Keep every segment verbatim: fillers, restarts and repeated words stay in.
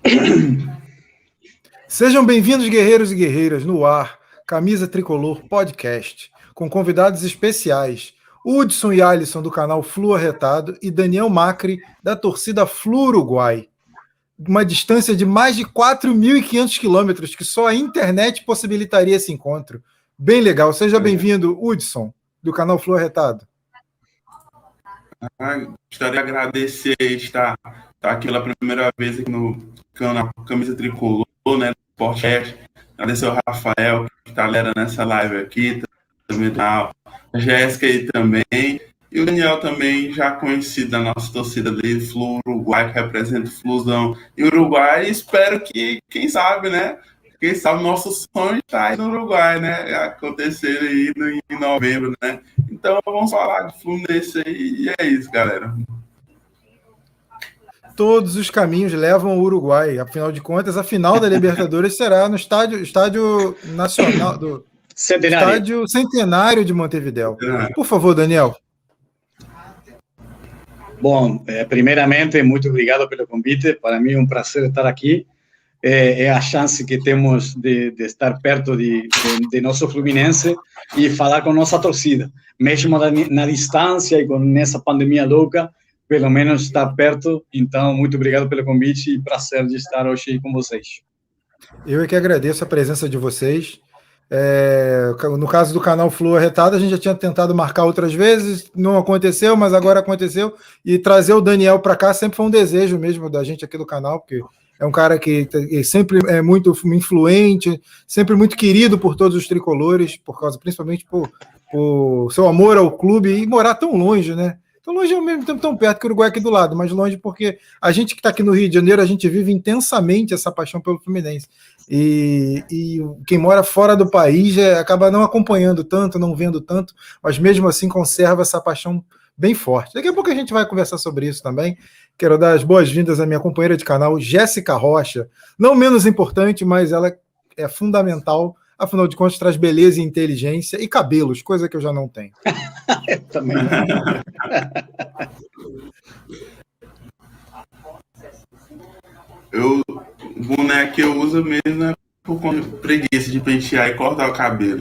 Sejam bem-vindos, guerreiros e guerreiras, no ar, Camisa Tricolor Podcast, com convidados especiais, Hudson e Alisson, do canal Flu Arretado, e Daniel Macri, da torcida Flu Uruguai. Uma distância de mais de quatro mil e quinhentos quilômetros, que só a internet possibilitaria esse encontro. Bem legal. Seja bem-vindo, Hudson, do canal Flu Arretado. Ah, gostaria de agradecer estar, estar aqui pela primeira vez aqui no canal Camisa Tricolor, né, do podcast. Agradecer ao Rafael, que está galera nessa live aqui, também a Jéssica aí também, e o Daniel também, já conhecido da nossa torcida ali, Flu Uruguai, que representa o Flusão e Uruguai. Espero que, quem sabe, né? Quem sabe o nosso sonho está aí no Uruguai, né? Acontecer aí no, em novembro, né? Então vamos falar de Fluminense aí, e é isso, galera. Todos os caminhos levam ao Uruguai. Afinal de contas, a final da Libertadores será no estádio, estádio nacional do Centenário. Estádio Centenário de Montevidéu. Por favor, Daniel. Bom, eh, primeiramente, muito obrigado pelo convite. Para mim é um prazer estar aqui. É, é a chance que temos de, de estar perto de, de, de nosso Fluminense e falar com nossa torcida. Mesmo na, na distância e com essa pandemia louca, pelo menos estar perto. Então, muito obrigado pelo convite e prazer de estar hoje com vocês. Eu é que agradeço a presença de vocês. É, no caso do canal Flu Arretado, a gente já tinha tentado marcar outras vezes, não aconteceu, mas agora aconteceu, e trazer o Daniel para cá sempre foi um desejo mesmo da gente aqui do canal, porque é um cara que sempre é muito influente, sempre muito querido por todos os tricolores, por causa, principalmente por, por seu amor ao clube e morar tão longe, né? Tão longe ao mesmo tempo, tão perto que o Uruguai é aqui do lado, mas longe porque a gente que está aqui no Rio de Janeiro, a gente vive intensamente essa paixão pelo Fluminense. E, e quem mora fora do país é, acaba não acompanhando tanto, não vendo tanto, mas mesmo assim conserva essa paixão bem forte. Daqui a pouco a gente vai conversar sobre isso também. Quero dar as boas-vindas à minha companheira de canal, Jéssica Rocha. Não menos importante, mas ela é fundamental. Afinal de contas, traz beleza e inteligência e cabelos, coisa que eu já não tenho. Eu também não. Eu, o boneco que eu uso mesmo é por conta de preguiça de pentear e cortar o cabelo.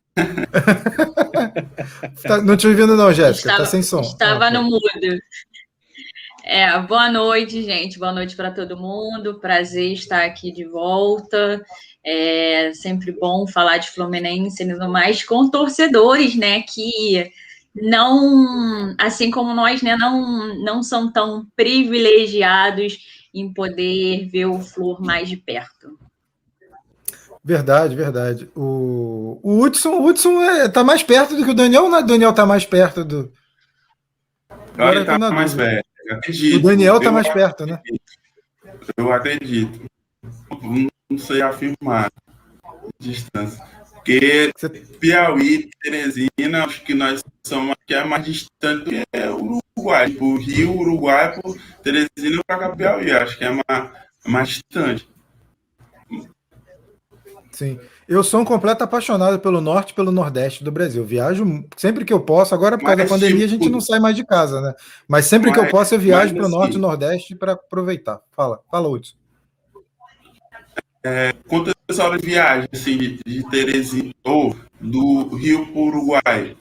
Tá, não te ouvindo não, Jéssica, estava, tá sem som. Estava ah, no mudo. É, boa noite, gente. Boa noite para todo mundo. Prazer estar aqui de volta. É sempre bom falar de Fluminense, ainda mais com torcedores, né, que não, assim como nós, né, não, não são tão privilegiados em poder ver o Flu mais de perto. Verdade, verdade. O, o Hudson, o Hudson é, tá mais perto do que o Daniel, né? O Daniel tá mais perto do... Agora ele tá mais perto. Eu acredito. O Daniel tá eu mais acredito. perto, né? Eu acredito. Não sei afirmar distância. Porque Piauí, Teresina, acho que nós somos que é mais distante do que o Uruguai. Por Rio, Uruguai, por Teresina para cá, Piauí. Acho que é mais, mais distante. Sim. Eu sou um completo apaixonado pelo norte e pelo nordeste do Brasil. Viajo sempre que eu posso. Agora, por causa da pandemia, a gente não sai mais de casa, né? Mas sempre que eu posso, eu viajo para o norte e norte para aproveitar. Fala, fala, Hudson. É, quantas horas de viagem assim, de, de Teresina ou do Rio para o Uruguai?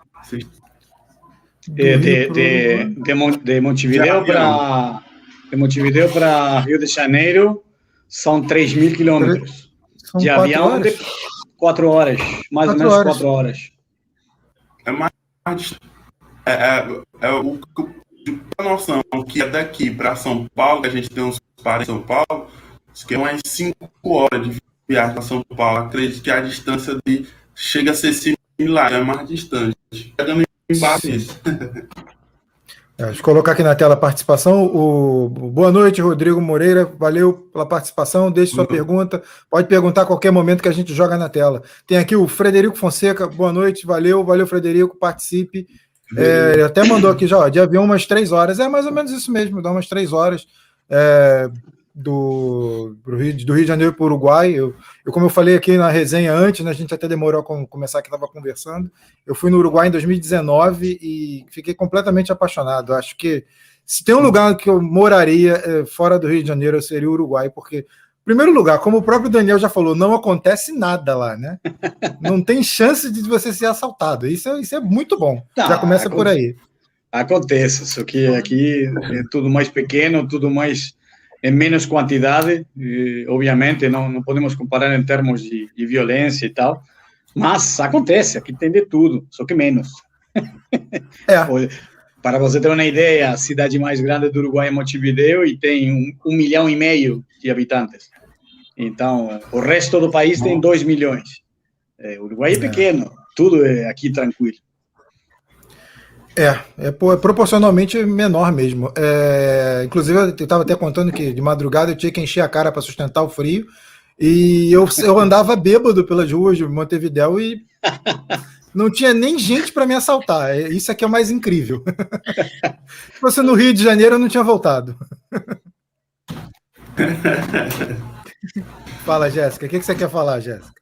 De, de, de, de, de Montevideo para de Montevideo para Rio de Janeiro são três mil quilômetros. De avião, de quatro horas, mais ou menos quatro horas. É mais. É, é, é o a noção que é daqui para São Paulo, que a gente tem uns pares em São Paulo, que é umas cinco horas de viagem para São Paulo. Acredito que a distância de, chega a ser similar, é mais distante. Chegando embaixo isso. Deixa eu colocar aqui na tela a participação. O... Boa noite, Rodrigo Moreira. Valeu pela participação. Deixe sua uhum. pergunta. Pode perguntar a qualquer momento que a gente joga na tela. Tem aqui o Frederico Fonseca. Boa noite. Valeu. Valeu, Frederico. Participe. É, ele até mandou aqui já, ó, de avião umas três horas. É mais ou menos isso mesmo. Dá umas três horas é, do, do, Rio, do Rio de Janeiro para o Uruguai. Eu, eu, como eu falei aqui na resenha antes, né, a gente até demorou a começar que estava conversando. Eu fui no Uruguai em dois mil e dezenove e fiquei completamente apaixonado. Acho que se tem um lugar que eu moraria é, fora do Rio de Janeiro, seria o Uruguai, porque, em primeiro lugar, como o próprio Daniel já falou, não acontece nada lá, né? Não tem chance de você ser assaltado. Isso é, isso é muito bom. Não, já começa por aí. Acontece, só que aqui é tudo mais pequeno, tudo mais em menos quantidade, e, obviamente não, não podemos comparar em termos de, de violência e tal, mas acontece, aqui tem de tudo, só que menos. É. Para você ter uma ideia, a cidade mais grande do Uruguai é Montevideo e tem um, um milhão e meio de habitantes. Então, o resto do país tem dois milhões. É, o Uruguai é pequeno, tudo é aqui tranquilo. É, é proporcionalmente menor mesmo. É, inclusive, eu estava até contando que de madrugada eu tinha que encher a cara para sustentar o frio. E eu, eu andava bêbado pelas ruas de Montevidéu e não tinha nem gente para me assaltar. Isso aqui é o mais incrível. Se fosse no Rio de Janeiro, eu não tinha voltado. Fala, Jéssica. O que você quer falar, Jéssica?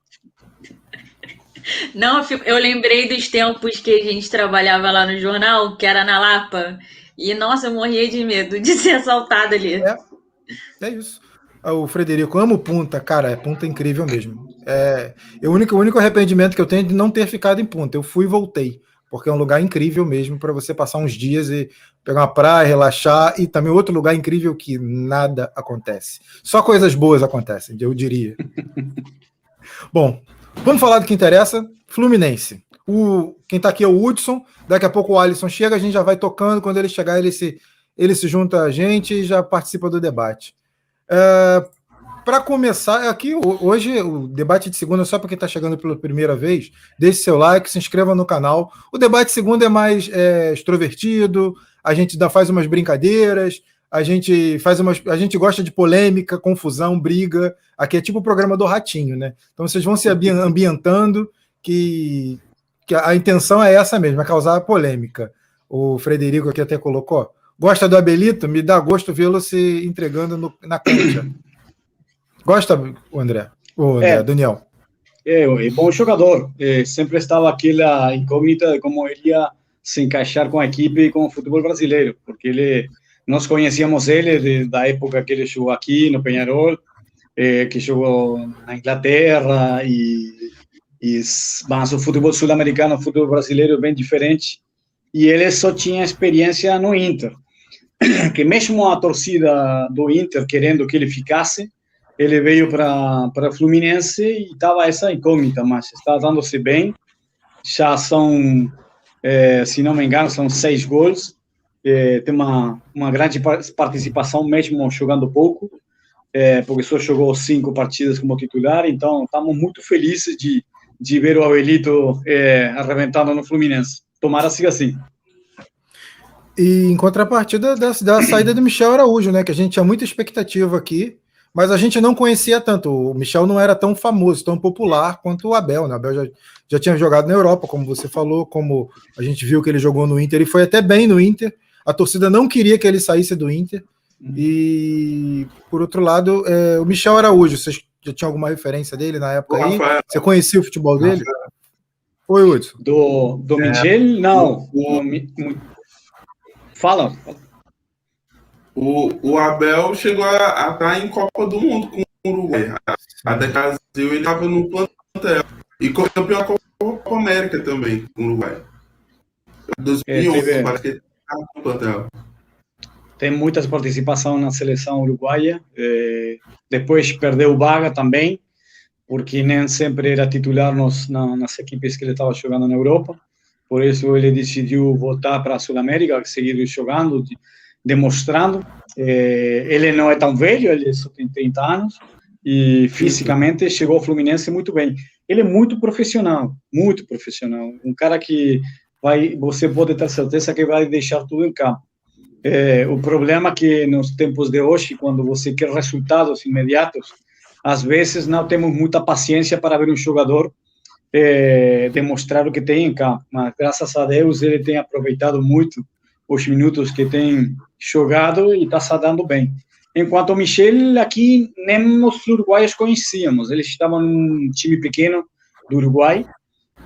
Não, eu lembrei dos tempos que a gente trabalhava lá no jornal, que era na Lapa, e, nossa, eu morria de medo de ser assaltada ali. É, é isso. O Frederico, amo Punta, cara, é Punta incrível mesmo. É, o, único, o único arrependimento que eu tenho é de não ter ficado em Punta. Eu fui e voltei, porque é um lugar incrível mesmo para você passar uns dias e pegar uma praia, relaxar, e também outro lugar incrível que nada acontece. Só coisas boas acontecem, eu diria. Bom, vamos falar do que interessa. Fluminense. O, quem está aqui é o Hudson. Daqui a pouco o Alisson chega, a gente já vai tocando. Quando ele chegar, ele se, ele se junta a gente e já participa do debate. É, para começar, aqui hoje o debate de segunda, só para quem está chegando pela primeira vez, deixe seu like, se inscreva no canal. O debate de segunda é mais é, extrovertido, a gente dá, faz umas brincadeiras, a gente faz umas, a gente gosta de polêmica, confusão, briga. Aqui é tipo o programa do Ratinho, né? Então vocês vão se ambientando, que, que a intenção é essa mesmo, é causar polêmica. O Frederico aqui até colocou. Gosta do Abelito? Me dá gosto vê-lo se entregando no, na cancha. Gosta, o André? O André, é, Daniel? É, é bom jogador. É, sempre estava aquela incógnita de como ele ia se encaixar com a equipe e com o futebol brasileiro, porque ele, nós conhecíamos ele de, da época que ele jogou aqui no Peñarol, é, que jogou na Inglaterra, e, e mas o futebol sul-americano, o futebol brasileiro é bem diferente, e ele só tinha experiência no Inter, que mesmo a torcida do Inter querendo que ele ficasse, ele veio para para Fluminense e estava essa incógnita, mas está dando-se bem. Já são, é, se não me engano, são seis gols. É, tem uma, uma grande participação, mesmo jogando pouco, é, porque só jogou cinco partidas como titular. Então, estamos muito felizes de, de ver o Abelito é, arrebentando no Fluminense. Tomara siga assim. E em contrapartida da, da saída do Michel Araújo, né? Que a gente tinha muita expectativa aqui, mas a gente não conhecia tanto. O Michel não era tão famoso, tão popular quanto o Abel, né? O Abel já, já tinha jogado na Europa, como você falou, como a gente viu que ele jogou no Inter, e foi até bem no Inter. A torcida não queria que ele saísse do Inter. E, por outro lado, é, o Michel Araújo, vocês já tinham alguma referência dele na época aí? Rafael. Você conhecia o futebol dele? Rafael. Oi, Hudson. Do, do é. Michel? Não. O, Fala. O, o Abel chegou a estar em Copa do Mundo com o Uruguai. Até que Brasil ele estava no plantel. E campeão da Copa América também com o Uruguai. dois mil e onze, é, parece que ele estava no plantel. Tem muitas participações na seleção uruguaia. É, depois perdeu vaga também, porque nem sempre era titular nos, na, nas equipes que ele estava jogando na Europa. Por isso ele decidiu voltar para a Sul-América, seguir jogando, demonstrando. É, ele não é tão velho, ele só tem trinta anos, e fisicamente chegou ao Fluminense muito bem. Ele é muito profissional, muito profissional. Um cara que vai, você pode ter certeza que vai deixar tudo em campo. É, o problema é que nos tempos de hoje, quando você quer resultados imediatos, às vezes não temos muita paciência para ver um jogador É, demonstrar o que tem em campo, mas graças a Deus ele tem aproveitado muito os minutos que tem jogado e está se dando bem. Enquanto o Michel, aqui nem os uruguaios conhecíamos, eles estavam num time pequeno do Uruguai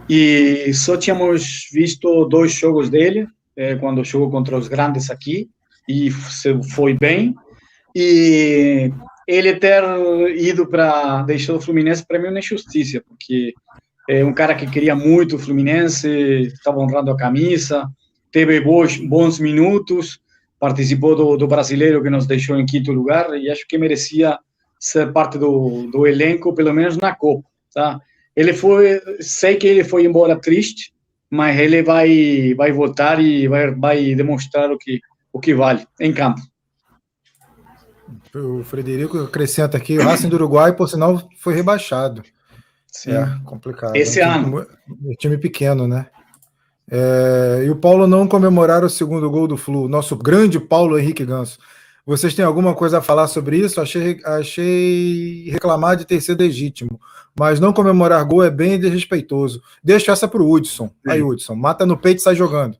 e só tínhamos visto dois jogos dele, é, quando jogou contra os grandes aqui, e foi bem. E ele ter ido para deixar o Fluminense, para mim, é uma injustiça, porque é um cara que queria muito o Fluminense, estava honrando a camisa, teve bons, bons minutos, participou do, do Brasileiro, que nos deixou em quinto lugar, e acho que merecia ser parte do, do elenco, pelo menos na Copa, tá? Ele foi, sei que ele foi embora triste, mas ele vai, vai voltar e vai, vai demonstrar o que, o que vale em campo. O Frederico acrescenta aqui, o Racing do Uruguai, por sinal, foi rebaixado. Sim. É complicado. Esse é um ano. Time, um time pequeno, né? É, e o Paulo não comemorar o segundo gol do Flu, nosso grande Paulo Henrique Ganso. Vocês têm alguma coisa a falar sobre isso? Achei, achei reclamar de ter sido legítimo, mas não comemorar gol é bem desrespeitoso. Deixa essa pro Hudson. Sim. Aí, Hudson, mata no peito e sai jogando.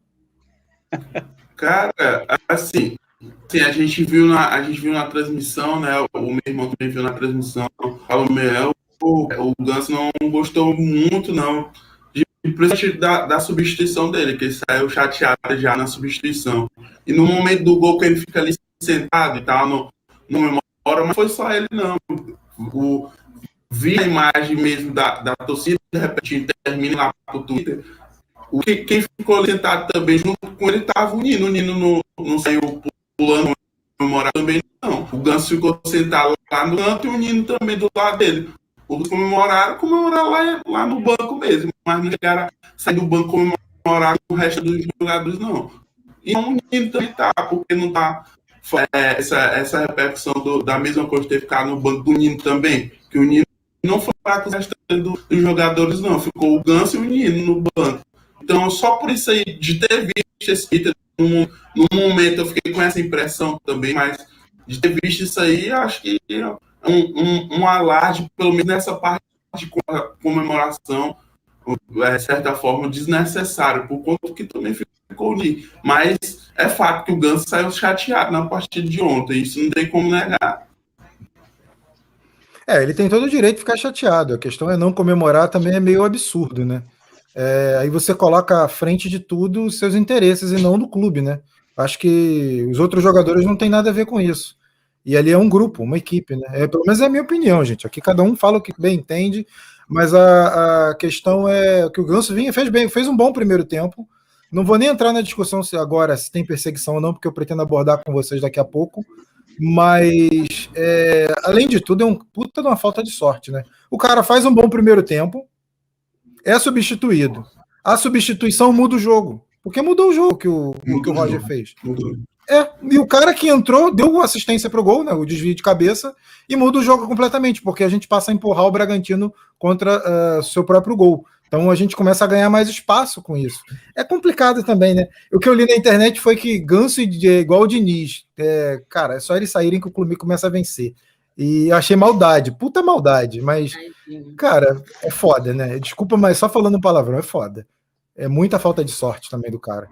Cara, assim, assim, a gente viu na, a gente viu na transmissão, né? O meu irmão também viu na transmissão. O Mel, o, o Ganso não gostou muito, não. Principalmente da, da substituição dele, que ele saiu chateado já na substituição. E no momento do gol que ele fica ali sentado e tal, no, no memória, mas foi só ele, não. O, vi a imagem mesmo da, da torcida, de repente termina lá pro Twitter. O que, quem ficou sentado também junto com ele estava o Nino. O Nino não, não saiu pulando no memória também, não. O Ganso ficou sentado lá no canto e o Nino também do lado dele. Os comemoraram, comemoraram lá, lá no banco mesmo, mas não chegaram a sair do banco comemorar com o resto dos jogadores, não. E o Nino também tá, porque não tá é, essa, essa repercussão do, da mesma coisa de ter ficado no banco do Nino também, que o Nino não foi para com o resto do, dos jogadores, não. Ficou o Ganso e o Nino no banco. Então, só por isso aí, de ter visto esse Twitter, no, no momento eu fiquei com essa impressão também, mas de ter visto isso aí, acho que Um, um, um alarde, pelo menos nessa parte de comemoração, de certa forma, desnecessário, por conta que também ficou ali. Mas é fato que o Ganso saiu chateado na partida de ontem, isso não tem como negar. É, ele tem todo o direito de ficar chateado, a questão é não comemorar, também é meio absurdo, né? É, aí você coloca à frente de tudo os seus interesses e não do clube, né? Acho que os outros jogadores não têm nada a ver com isso. E ali é um grupo, uma equipe, né? É, pelo menos é a minha opinião, gente. Aqui cada um fala o que bem entende, mas a, a questão é que o Ganso vinha, fez bem, fez um bom primeiro tempo. Não vou nem entrar na discussão se agora se tem perseguição ou não, porque eu pretendo abordar com vocês daqui a pouco. Mas, é, além de tudo, é um puta de uma falta de sorte, né? O cara faz um bom primeiro tempo, é substituído. A substituição muda o jogo. Porque mudou o jogo que o, que o Roger jogo. fez. Mudou. É, e o cara que entrou deu uma assistência para o gol, né, o desvio de cabeça, e muda o jogo completamente, porque a gente passa a empurrar o Bragantino contra uh, seu próprio gol. Então a gente começa a ganhar mais espaço com isso. É complicado também, né? O que eu li na internet foi que Ganso é igual o Diniz. É, cara, é só eles saírem que o clube começa a vencer. E eu achei maldade, puta maldade, mas, cara, é foda, né? Desculpa, mas só falando palavrão, é foda. É muita falta de sorte também do cara.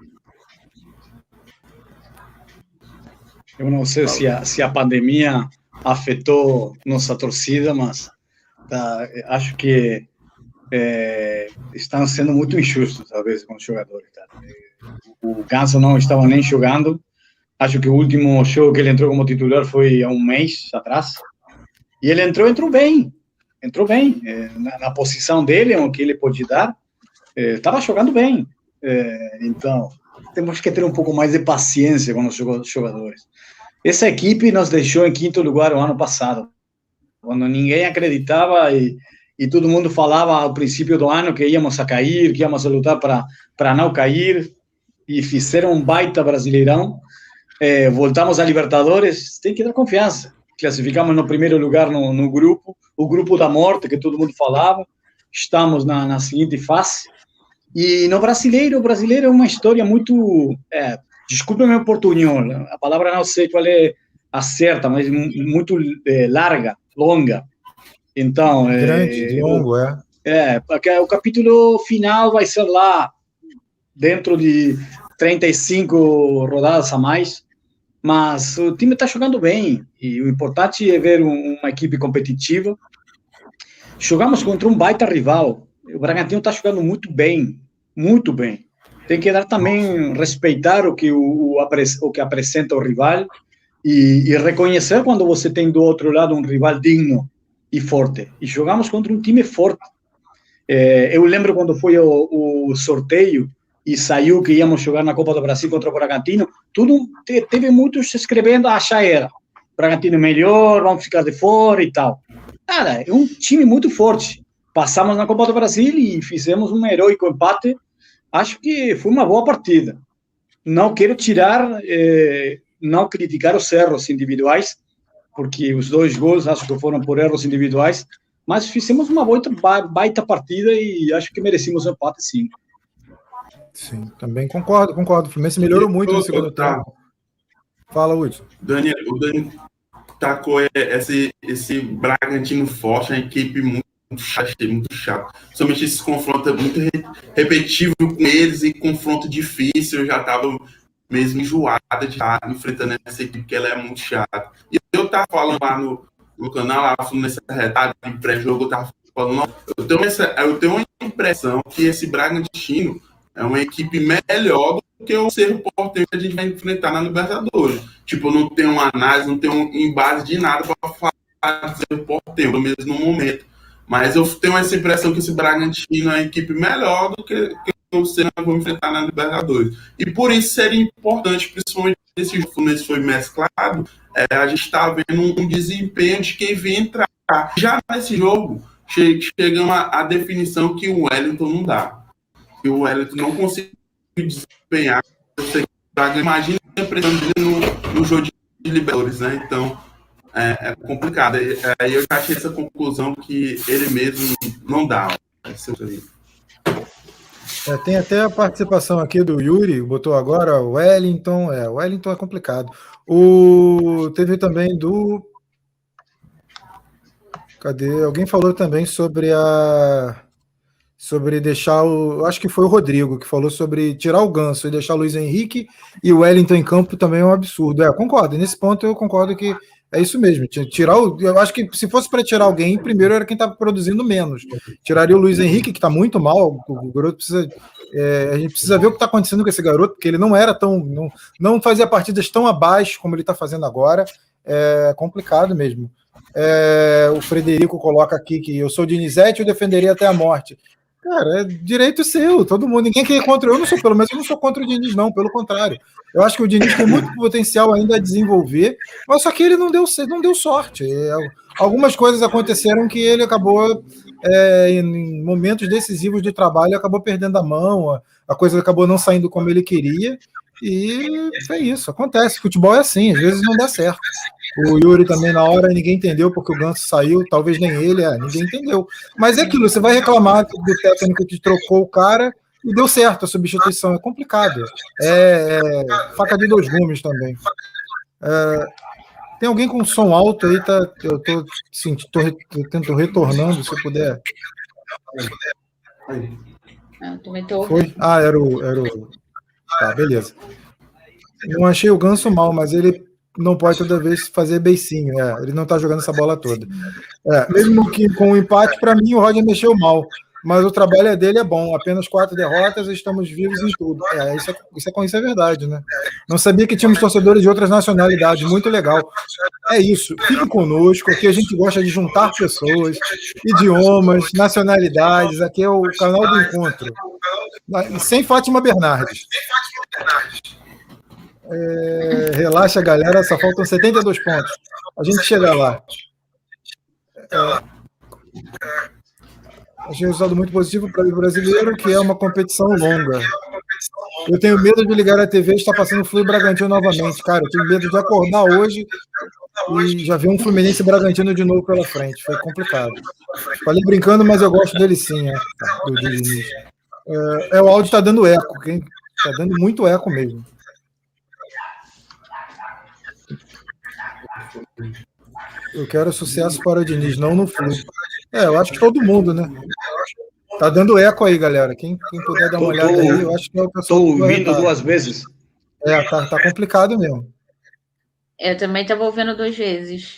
Eu não sei se a, se a pandemia afetou nossa torcida, mas tá, acho que é, estão sendo muito injustos, talvez, com os jogadores. Tá? O Ganso não estava nem jogando. Acho que o último jogo que ele entrou como titular foi há um mês atrás. E ele entrou, entrou bem. Entrou bem. É, na, na posição dele, o que ele pode dar, é, estava jogando bem. É, então, temos que ter um pouco mais de paciência com os jogadores. Essa equipe nos deixou em quinto lugar o ano passado, quando ninguém acreditava e, e todo mundo falava ao princípio do ano que íamos a cair, que íamos a lutar para, para não cair, e fizeram um baita brasileirão. É, voltamos a Libertadores, tem que dar confiança. Classificamos no primeiro lugar no, no grupo, o grupo da morte, que todo mundo falava. Estamos na, na seguinte fase. E no brasileiro, o brasileiro é uma história muito... É, desculpa meu portunhol, a palavra não sei qual é a certa, mas muito é, larga, longa. Então... Grande, é, longo, é. É, o capítulo final vai ser lá, dentro de trinta e cinco rodadas a mais, mas o time está jogando bem, e o importante é ver um, uma equipe competitiva. Jogamos contra um baita rival. O Bragantino está jogando muito bem, muito bem. tem que dar também, respeitar o que, o, o, o que apresenta o rival e, e reconhecer quando você tem do outro lado um rival digno e forte. E jogamos contra um time forte. É, eu lembro quando foi o, o sorteio e saiu que íamos jogar na Copa do Brasil contra o Bragantino, tudo teve muitos escrevendo, ah, já era, Bragantino é melhor, vamos ficar de fora e tal. Cara, é um time muito forte. Passamos na Copa do Brasil e fizemos um heróico empate. Acho que foi uma boa partida. Não quero tirar, eh, não criticar os erros individuais, porque os dois gols acho que foram por erros individuais, mas fizemos uma baita, baita partida e acho que merecemos um empate, sim. Sim, também concordo, concordo. O Fluminense melhorou muito no segundo tempo. Fala, Hudson. Daniel, o Daniel tacou esse, esse Bragantino forte, uma equipe muito chato, muito chato. Somente esse confronto é muito repetitivo com eles e confronto difícil. Eu já estava mesmo enjoada de estar enfrentando essa equipe, porque ela é muito chata. E eu estava falando lá no, no canal, lá nessa retada de pré-jogo, eu estava falando, não, eu tenho, essa, eu tenho uma impressão que esse Bragantino é uma equipe melhor do que o Cerro Porteño que a gente vai enfrentar na Libertadores. Tipo, não tem uma análise, não tem um embase de nada para falar do Cerro Porteño, no mesmo momento. Mas eu tenho essa impressão que esse Bragantino é uma equipe melhor do que, que o Cerro vai enfrentar na Libertadores. E por isso seria importante, principalmente nesse jogo, nesse foi mesclado, é, a gente está vendo um, um desempenho de quem vem entrar. Já nesse jogo, che chegamos à, à definição que o Wellington não dá. Que o Wellington não conseguiu desempenhar. Imagina a pressão dele no, no jogo de Libertadores, né? Então, é, é complicado. Aí eu já achei essa conclusão que ele mesmo não dá. É, tem até a participação aqui do Yuri, botou agora o Wellington. É, o Wellington é complicado. O, teve também do... Cadê? Alguém falou também sobre a... sobre deixar o... Acho que foi o Rodrigo que falou sobre tirar o Ganso e deixar o Luiz Henrique e o Wellington em campo também é um absurdo. É, eu concordo. Nesse ponto eu concordo que é isso mesmo. Tirar o... Eu acho que se fosse para tirar alguém, primeiro era quem estava produzindo menos. Tiraria o Luiz Henrique, que está muito mal. O garoto precisa... É, a gente precisa ver o que está acontecendo com esse garoto, porque ele não era tão... Não, não fazia partidas tão abaixo como ele está fazendo agora. É complicado mesmo. É, o Frederico coloca aqui que eu sou Dinizete e eu defenderia até a morte. Cara, é direito seu, todo mundo, ninguém quer ir contra, eu não sou, pelo menos eu não sou contra o Diniz, não, pelo contrário. Eu acho que o Diniz tem muito potencial ainda a desenvolver, mas só que ele não deu, não deu sorte. É, algumas coisas aconteceram que ele acabou, é, em momentos decisivos de trabalho, acabou perdendo a mão, a, a coisa acabou não saindo como ele queria, e é isso, acontece, futebol é assim, às vezes não dá certo. O Yuri também, na hora, ninguém entendeu porque o Ganso saiu, talvez nem ele, é, ninguém entendeu. Mas é aquilo, você vai reclamar do técnico que trocou o cara e deu certo a substituição, é complicado. É, é faca de dois gumes também. É, tem alguém com som alto aí, tá? Eu tô, sim, tô, tô tento retornando, se puder. Foi? Ah, era o, era o... Tá, beleza. Não achei o Ganso mal, mas ele não pode toda vez fazer beicinho, é, ele não tá jogando essa bola toda. É, mesmo que com o empate, para mim o Roger mexeu mal, mas o trabalho dele é bom, apenas quatro derrotas e estamos vivos em tudo. É, isso, é, isso, é, isso é verdade, né? Não sabia que tínhamos torcedores de outras nacionalidades, muito legal. É isso, fique conosco, aqui a gente gosta de juntar pessoas, idiomas, nacionalidades, aqui é o canal do encontro. Sem Fátima Bernardes. É, relaxa, galera, só faltam setenta e dois pontos. A gente chega lá. É, achei o resultado muito positivo para o brasileiro, que é uma competição longa. Eu tenho medo de ligar a T V e estar passando o Flu e Bragantino novamente. Cara, eu tenho medo de acordar hoje e já ver um Fluminense e Bragantino de novo pela frente. Foi complicado. Falei brincando, mas eu gosto dele sim. É, do Diniz. É, é, o áudio está dando eco. Está dando muito eco mesmo. Eu quero sucesso para o Diniz, não no Flu. É, eu acho que todo mundo, né? Tá dando eco aí, galera. Quem, quem puder dar uma tô, olhada aí, eu acho que é o pessoal. Estou ouvindo duas vezes. É, tá, tá complicado mesmo. Eu também estava ouvindo duas vezes.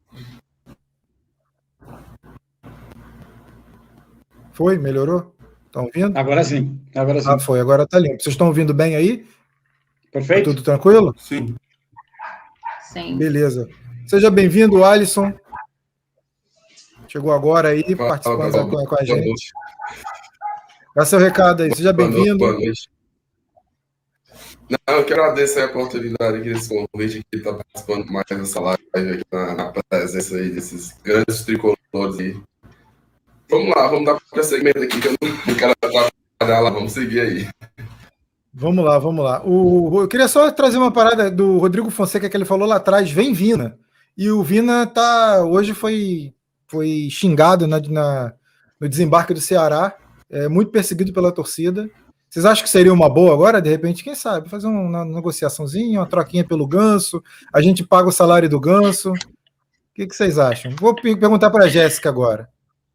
Foi? Melhorou? Estão ouvindo? Agora sim, agora sim. Ah, foi, agora tá limpo. Vocês estão ouvindo bem aí? Perfeito. Tá tudo tranquilo? Sim. Sim. Beleza. Seja bem-vindo, Alisson. Chegou agora aí, Fala, participando pessoal. com, com a Boa gente. noite. Dá seu recado aí, seja Boa noite, bem-vindo. boa noite. Não, eu quero agradecer a oportunidade aqui, esse convite aqui, estar participando mais dessa live aqui na, na presença aí desses grandes tricolores aí. Vamos lá, vamos dar prosseguimento aqui, que eu não quero atrapalhar lá, vamos seguir aí. Vamos lá, vamos lá. O, eu queria só trazer uma parada do Rodrigo Fonseca, que ele falou lá atrás, vem Vina. E o Vina tá, hoje foi, foi xingado na, na, no desembarque do Ceará, é muito perseguido pela torcida. Vocês acham que seria uma boa agora, de repente, quem sabe, fazer uma negociaçãozinha, uma troquinha pelo Ganso, a gente paga o salário do Ganso. O que, que vocês acham? Vou perguntar para a Jéssica agora.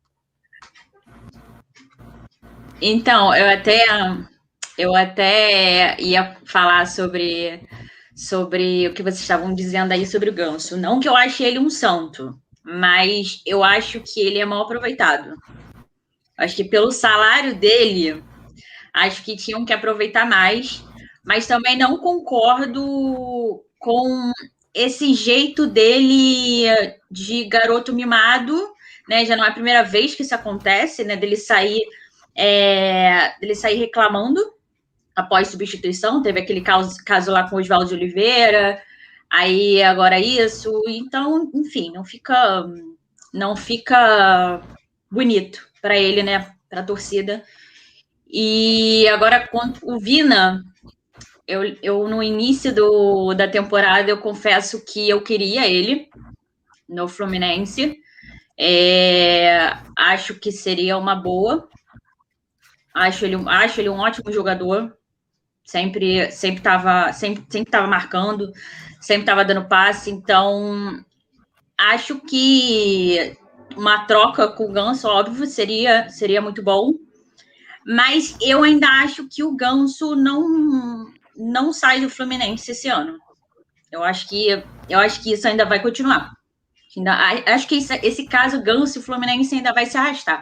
Então, eu até, eu até ia falar sobre, sobre o que vocês estavam dizendo aí sobre o Ganso. Não que eu ache ele um santo, mas eu acho que ele é mal aproveitado. Acho que pelo salário dele, acho que tinham que aproveitar mais, mas também não concordo com esse jeito dele de garoto mimado, né? Já não é a primeira vez que isso acontece, né? Dele sair, é, dele sair reclamando após substituição. Teve aquele caso, caso lá com o Oswaldo de Oliveira, aí agora isso. Então, enfim, não fica, não fica bonito para ele, né? Para a torcida. E agora, quanto o Vina, eu, eu no início do, da temporada, eu confesso que eu queria ele no Fluminense. É, acho que seria uma boa. Acho ele, acho ele um ótimo jogador. Sempre sempre estava sempre, sempre tava marcando, sempre estava dando passe. Então, acho que uma troca com o Ganso, óbvio, seria, seria muito bom. Mas eu ainda acho que o Ganso não, não sai do Fluminense esse ano. Eu acho que, eu acho que isso ainda vai continuar. Ainda, acho que isso, esse caso Ganso e Fluminense ainda vai se arrastar.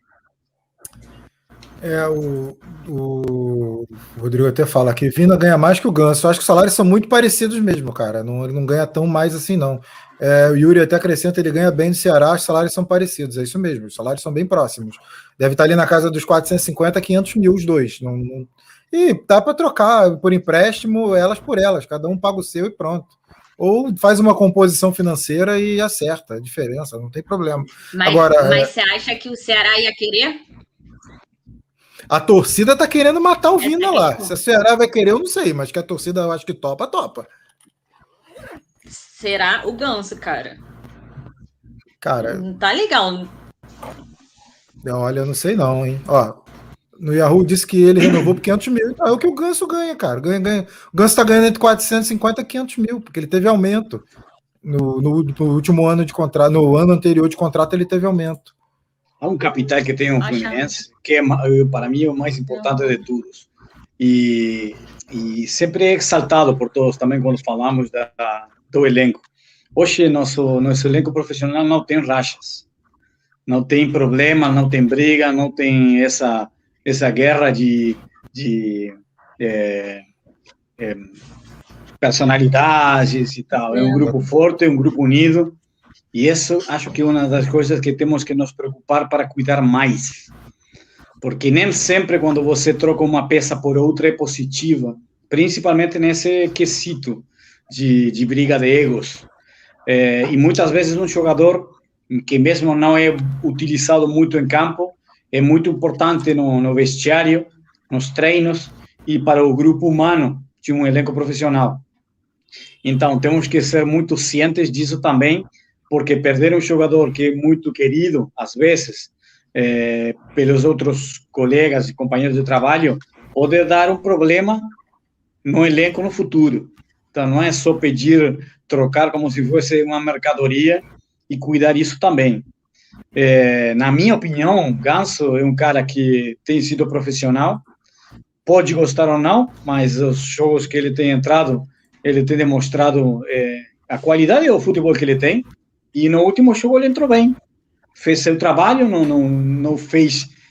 É, o, o Rodrigo até fala que Vina ganha mais que o Ganso. Eu acho que os salários são muito parecidos mesmo, cara. Não, ele não ganha tão mais assim, não. É, o Yuri até acrescenta, ele ganha bem no Ceará, os salários são parecidos, é isso mesmo, os salários são bem próximos. Deve estar ali na casa dos quatrocentos e cinquenta, quinhentos mil os dois. Não, não... E dá para trocar por empréstimo, elas por elas, cada um paga o seu e pronto. Ou faz uma composição financeira e acerta a diferença, não tem problema. Mas, Agora, mas você acha que o Ceará ia querer? A torcida tá querendo matar o Vina lá. Se a Ceará vai querer, eu não sei, mas que a torcida eu acho que topa, topa. Será o Ganso, cara? Cara, não tá legal. Olha, eu não sei não, hein? Ó, no Yahoo disse que ele renovou por quinhentos mil. Então é o que o Ganso ganha, cara. Ganha, ganha. O Ganso tá ganhando entre quatrocentos e cinquenta e quinhentos mil, porque ele teve aumento. No, no, no último ano de contrato, no ano anterior de contrato, ele teve aumento. Há um capital que tem um Fluminense, que é, para mim, é o mais importante de todos. E, e sempre é exaltado por todos, também quando falamos da, do elenco. Hoje, nosso, nosso elenco profissional não tem rachas, não tem problema, não tem briga, não tem essa, essa guerra de, de é, é, personalidades e tal. É um grupo forte, é um grupo unido. E isso acho que é uma das coisas que temos que nos preocupar para cuidar mais. Porque nem sempre quando você troca uma peça por outra é positiva, principalmente nesse quesito de, de briga de egos. É, e muitas vezes um jogador que mesmo não é utilizado muito em campo, é muito importante no, no vestiário, nos treinos e para o grupo humano de um elenco profissional. Então, temos que ser muito cientes disso também, porque perder um jogador que é muito querido, às vezes, é, pelos outros colegas e companheiros de trabalho, pode dar um problema no elenco no futuro. Então, não é só pedir, trocar como se fosse uma mercadoria e cuidar isso também. É, na minha opinião, Ganso é um cara que tem sido profissional, pode gostar ou não, mas os jogos que ele tem entrado, ele tem demonstrado é, a qualidade do futebol que ele tem. E no último jogo ele entrou bem, fez seu trabalho, não, não, não fez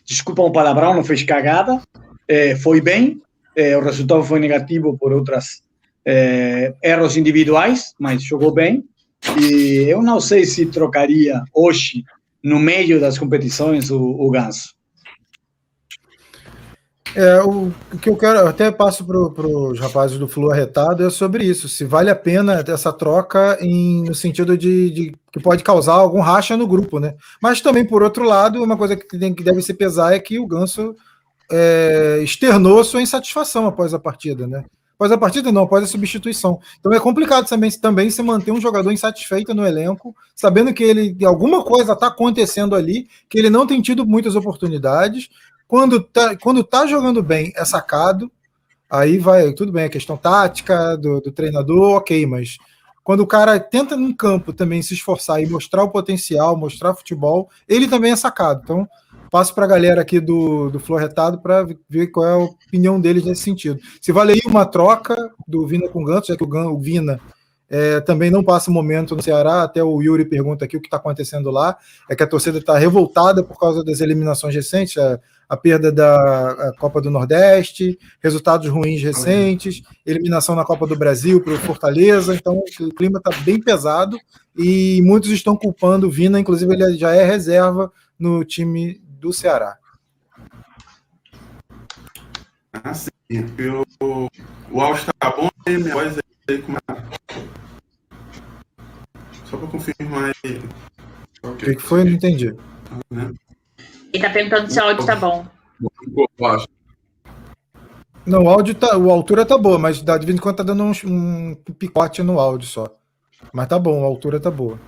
desculpa o palavrão, não fez cagada, é, foi bem, é, o resultado foi negativo por outros é, erros individuais, mas jogou bem, e eu não sei se trocaria hoje, no meio das competições, o, o Ganso. É, o, o que eu quero, eu até passo para os rapazes do Flu Arretado, é sobre isso, se vale a pena essa troca em, no sentido de, de que pode causar algum racha no grupo, né? Mas também, por outro lado, uma coisa que, tem, que deve se pesar é que o Ganso é, externou sua insatisfação após a partida, né? Após a partida não, após a substituição. Então é complicado também, também se manter um jogador insatisfeito no elenco, sabendo que ele alguma coisa está acontecendo ali, que ele não tem tido muitas oportunidades. Quando tá, quando tá jogando bem, é sacado, aí vai, tudo bem, a questão tática do, do treinador, ok, mas quando o cara tenta num campo também se esforçar e mostrar o potencial, mostrar futebol, ele também é sacado. Então, passo para a galera aqui do, do Flu Arretado para ver qual é a opinião deles nesse sentido. Se valeria uma troca do Vina com o Ganso, já que o, Gan, o Vina é, também não passa momento no Ceará, até o Yuri pergunta aqui o que está acontecendo lá, é que a torcida está revoltada por causa das eliminações recentes, a, a perda da a Copa do Nordeste, resultados ruins recentes, eliminação na Copa do Brasil para o Fortaleza, então o clima está bem pesado e muitos estão culpando o Vina, inclusive ele já é reserva no time do Ceará. Ah, sim. Eu, o áudio está bom, aí minha voz aí como é? Só para confirmar aí. O que, que foi? Não entendi. Né? Ele tá perguntando se o áudio tá bom. Não, o áudio tá, a altura tá boa, mas de vez em quando tá dando um, um picote no áudio só. Mas tá bom, a altura tá boa.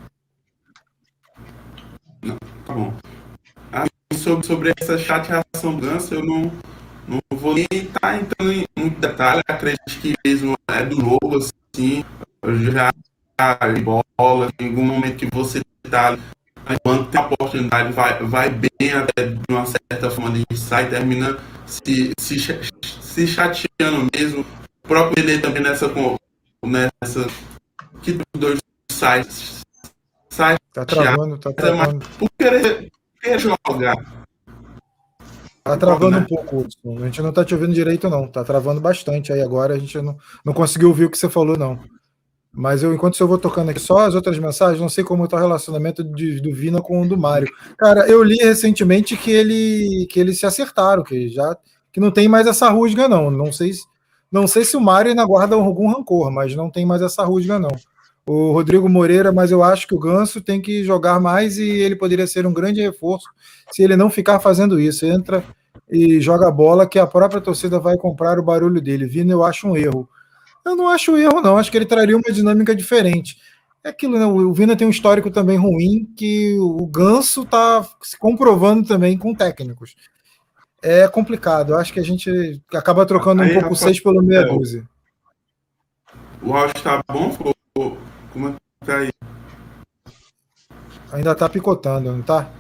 Não, tá bom. Ah, sobre, sobre essa chateação do Ganso, eu não, não vou nem estar tá entrando em muito detalhe. Acredito que mesmo é do jogo, assim. Eu já de bola, em algum momento que você tá quando tem a oportunidade, vai, vai bem até de uma certa forma, a gente sai e termina se, se, se chateando mesmo. O próprio Pelé também nessa, nessa que dois sai, sai tá travando, tá travando. Por querer, querer jogar. Tá travando um pouco, Hudson. A gente não tá te ouvindo direito, não. Tá travando bastante aí agora. A gente não, não conseguiu ouvir o que você falou, não. Mas eu, enquanto eu vou tocando aqui só as outras mensagens, não sei como está o relacionamento de, do Vina com o do Mário. Cara, eu li recentemente que, ele, que eles se acertaram, que já que não tem mais essa rusga, não. Não sei, não sei se o Mário ainda guarda algum rancor, mas não tem mais essa rusga, não. O Rodrigo Moreira, mas eu acho que o Ganso tem que jogar mais e ele poderia ser um grande reforço se ele não ficar fazendo isso. Entra e joga a bola que a própria torcida vai comprar o barulho dele. Vina, eu acho um erro. Eu não acho erro, não. Acho que ele traria uma dinâmica diferente. É aquilo, né? O Vina tem um histórico também ruim que o Ganso está se comprovando também com técnicos. É complicado. Eu acho que a gente acaba trocando aí, um pouco seis pelo meia dúzia. O áudio está bom? Como é que tá aí? Ainda está picotando, não está?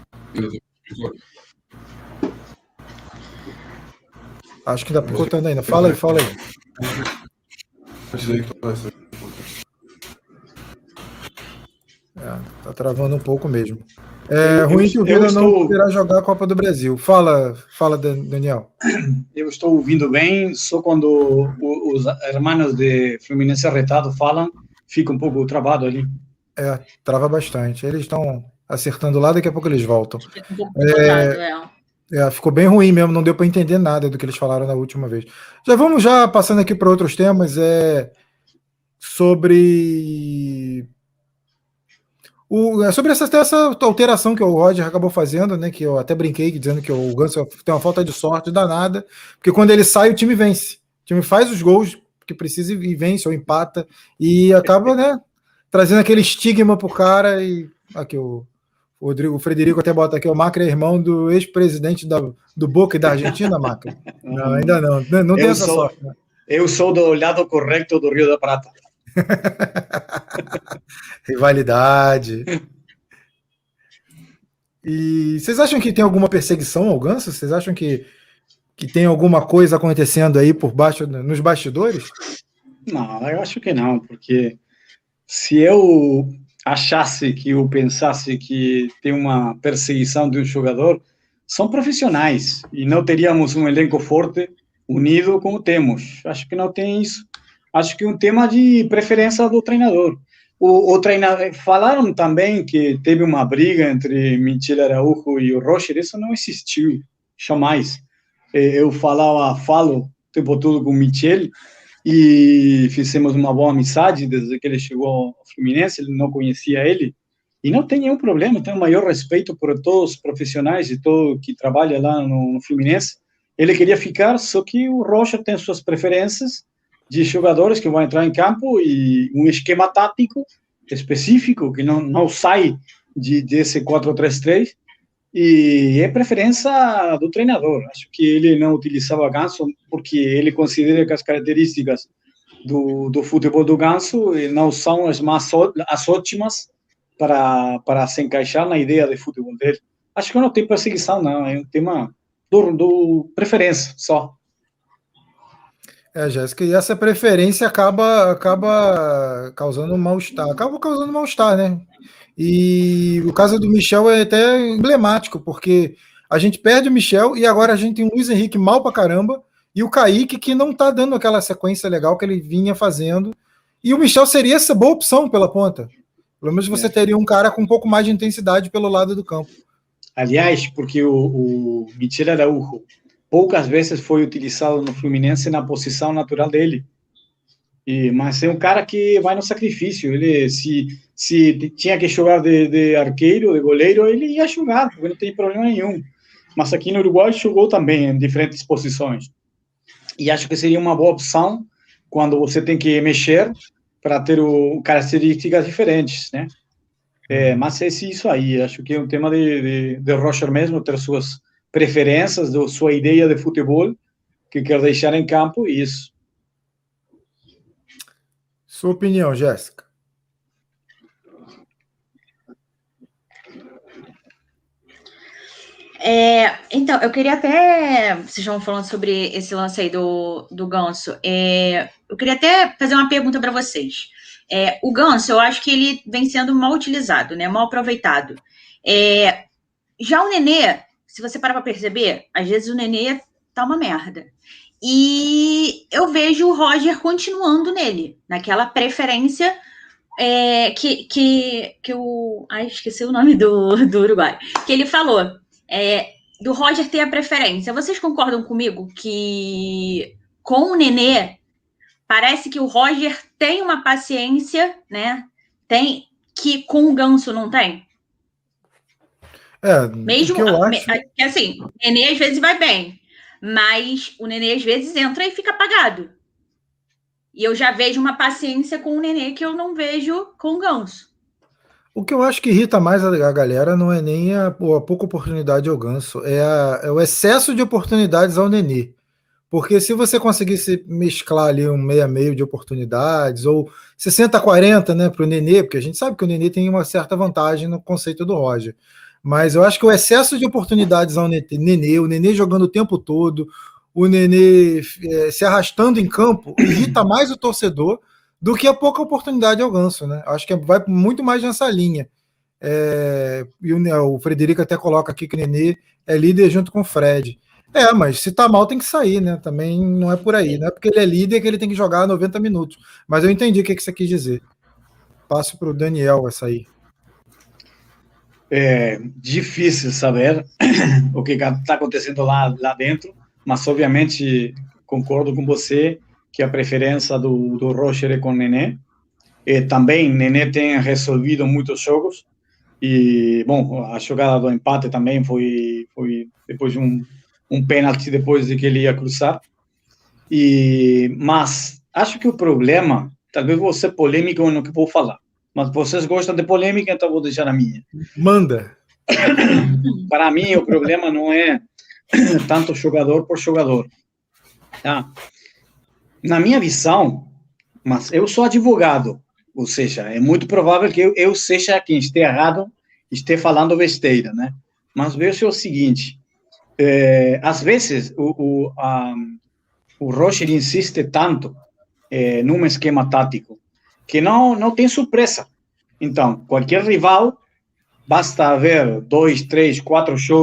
Acho que está picotando ainda. Fala aí, fala aí. É, tá travando um pouco mesmo. É ruim eu, que o Vina estou... não poderá jogar a Copa do Brasil. Fala, fala, Daniel. Eu estou ouvindo bem, só quando os hermanos de Fluminense Arretado falam, fica um pouco travado ali. É, trava bastante. Eles estão acertando lá, daqui a pouco eles voltam. Fica um pouco é... é. É, ficou bem ruim mesmo, não deu para entender nada do que eles falaram na última vez. Já vamos já passando aqui para outros temas, é sobre o, é sobre essa, essa alteração que o Roger acabou fazendo, né? Que eu até brinquei dizendo que o Ganso tem uma falta de sorte danada, porque quando ele sai o time vence, o time faz os gols que precisa e vence ou empata e acaba, né, trazendo aquele estigma pro cara e aqui o O Rodrigo, o Frederico até bota aqui, o Macri é irmão do ex-presidente do Boca e da Argentina, Macri? Não, ainda não. Não, não tem essa sou, sorte. Né? Eu sou do lado correto do Rio da Prata. Rivalidade. E vocês acham que tem alguma perseguição ao Ganso? Vocês acham que, que tem alguma coisa acontecendo aí por baixo, nos bastidores? Não, eu acho que não, porque se eu achasse que eu pensasse que tem uma perseguição de um jogador, são profissionais e não teríamos um elenco forte, unido como temos. Acho que não tem isso. Acho que é um tema de preferência do treinador. O, o treinador falaram também que teve uma briga entre Michel Araújo e o Rocher. Isso não existiu, jamais. Eu falava, falo o tempo todo com o Michel e fizemos uma boa amizade desde que ele chegou ao Fluminense. Ele não conhecia ele e não tem nenhum problema. Tenho o maior respeito por todos os profissionais e todo que trabalha lá no, no Fluminense. Ele queria ficar, só que o Rocher tem suas preferências de jogadores que vão entrar em campo e um esquema tático específico que não, não sai de, desse quatro três três e é preferência do treinador. Acho que ele não utilizava Ganso porque ele considera que as características do, do futebol do Ganso não são as mais as ótimas para, para se encaixar na ideia de futebol dele. Acho que não tem perseguição, não, é um tema do, do preferência só. É, Jéssica, e essa preferência acaba, acaba causando mal-estar, acaba causando mal-estar, né? E o caso do Michel é até emblemático, porque a gente perde o Michel e agora a gente tem o Luiz Henrique mal pra caramba e o Kaique que não tá dando aquela sequência legal que ele vinha fazendo. E o Michel seria essa boa opção pela ponta. Pelo menos você é. teria um cara com um pouco mais de intensidade pelo lado do campo. Aliás, porque o, o Michel Araújo poucas vezes foi utilizado no Fluminense na posição natural dele. E, mas é um cara que vai no sacrifício. Ele, se, se tinha que jogar de, de arqueiro, de goleiro, ele ia jogar, porque não tem problema nenhum. Mas aqui no Uruguai jogou também em diferentes posições. E acho que seria uma boa opção quando você tem que mexer para ter o, características diferentes, né? É, mas é isso aí. Acho que é um tema de, de, de Rocher mesmo, ter suas preferências, da sua ideia de futebol que quer deixar em campo, e isso. Sua opinião, Jéssica? É, então, eu queria até, vocês estavam falando sobre esse lance aí do, do Ganso, é, eu queria até fazer uma pergunta para vocês. É, o Ganso, eu acho que ele vem sendo mal utilizado, né, mal aproveitado. É, já o Nenê, se você parar para perceber, às vezes o Nenê tá uma merda. E eu vejo o Roger continuando nele, naquela preferência é, que, que, que o... Ai, esqueci o nome do, do Uruguai. Que ele falou, é, do Roger ter a preferência. Vocês concordam comigo que com o Nenê, parece que o Roger tem uma paciência, né? Tem, que com o Ganso não tem? É, mesmo que eu acho... que assim, o Nenê às vezes vai bem, mas o Nenê às vezes entra e fica apagado. E eu já vejo uma paciência com o Nenê que eu não vejo com o Ganso. O que eu acho que irrita mais a galera não é nem a, a pouca oportunidade ao Ganso, é, a, é o excesso de oportunidades ao Nenê. Porque se você conseguisse mesclar ali um meio a meio de oportunidades, ou sessenta a quarenta, né, para o Nenê, porque a gente sabe que o Nenê tem uma certa vantagem no conceito do Roger. Mas eu acho que o excesso de oportunidades ao Nenê, o Nenê jogando o tempo todo, o Nenê é, se arrastando em campo, irrita mais o torcedor do que a pouca oportunidade ao Ganso, né? Acho que vai muito mais nessa linha. É, e o, o Frederico até coloca aqui que o Nenê é líder junto com o Fred. É, mas se tá mal tem que sair, né? Também não é por aí, não é porque ele é líder que ele tem que jogar noventa minutos. Mas eu entendi o que, que você quis dizer. Passo para o Daniel essa aí. É difícil saber o que está acontecendo lá, lá dentro, mas obviamente concordo com você que a preferência do, do Roger é com o Nenê. E também Nenê tem resolvido muitos jogos e, bom, a jogada do empate também foi, foi depois de um, um pênalti depois de que ele ia cruzar. E, mas acho que o problema, talvez vou ser polêmico no que vou falar, mas vocês gostam de polêmica, então vou deixar a minha. Manda. Para mim, o problema não é tanto jogador por jogador. Tá? Na minha visão, mas eu sou advogado, ou seja, é muito provável que eu, eu seja quem esteja errado, esteja falando besteira, né? Mas veja o seguinte, é, às vezes o, o, a, o Roger insiste tanto é, num esquema tático que não, não tem surpresa. Então, qualquer rival, basta ver dois, três, quatro jogos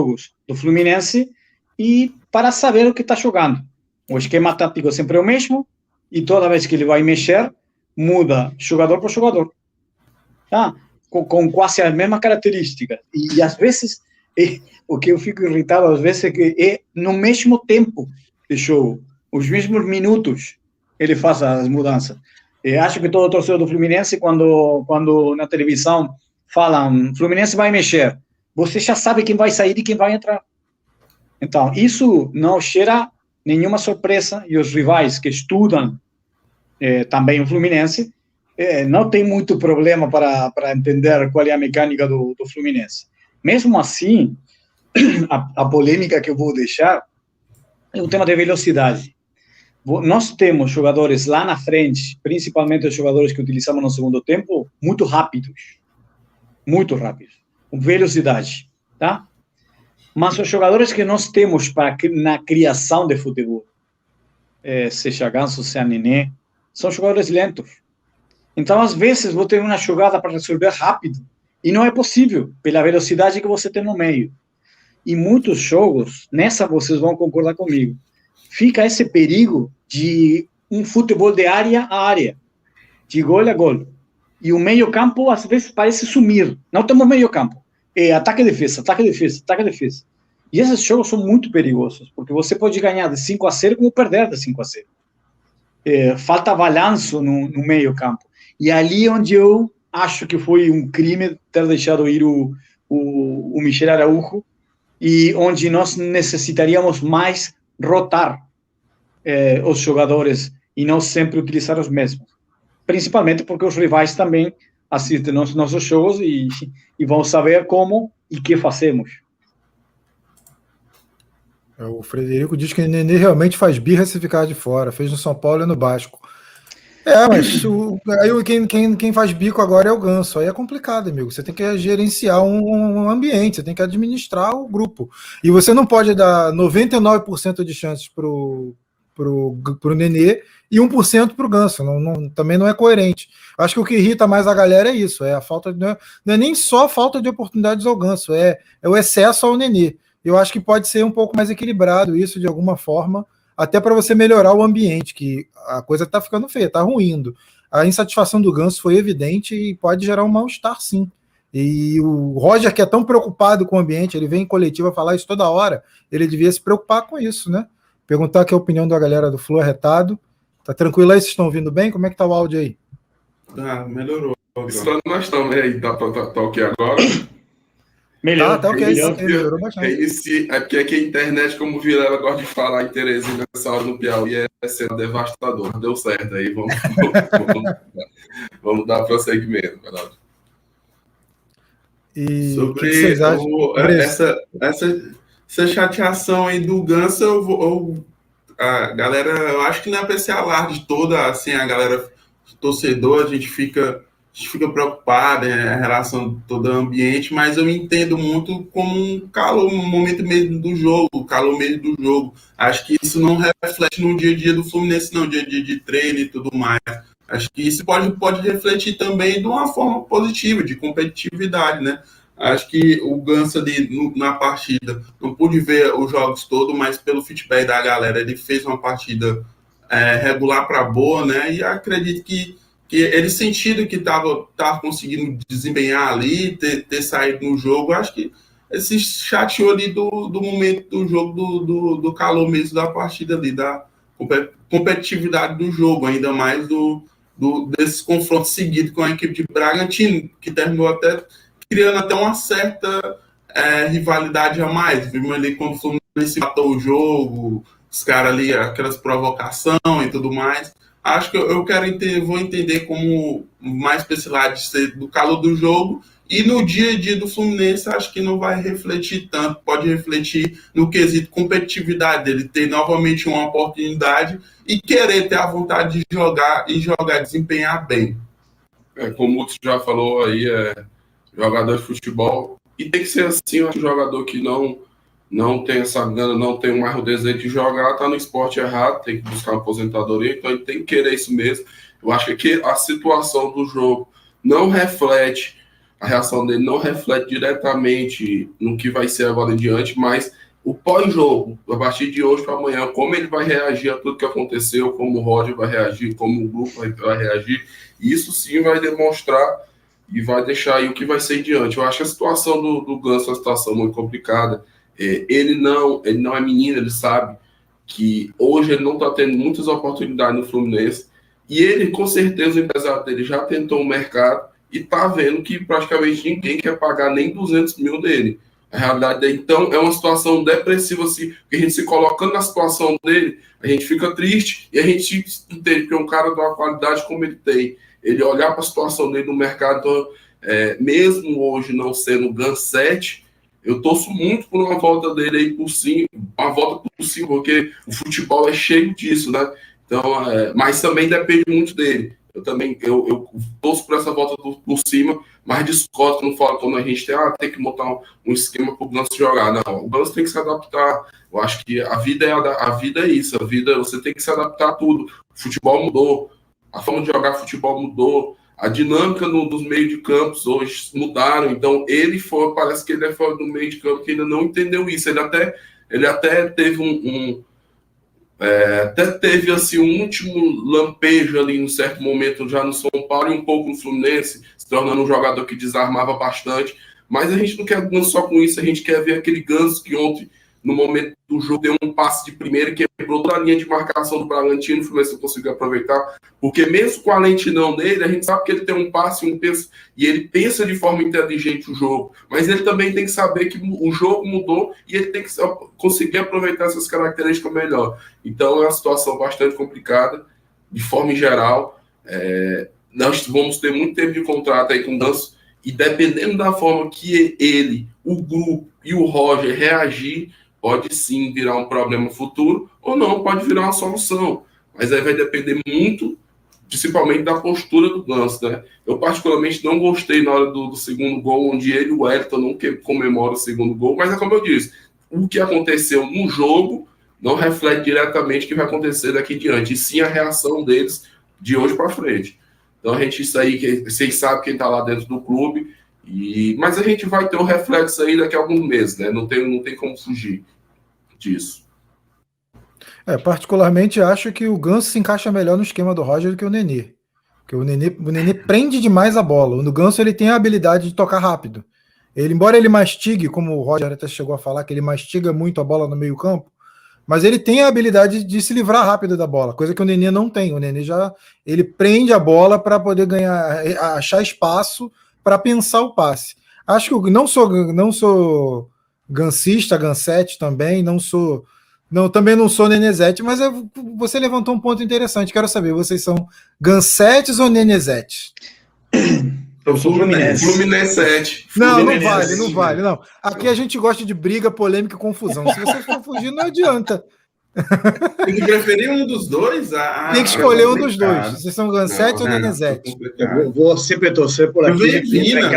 do Fluminense e para saber o que está jogando. O esquema tático sempre é o mesmo e toda vez que ele vai mexer, muda jogador por jogador. Tá? Com, com quase as mesmas características. E, e às vezes, é, o que eu fico irritado, às vezes, é que é no mesmo tempo de jogo, os mesmos minutos, ele faz as mudanças. Eu acho que todo torcedor do Fluminense, quando, quando na televisão falam Fluminense vai mexer, você já sabe quem vai sair e quem vai entrar. Então, isso não gera nenhuma surpresa e os rivais que estudam eh, também o Fluminense eh, não tem muito problema para, para entender qual é a mecânica do, do Fluminense. Mesmo assim, a, a polêmica que eu vou deixar é o tema de velocidade. Nós temos jogadores lá na frente, principalmente os jogadores que utilizamos no segundo tempo, muito rápidos. Muito rápidos. Com velocidade. Tá? Mas os jogadores que nós temos para, na criação de futebol, é, seja Ganso, seja Nenê, são jogadores lentos. Então, às vezes, vou ter uma jogada para resolver rápido. E não é possível, pela velocidade que você tem no meio. E muitos jogos, nessa vocês vão concordar comigo, fica esse perigo de um futebol de área a área, de gol a gol. E o meio-campo, às vezes, parece sumir. Não temos meio-campo. É ataque e defesa, ataque e defesa, ataque e defesa. E esses jogos são muito perigosos, porque você pode ganhar de cinco a zero como perder de cinco a zero. É, falta balanço no, no meio-campo. E ali onde eu acho que foi um crime ter deixado ir o, o, o Michel Araújo, e onde nós necessitaríamos mais rotar eh, os jogadores e não sempre utilizar os mesmos. Principalmente porque os rivais também assistem nos nossos jogos e, e vão saber como e o que fazemos. O Frederico diz que o Nenê realmente faz birra se ficar de fora. Fez no São Paulo e no Vasco. É, mas o, aí quem, quem, quem faz bico agora é o Ganso. Aí é complicado, amigo. Você tem que gerenciar um, um ambiente, você tem que administrar o grupo. E você não pode dar noventa e nove por cento de chances pro, pro, pro Nenê e um por cento pro Ganso. Não, não, também não é coerente. Acho que o que irrita mais a galera é isso. É a falta de, não é nem só a falta de oportunidades ao Ganso, é, é o excesso ao Nenê. Eu acho que pode ser um pouco mais equilibrado isso de alguma forma, até para você melhorar o ambiente, que a coisa está ficando feia, está ruindo. A insatisfação do Ganso foi evidente e pode gerar um mal-estar, sim. E o Roger, que é tão preocupado com o ambiente, ele vem em coletiva falar isso toda hora, ele devia se preocupar com isso, né? Perguntar aqui a opinião da galera do Flu Arretado. Tá tranquilo aí? Vocês estão ouvindo bem? Como é que tá o áudio aí? Ah, melhorou. Só nós estamos aí, tá, tá, tá, tá ok agora? Melhor, ah, tá ok, Reinicia, okay, melhorou bastante. Reinicia, é porque aqui a internet, como o Vilela gosta de falar em Teresina nessa hora no Piauí, é sendo devastador. Deu certo aí, vamos, vamos, vamos, vamos dar prosseguimento, Ronaldo. E sobre o que vocês acham? O, essa, essa, essa chateação aí do Ganso, eu vou, eu, a galera, eu acho que não é para esse alarde toda, assim, a galera torcedor, a gente fica... A gente fica preocupado, né, a relação todo o ambiente, mas eu entendo muito como um calor, um momento mesmo do jogo, calor mesmo do jogo. Acho que isso não reflete no dia a dia do Fluminense, não, dia a dia de treino e tudo mais. Acho que isso pode, pode refletir também de uma forma positiva, de competitividade, né? Acho que o Ganso ali no, na partida, não pude ver os jogos todos, mas pelo feedback da galera, ele fez uma partida é, regular para boa, né? E acredito que que ele sentindo que estava tava conseguindo desempenhar ali, ter, ter saído no jogo, acho que ele se chateou ali do, do momento do jogo, do, do, do calor mesmo da partida ali, da competitividade do jogo, ainda mais do, do, desses confrontos seguidos com a equipe de Bragantino, que terminou até criando até uma certa é, rivalidade a mais. Vimos ali quando o Fluminense matou o jogo, os caras ali, aquelas provocações e tudo mais. Acho que eu quero entender, vou entender como mais para esse lado de ser do calor do jogo, e no dia a dia do Fluminense acho que não vai refletir tanto, pode refletir no quesito competitividade dele, ter novamente uma oportunidade e querer ter a vontade de jogar e jogar, desempenhar bem. É, como o já falou aí, é jogador de futebol, e tem que ser assim, um jogador que não não tem essa gana, não tem mais o desejo de jogar, tá no esporte errado, tem que buscar uma aposentadoria, então ele tem que querer isso mesmo. Eu acho que a situação do jogo não reflete a reação dele não reflete diretamente no que vai ser agora em diante, mas o pós-jogo, a partir de hoje para amanhã, como ele vai reagir a tudo que aconteceu, como o Roger vai reagir, como o grupo vai, vai reagir, isso sim vai demonstrar e vai deixar aí o que vai ser em diante. Eu acho que a situação do, do Ganso é uma situação muito complicada. É, ele, não, ele não é menino, ele sabe que hoje ele não está tendo muitas oportunidades no Fluminense, e ele, com certeza, o empresário dele já tentou o mercado e está vendo que praticamente ninguém quer pagar nem duzentos mil dele. A realidade dele, então, é uma situação depressiva, assim, porque a gente se colocando na situação dele, a gente fica triste e a gente entende que é um cara de uma qualidade como ele tem. Ele olhar para a situação dele no mercado, então, é, mesmo hoje não sendo o Gans sete, eu torço muito por uma volta dele aí por cima, uma volta por cima, porque o futebol é cheio disso, né? Então, é, mas também depende muito dele. Eu também eu, eu torço por essa volta do, por cima, mas discordo quando fala quando a gente tem, ah, tem que montar um, um esquema para o Ganso jogar. Não, o Ganso tem que se adaptar. Eu acho que a vida é a, a vida é isso. A vida, você tem que se adaptar a tudo. O futebol mudou, a forma de jogar futebol mudou, a dinâmica no, dos meios de campos hoje mudaram. Então ele foi, parece que ele é fora do meio de campo que ainda não entendeu isso. Ele até ele até teve um, um É, até teve assim, um último lampejo ali em certo momento já no São Paulo e um pouco no Fluminense, se tornando um jogador que desarmava bastante, mas a gente não quer Ganso só com isso, a gente quer ver aquele Ganso que ontem, no momento do jogo, deu um passe de primeira que quebrou toda a linha de marcação do Bragantino, o Fluminense não conseguiu aproveitar, porque mesmo com a lentidão dele, a gente sabe que ele tem um passe um pensa, e ele pensa de forma inteligente o jogo, mas ele também tem que saber que o jogo mudou e ele tem que conseguir aproveitar essas características melhor. Então é uma situação bastante complicada, de forma em geral. É, nós vamos ter muito tempo de contrato aí com o Ganso, e dependendo da forma que ele, o grupo e o Roger reagir, pode sim virar um problema futuro, ou não, pode virar uma solução. Mas aí vai depender muito, principalmente da postura do Ganso, né? Eu particularmente não gostei na hora do, do segundo gol, onde ele e o Wellington não comemoram o segundo gol, mas é como eu disse, o que aconteceu no jogo não reflete diretamente o que vai acontecer daqui em diante, e sim a reação deles de hoje para frente. Então a gente, isso aí, que vocês sabem quem está lá dentro do clube, e, mas a gente vai ter um reflexo aí daqui a alguns meses, né? Não tem, não tem como fugir disso. É, particularmente acho que o Ganso se encaixa melhor no esquema do Roger do que o Nenê. Porque o Nenê, o Nenê prende demais a bola. No Ganso ele tem a habilidade de tocar rápido. Ele, embora ele mastigue, como o Roger até chegou a falar, que ele mastiga muito a bola no meio campo, mas ele tem a habilidade de se livrar rápido da bola, coisa que o Nenê não tem. O Nenê já ele prende a bola para poder ganhar, achar espaço para pensar o passe. Acho que eu não sou, não sou gansista, gansete também, não sou, não, também não sou nenezete, mas eu, você levantou um ponto interessante. Quero saber, vocês são gansetes ou nenezetes? Eu sou Fluminense. Fluminense sete. Não, não vale, não vale, não. Aqui a gente gosta de briga, polêmica e confusão. Se vocês for fugir, não adianta. Tem que preferir um dos dois? Ah, tem que escolher um dos dois. Vocês são Gansete ou Nenezete? Eu vou sempre torcer por aqui. Bem-vinda.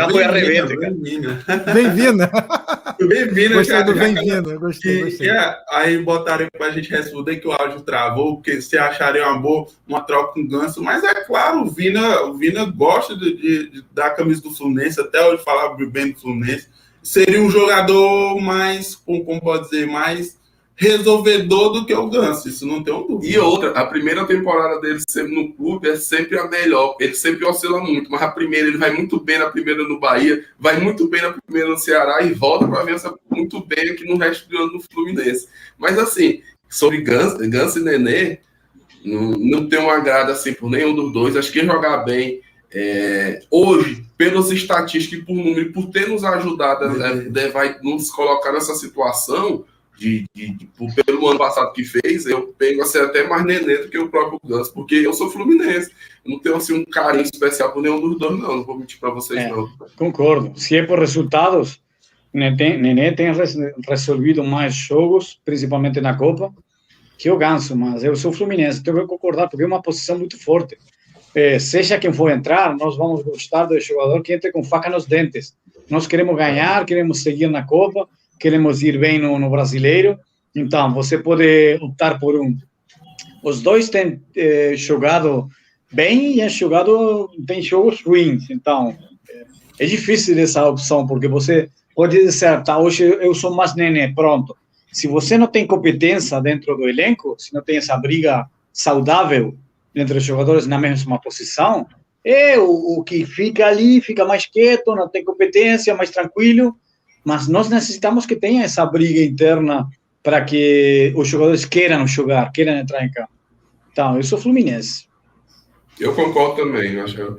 Bem-vinda. Bem-vinda. Gostei do bem-vinda. Gostei, gostei. Aí botaram para a gente responder que o áudio travou, porque se acharia uma boa, uma troca com o Ganso. Mas é claro, o Vina, o Vina gosta de, de, de dar a camisa do Fluminense, até hoje falava bem do Fluminense. Seria um jogador mais, como, como pode dizer, mais resolvedor do que o Ganso, isso não tem um dúvida. E outra, a primeira temporada dele sempre no clube é sempre a melhor, ele sempre oscila muito, mas a primeira, ele vai muito bem na primeira no Bahia, vai muito bem na primeira no Ceará e volta para ver muito bem aqui no resto do ano do Fluminense. Mas assim, sobre Ganso, Ganso e Nenê, não, não tem um agrado assim por nenhum dos dois, acho que jogar bem, é, hoje, pelas estatísticas e por número, por ter nos ajudado, uhum. é, vai nos colocar nessa situação. De, de, de, pelo ano passado que fez, eu pego assim, até mais Nenê do que o próprio Ganso, porque eu sou fluminense, eu não tenho assim, um carinho especial por nenhum dos dois, não, não vou mentir para vocês, é, não. Concordo, se é por resultados, Nenê, Nenê tem resolvido mais jogos, principalmente na Copa, que o Ganso, mas eu sou fluminense, tenho que concordar, porque é uma posição muito forte. É, seja quem for entrar, nós vamos gostar do jogador que entre com faca nos dentes. Nós queremos ganhar, queremos seguir na Copa, queremos ir bem no, no brasileiro, então você pode optar por um. Os dois têm eh, jogado bem e jogado, tem jogos ruins, então é difícil essa opção, porque você pode dizer, tá, hoje eu sou mais Nenê, pronto. Se você não tem competência dentro do elenco, se não tem essa briga saudável entre os jogadores na mesma posição, é o, o que fica ali, fica mais quieto, não tem competência, mais tranquilo, mas nós necessitamos que tenha essa briga interna para que os jogadores queiram jogar, queiram entrar em campo. Então, eu sou Fluminense. Eu concordo também, eu acho.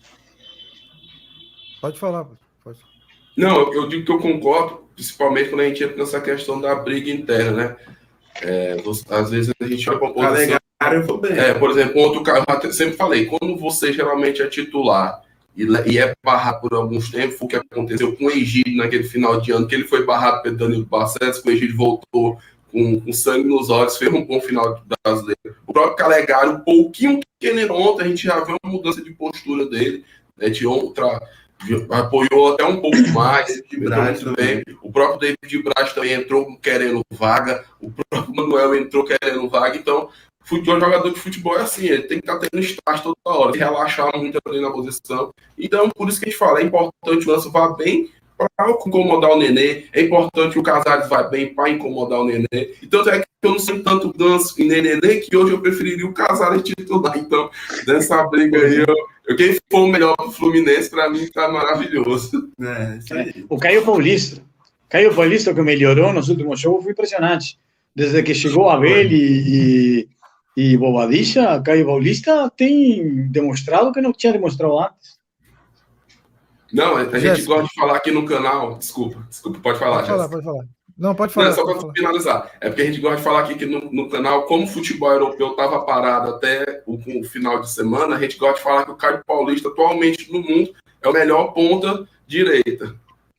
Pode falar. Pode. Não, eu digo que eu concordo, principalmente quando a gente entra nessa questão da briga interna, né? É, às vezes a gente olha para a posição... Eu vou bem. É, por exemplo, outro cara, eu sempre falei, quando você geralmente é titular e, e é barrado por alguns tempos, foi o que aconteceu com o Egídio naquele final de ano, que ele foi barrado pelo Danilo Barcelos, que o Egídio voltou com, com sangue nos olhos, fez um bom final de brasileiro. O próprio Calegari, um pouquinho que ele ontem, a gente já vê uma mudança de postura dele, né, de outra... apoiou até um pouco mais, também. O próprio David Braz também entrou querendo vaga, o próprio Manuel entrou querendo vaga, então o jogador de futebol é assim, ele tem que estar tendo estágio toda hora, relaxar muito ali na posição, então por isso que a gente fala, é importante o Ganso vá bem para incomodar o Nenê, é importante que o Casares vá bem para incomodar o Nenê, então é que eu não sei tanto Ganso e Nenê, que hoje eu preferiria o Casares titular, então dessa briga aí, eu Eu, quem for o melhor do Fluminense, para mim, está maravilhoso. É, isso aí. O Caio Paulista. Caio Paulista, que melhorou nos últimos jogos, foi impressionante. Desde que chegou Abel e, e, e Bobadilla, Caio Paulista tem demonstrado que não tinha demonstrado antes. Não, a gente Jéssica. gosta de falar aqui no canal. Desculpa, desculpa, pode falar, Pode falar, Jéssica. pode falar. Não, pode falar. Não, só para finalizar. É porque a gente gosta de falar aqui que no, no canal, como o futebol europeu estava parado até o, o final de semana, a gente gosta de falar que o Caio Paulista, atualmente no mundo, é o melhor ponta direita.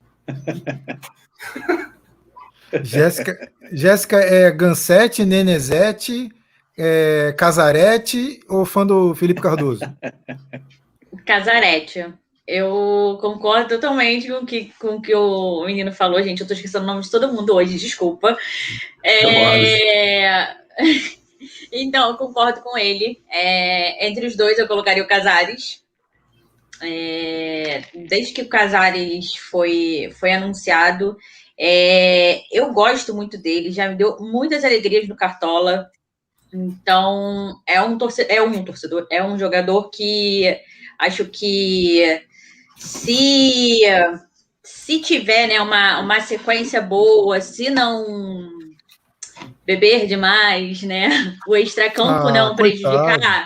Jéssica, Jéssica é Gansete, Nenezete, é Casarete ou fã do Felipe Cardoso? Casarete. Eu concordo totalmente com que, o que o menino falou, gente. Eu tô esquecendo o nome de todo mundo hoje, desculpa. É... Então, eu concordo com ele. É... Entre os dois, eu colocaria o Casares. É... Desde que o Casares foi, foi anunciado, é... eu gosto muito dele. Já me deu muitas alegrias no Cartola. Então, é um torcedor, é um torcedor, é um jogador que acho que Se, se tiver, né, uma, uma sequência boa, se não beber demais, né, o extracampo ah, não prejudicar, coitado.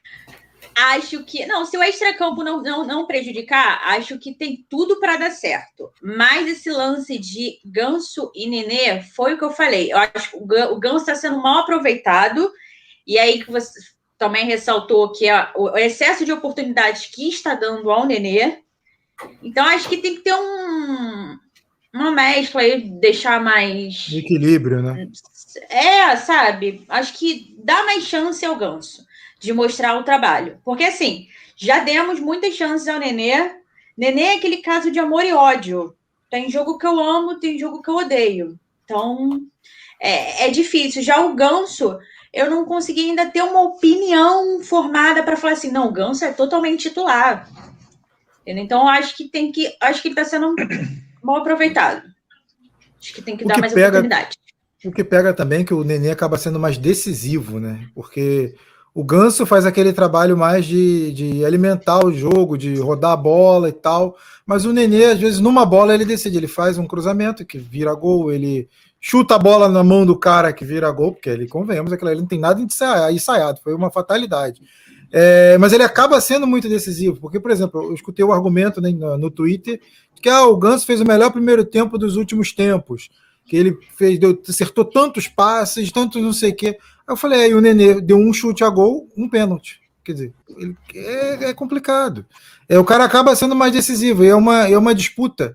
Acho que... Não, se o extracampo não, não, não prejudicar, acho que tem tudo para dar certo. Mas esse lance de Ganso e Nenê foi o que eu falei. Eu acho que o Ganso está sendo mal aproveitado, e aí que você também ressaltou que é o excesso de oportunidades que está dando ao Nenê. Então, acho que tem que ter um, uma mescla aí, deixar mais... equilíbrio, né? É, sabe? Acho que dá mais chance ao Ganso de mostrar o trabalho. Porque, assim, já demos muitas chances ao Nenê. Nenê é aquele caso de amor e ódio. Tem jogo que eu amo, tem jogo que eu odeio. Então, é, é difícil. Já o Ganso, eu não consegui ainda ter uma opinião formada para falar assim, não, o Ganso é totalmente titular. Então, acho que tem que. Acho que ele está sendo mal aproveitado. Acho que tem que o dar que mais pega, oportunidade. O que pega também é que o Nenê acaba sendo mais decisivo, né? Porque o Ganso faz aquele trabalho mais de, de alimentar o jogo, de rodar a bola e tal. Mas o Nenê, às vezes, numa bola ele decide. Ele faz um cruzamento que vira gol, ele chuta a bola na mão do cara que vira gol, porque ele, convenhamos, aquilo ali não tem nada de ensaiado, foi uma fatalidade. É, mas ele acaba sendo muito decisivo, porque, por exemplo, eu escutei o argumento, né, no, no Twitter que ah, o Ganso fez o melhor primeiro tempo dos últimos tempos, que ele fez, deu, acertou tantos passes, tantos não sei o quê. Aí eu falei, aí o Nenê deu um chute a gol, um pênalti. Quer dizer, ele, é, é complicado. É, o cara acaba sendo mais decisivo, e é uma, é uma disputa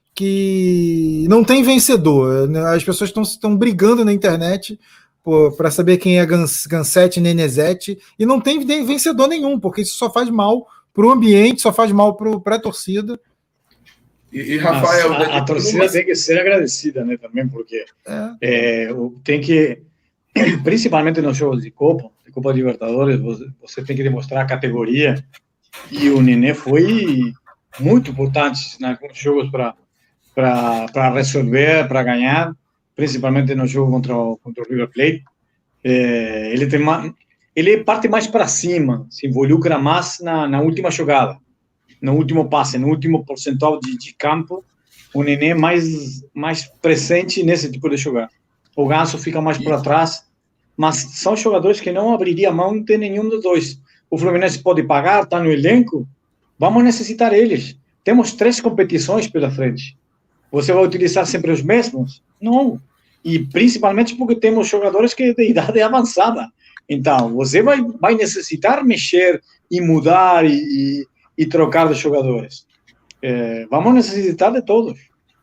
que não tem vencedor. As pessoas estão brigando na internet para saber quem é Gans, Gansete, Nenezete, e não tem vencedor nenhum, porque isso só faz mal para o ambiente, só faz mal para a torcida. E, e Rafael... Mas a, a torcida tem que ser agradecida, né, também, porque é. É, tem que, principalmente nos jogos de Copa, de Copa Libertadores, você, você tem que demonstrar a categoria, e o Nenê foi muito importantes em alguns jogos para para resolver, para ganhar, principalmente no jogo contra o, contra o River Plate. É, ele tem mais, ele parte mais para cima, se involucra mais na, na última jogada, no último passe, no último percentual de, de campo. O Nenê é mais, mais presente nesse tipo de jogada. O Ganso fica mais para trás, mas são jogadores que não abriria mão de nenhum dos dois. O Fluminense pode pagar, está no elenco, vamos necessitar eles. Temos três competições pela frente. Você vai utilizar sempre os mesmos? Não. E principalmente porque temos jogadores que de idade avançada. Então, você vai, vai necessitar mexer e mudar e, e, e trocar de jogadores. É, vamos necessitar de todos.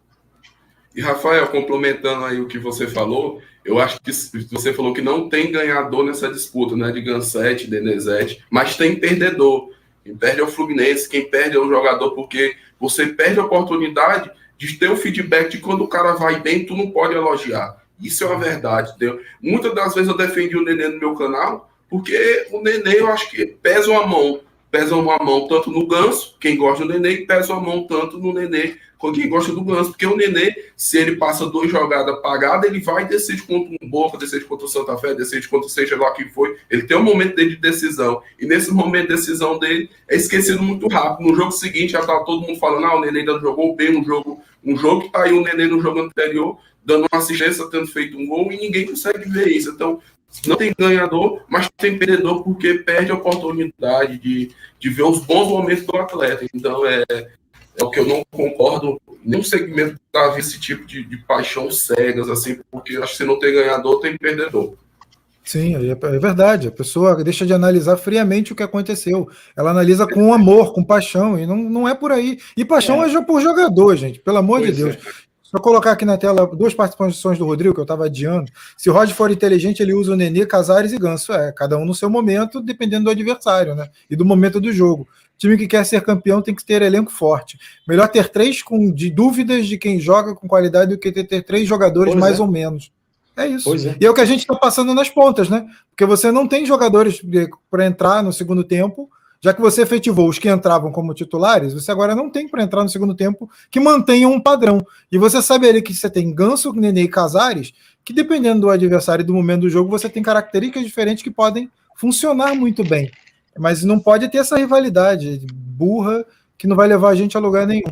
E, Rafael, complementando aí o que você falou, eu acho que você falou que não tem ganhador nessa disputa, né, de Gansete, Denezete, mas tem perdedor. Quem perde é o Fluminense, quem perde é o jogador, porque você perde a oportunidade de ter o feedback de quando o cara vai bem, tu não pode elogiar. Isso é uma verdade, entendeu? Muitas das vezes eu defendi o Nenê no meu canal, porque o Nenê, eu acho que pesa uma mão. Pesa uma mão tanto no Ganso, quem gosta do Nenê, e pesa uma mão tanto no Nenê, com quem gosta do Ganso. Porque o Nenê, se ele passa duas jogadas apagadas, ele vai decidir contra um Boca, decidir contra o Santa Fé, decidir contra seja lá que foi. Ele tem um momento dele de decisão. E nesse momento de decisão dele, é esquecido muito rápido. No jogo seguinte, já tá todo mundo falando, ah, o Nenê ainda jogou bem no jogo. Um jogo que tá aí o Nenê no jogo anterior, dando uma assistência, tendo feito um gol, e ninguém consegue ver isso. Então, não tem ganhador, mas tem perdedor porque perde a oportunidade de, de ver os bons momentos do atleta. Então, é, é o que eu não concordo. Nenhum segmento dá esse tipo de, de paixão cegas, assim, porque acho que se não tem ganhador, tem perdedor. Sim, é verdade. A pessoa deixa de analisar friamente o que aconteceu. Ela analisa com amor, com paixão, e não, não é por aí. E paixão é, é por jogador, gente, pelo amor pois de Deus. É. Vou colocar aqui na tela duas participações do Rodrigo, que eu estava adiando. Se o Roger for inteligente, ele usa o Nenê, Casares e Ganso. É, cada um no seu momento, dependendo do adversário, né? E do momento do jogo. O time que quer ser campeão tem que ter elenco forte. Melhor ter três com de dúvidas de quem joga com qualidade do que ter, ter três jogadores pois mais é. ou menos. É isso. É. E é o que a gente está passando nas pontas, né? Porque você não tem jogadores para entrar no segundo tempo. Já que você efetivou os que entravam como titulares, você agora não tem para entrar no segundo tempo que mantenham um padrão. E você sabe ali que você tem Ganso, Nenê e Casares, que dependendo do adversário e do momento do jogo, você tem características diferentes que podem funcionar muito bem. Mas não pode ter essa rivalidade burra que não vai levar a gente a lugar nenhum.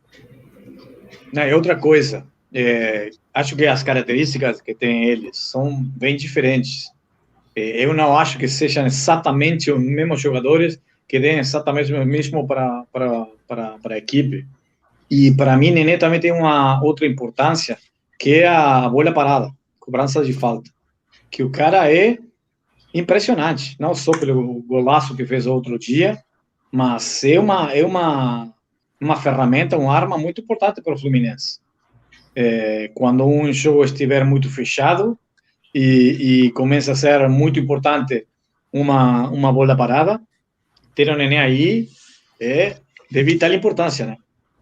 Não, é outra coisa. É, acho que as características que tem eles são bem diferentes. É, eu não acho que sejam exatamente os mesmos jogadores que deem exatamente o mesmo para, para, para, para a equipe. E para mim, Nenê também tem uma outra importância, que é a bola parada, cobrança de falta. Que o cara é impressionante, não só pelo golaço que fez outro dia, mas é uma, é uma, uma ferramenta, uma arma muito importante para o Fluminense. É, quando um jogo estiver muito fechado e, e começa a ser muito importante uma, uma bola parada, ter o Nenê aí é de vital importância, né?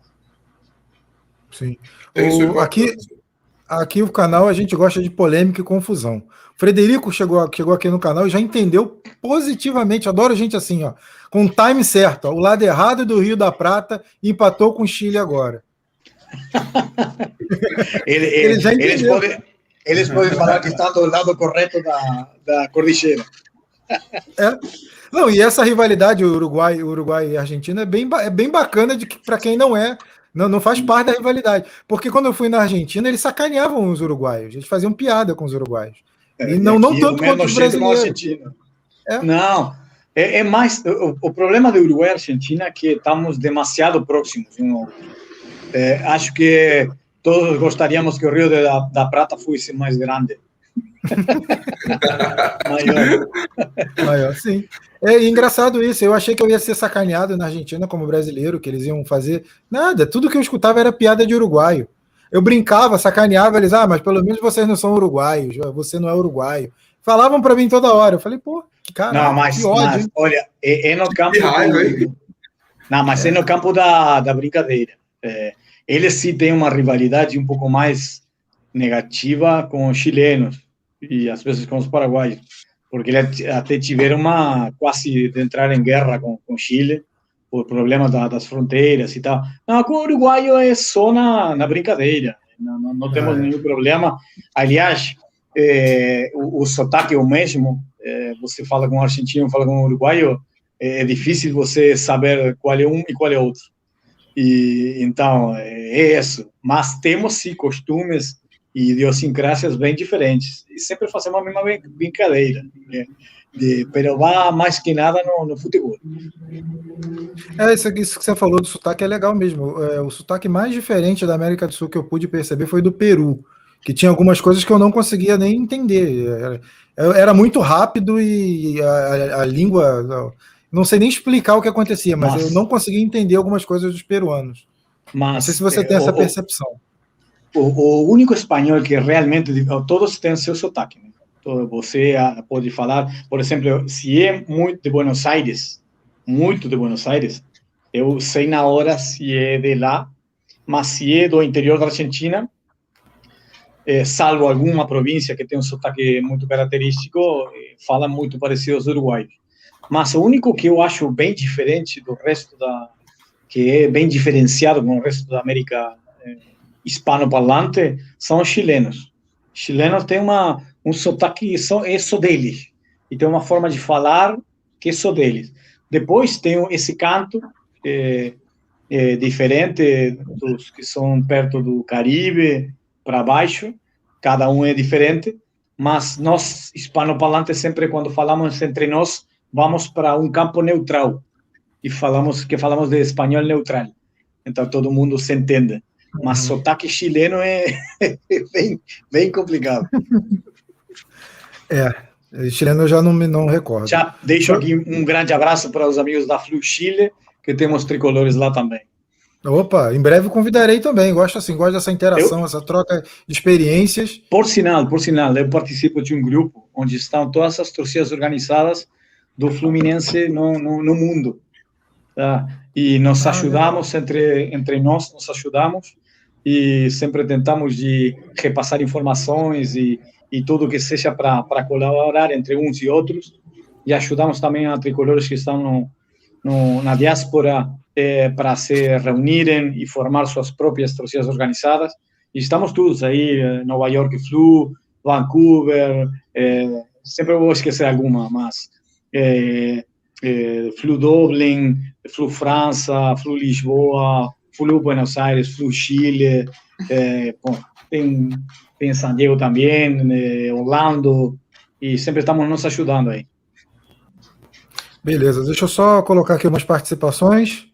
Sim. O, aqui, aqui o canal a gente gosta de polêmica e confusão. O Frederico chegou, chegou aqui no canal e já entendeu positivamente. Adoro gente assim, ó, com o time certo. Ó, o lado errado do Rio da Prata empatou com o Chile agora. ele, ele, ele já eles, podem, eles podem falar que está do lado correto da, da cordilheira. É. Não, e essa rivalidade Uruguai, Uruguai e Argentina é bem, é bem bacana para quem não é, não, não faz parte da rivalidade. Porque quando eu fui na Argentina, eles sacaneavam os uruguaios, eles faziam piada com os uruguaios. É, e não, não tanto quanto os brasileiros. É. Não, é, é mais. O, o problema do Uruguai e Argentina é que estamos demasiado próximos um ao outro. É, acho que todos gostaríamos que o Rio de, da, da Prata fosse mais grande. Maior. Maior, sim. É engraçado isso. Eu achei que eu ia ser sacaneado na Argentina como brasileiro, que eles iam fazer. Nada, tudo que eu escutava era piada de uruguaio. Eu brincava, sacaneava eles. Ah, mas pelo menos vocês não são uruguaios, você não é uruguaio. Falavam para mim toda hora. Eu falei, pô, que cara. Não, mas, que ódio, mas olha, é, é no campo. Do... Não, mas é, é no campo da, da brincadeira. É, eles sim têm uma rivalidade um pouco mais negativa com os chilenos e às vezes com os paraguaios, porque eles até tiveram uma quase de entrar em guerra com o Chile por problema da, das fronteiras e tal. Não, com o uruguaio é só na, na brincadeira, não, não, não temos ah, nenhum problema. Aliás, é, o, o sotaque é o mesmo, é, você fala com um argentino, fala com um uruguaio, é, é difícil você saber qual é um e qual é outro. E, então, é isso. Mas temos, sim, costumes e idiosincrásias bem diferentes. E sempre fazemos a mesma brincadeira. Né? De, pero vai mais que nada no, no futebol. É, isso, isso que você falou do sotaque é legal mesmo. É, o sotaque mais diferente da América do Sul que eu pude perceber foi do Peru, que tinha algumas coisas que eu não conseguia nem entender. Era, era muito rápido e a, a, a língua... Não sei nem explicar o que acontecia, mas, mas eu não conseguia entender algumas coisas dos peruanos. Mas, não sei se você tem é, essa o, percepção. O, o único espanhol que realmente... Todos têm seu sotaque, né? Você pode falar, por exemplo, se é muito de Buenos Aires, muito de Buenos Aires, eu sei na hora se é de lá, mas se é do interior da Argentina, é, salvo alguma província que tem um sotaque muito característico, é, fala muito parecido aos uruguaios. Mas o único que eu acho bem diferente do resto da, que é bem diferenciado com o resto da América é, hispanoparlante, são os chilenos. Os chilenos têm uma um sotaque só, é só deles, e tem uma forma de falar que é só deles. Depois tem esse canto é, é, diferente dos que são perto do Caribe, para baixo, cada um é diferente, mas nós, hispanoparlantes, sempre quando falamos entre nós, vamos para um campo neutral, e falamos que falamos de espanhol neutral, então todo mundo se entende. Mas sotaque chileno é, é bem, bem complicado. É, chileno eu já não me não recordo. Já deixo aqui um grande abraço para os amigos da Flu Chile, que temos tricolores lá também. Opa, em breve convidarei também. Gosto assim, gosto dessa interação, eu, essa troca de experiências. Por sinal, por sinal, eu participo de um grupo onde estão todas as torcidas organizadas do Fluminense no, no, no mundo. Tá? E nos ah, ajudamos entre, entre nós, nos ajudamos e sempre tentamos de repassar informações e e tudo que seja para colaborar entre uns e outros, e ajudamos também a tricolores que estão no, no, na diáspora eh, para se reunirem e formar suas próprias torcidas organizadas, e estamos todos aí, eh, Nova York Flu, Vancouver, eh, sempre vou esquecer alguma, mas eh, eh, Flu Dublin, Flu França, Flu Lisboa, Flu Buenos Aires, Flu Chile, eh, bom, tem... tem San Diego também, eh, Orlando, e sempre estamos nos ajudando aí. Beleza, deixa eu só colocar aqui umas participações.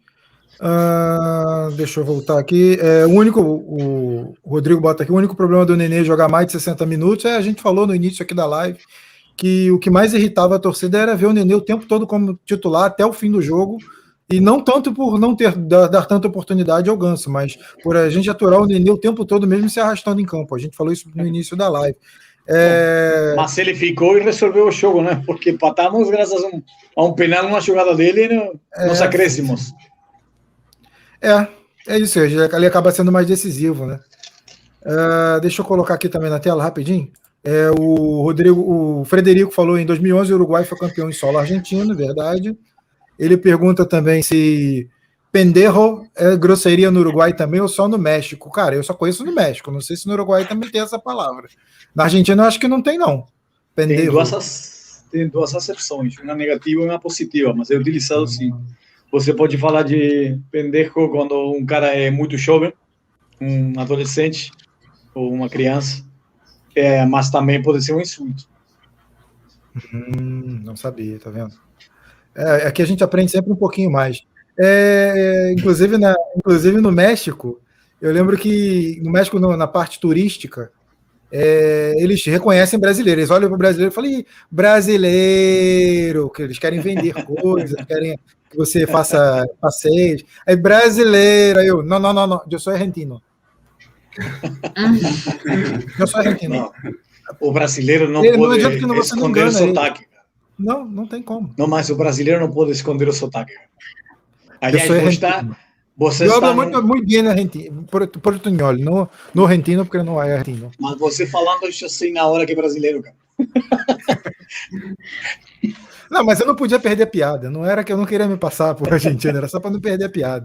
Uh, deixa eu voltar aqui. É, o único, o, o Rodrigo bota aqui, o único problema do Nenê jogar mais de sessenta minutos é, a gente falou no início aqui da live, que o que mais irritava a torcida era ver o Nenê o tempo todo como titular até o fim do jogo, e não tanto por não ter dar, dar tanta oportunidade ao Ganso, mas por a gente aturar o Nenê o tempo todo, mesmo se arrastando em campo. A gente falou isso no início da live. É... Mas ele ficou e resolveu o jogo, né? Porque empatamos graças a um, a um penal, uma jogada dele no, é... nos acréscimos. É, é isso. Ele acaba sendo mais decisivo, né? É, deixa eu colocar aqui também na tela rapidinho. É, o Rodrigo, o Frederico falou em dois mil e onze o Uruguai foi campeão em solo argentino, verdade. Ele pergunta também se pendejo é grosseria no Uruguai também ou só no México. Cara, eu só conheço no México, não sei se no Uruguai também tem essa palavra. Na Argentina eu acho que não tem, não. Pendejo. Tem duas, tem duas acepções, uma negativa e uma positiva, mas é utilizado sim. Você pode falar de pendejo quando um cara é muito jovem, um adolescente ou uma criança, é, mas também pode ser um insulto. Hum, não sabia, tá vendo? É, aqui a gente aprende sempre um pouquinho mais. É, inclusive, na, inclusive no México, eu lembro que no México, no, na parte turística, é, eles reconhecem brasileiro. Eles olham para o brasileiro e falam, brasileiro, que eles querem vender coisas, querem que você faça passeios. Aí, brasileiro, aí eu, não, não, não, não, eu sou argentino. Eu sou argentino. O brasileiro não ele, pode não esconder o sotaque. Não, não tem como. Não, mas o brasileiro não pode esconder o sotaque. Aliás, você está... Você eu está hablo muito, muito bem argentino, portunhol, não, não argentino, porque não é argentino. Mas você falando, eu já sei na hora que é brasileiro, cara. Não, mas eu não podia perder a piada. Não era que eu não queria me passar por argentino, era só para não perder a piada.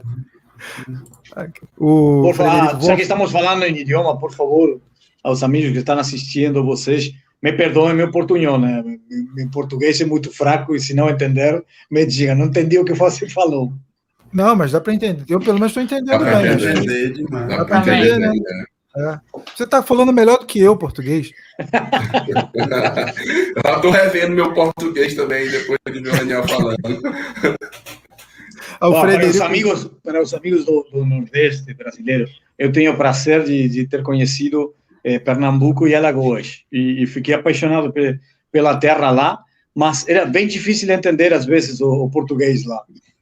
O por favor, já Wolff... que estamos falando em idioma, por favor, aos amigos que estão assistindo, vocês, me perdoem meu portunhol, né? Meu português é muito fraco e se não entender, me diga, não entendi o que você falou. Não, mas dá para entender. Eu pelo menos estou entendendo Dá bem. para entender demais. Dá para entender, né? É. Você está falando melhor do que eu, português. Eu estou revendo meu português também, depois de ver o Daniel falando. Bom, para os amigos, para os amigos do, do Nordeste brasileiro, eu tenho o prazer de, de ter conhecido eh, Pernambuco e Alagoas. E, e fiquei apaixonado pe, pela terra lá, mas era bem difícil entender, às vezes, o, o português lá.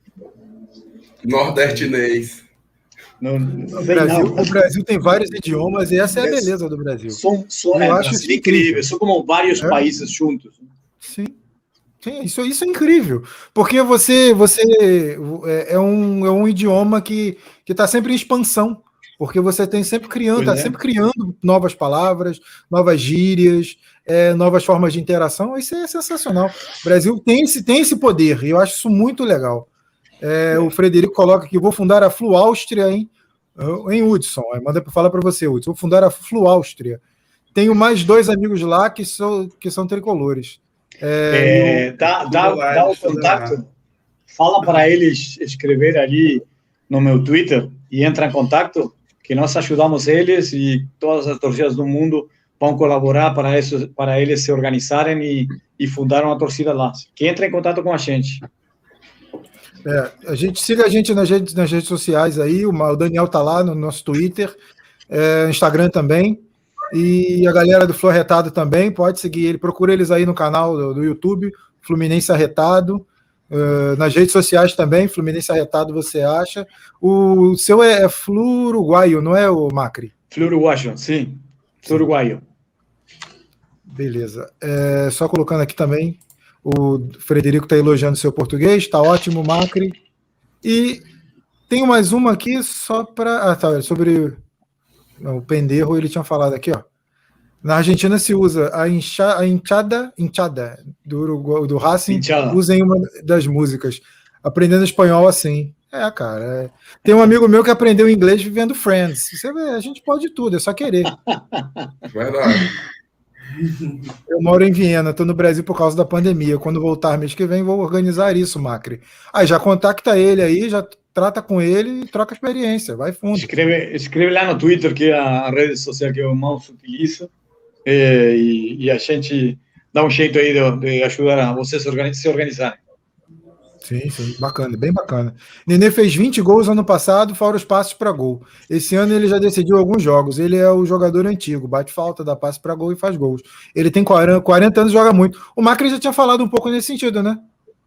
Nordestinês. Não, não o, Brasil, não. o Brasil tem vários idiomas e essa é a beleza do Brasil. São, são, eu é, acho isso incrível. São como vários é. países juntos. Sim. Sim, isso, isso é incrível, porque você, você é, é, um, é um idioma que está sempre em expansão, porque você tem sempre criando, está é. sempre criando novas palavras, novas gírias, é, novas formas de interação. Isso é sensacional. O Brasil tem esse, tem esse poder, e eu acho isso muito legal. É, o Frederico coloca que vou fundar a Flu Áustria em, em Hudson. Manda para falar para você, Hudson. Vou fundar a Flu Áustria. Tenho mais dois amigos lá que são, que são tricolores. É, é, dá, dá, dá o contato, fala para eles escrever ali no meu Twitter e entra em contato, que nós ajudamos eles e todas as torcidas do mundo vão colaborar para, isso, para eles se organizarem e, e fundar uma torcida lá. Que entre em contato com a gente. É, a gente siga a gente nas redes, nas redes sociais aí, o, o Daniel tá lá no nosso Twitter, é, Instagram também. E a galera do Flu Arretado também, pode seguir ele, procura eles aí no canal do, do YouTube, Fluminense Arretado, uh, nas redes sociais também, Fluminense Arretado você acha. O seu é, é Flu Uruguaio, não é, o Macri? Flu Uruguaio, sim, Flu Uruguaio. Beleza, é, só colocando aqui também, o Frederico está elogiando seu português, está ótimo, Macri. E tenho mais uma aqui só para... Ah, tá, sobre... O Penderro, ele tinha falado aqui, ó. Na Argentina se usa a, incha, a hinchada, hinchada do, Urugu, do Racing, hinchada. Usa em uma das músicas. Aprendendo espanhol assim. É, cara. É. Tem um amigo meu que aprendeu inglês vivendo Friends. Você vê, a gente pode tudo, é só querer. Verdade. Eu moro em Viena, estou no Brasil por causa da pandemia. Quando voltar mês que vem, vou organizar isso, Macri. Aí já contacta ele aí, já trata com ele e troca experiência, vai fundo. Escreve, escreve lá no Twitter, que é a rede social que eu mais utilizo, e, e a gente dá um jeito aí de, de ajudar a vocês se organizarem. Sim, sim, bacana, bem bacana. Nenê fez vinte gols ano passado, fora os passes para gol. Esse ano ele já decidiu alguns jogos. Ele é o jogador antigo, bate falta, dá passe para gol e faz gols. Ele tem quarenta anos e joga muito. O Macri já tinha falado um pouco nesse sentido, né?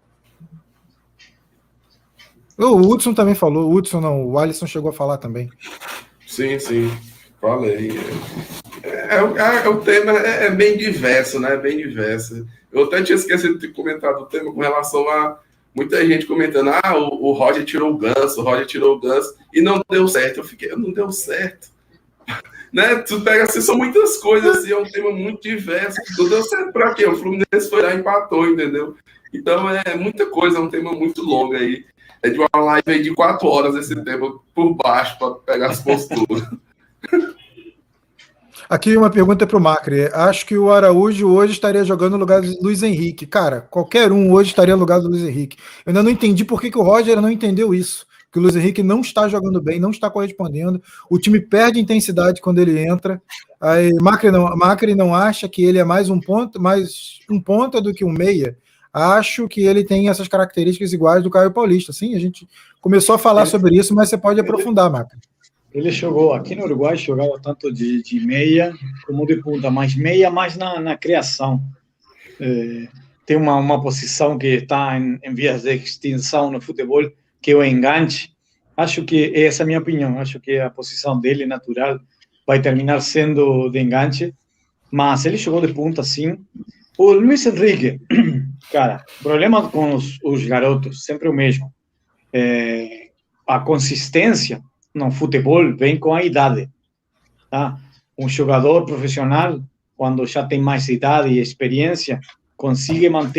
O Hudson também falou. O Hudson não, o Alisson chegou a falar também. Sim, sim, falei. É, é, é, o tema é, é bem diverso, né? Bem diverso. Eu até tinha esquecido de comentar do tema com relação a muita gente comentando, ah, o, o Roger tirou o Ganso, o Roger tirou o Ganso, e não deu certo. Eu fiquei, não deu certo. Né? Tu pega assim, são muitas coisas, assim, é um tema muito diverso. Não deu certo pra quê? O Fluminense foi lá e empatou, entendeu? Então é muita coisa, é um tema muito longo aí. É de uma live aí de quatro horas esse tema por baixo para pegar as posturas. Aqui uma pergunta para o Macri. Acho que o Araújo hoje estaria jogando no lugar do Luiz Henrique. Cara, qualquer um hoje estaria no lugar do Luiz Henrique. Eu ainda não entendi por que, que o Roger não entendeu isso. Que o Luiz Henrique não está jogando bem, não está correspondendo. O time perde intensidade quando ele entra. Aí Macri não, Macri não acha que ele é mais um ponto, mais um ponta do que um meia. Acho que ele tem essas características iguais do Caio Paulista. Sim, a gente começou a falar ele, sobre isso, mas você pode aprofundar, Macri. Ele jogou aqui no Uruguai, jogava tanto de, de meia como de ponta, mas meia mais na, na criação. É, tem uma, uma posição que está em, em vias de extinção no futebol, que é o enganche. Acho que, essa é a minha opinião, acho que a posição dele natural vai terminar sendo de enganche, mas ele jogou de ponta, sim. O Luiz Henrique, cara, o problema com os, os garotos, sempre o mesmo. É, a consistência no futebol vem com a idade. Tá? Um jogador profissional, quando já tem mais idade e experiência, consegue manter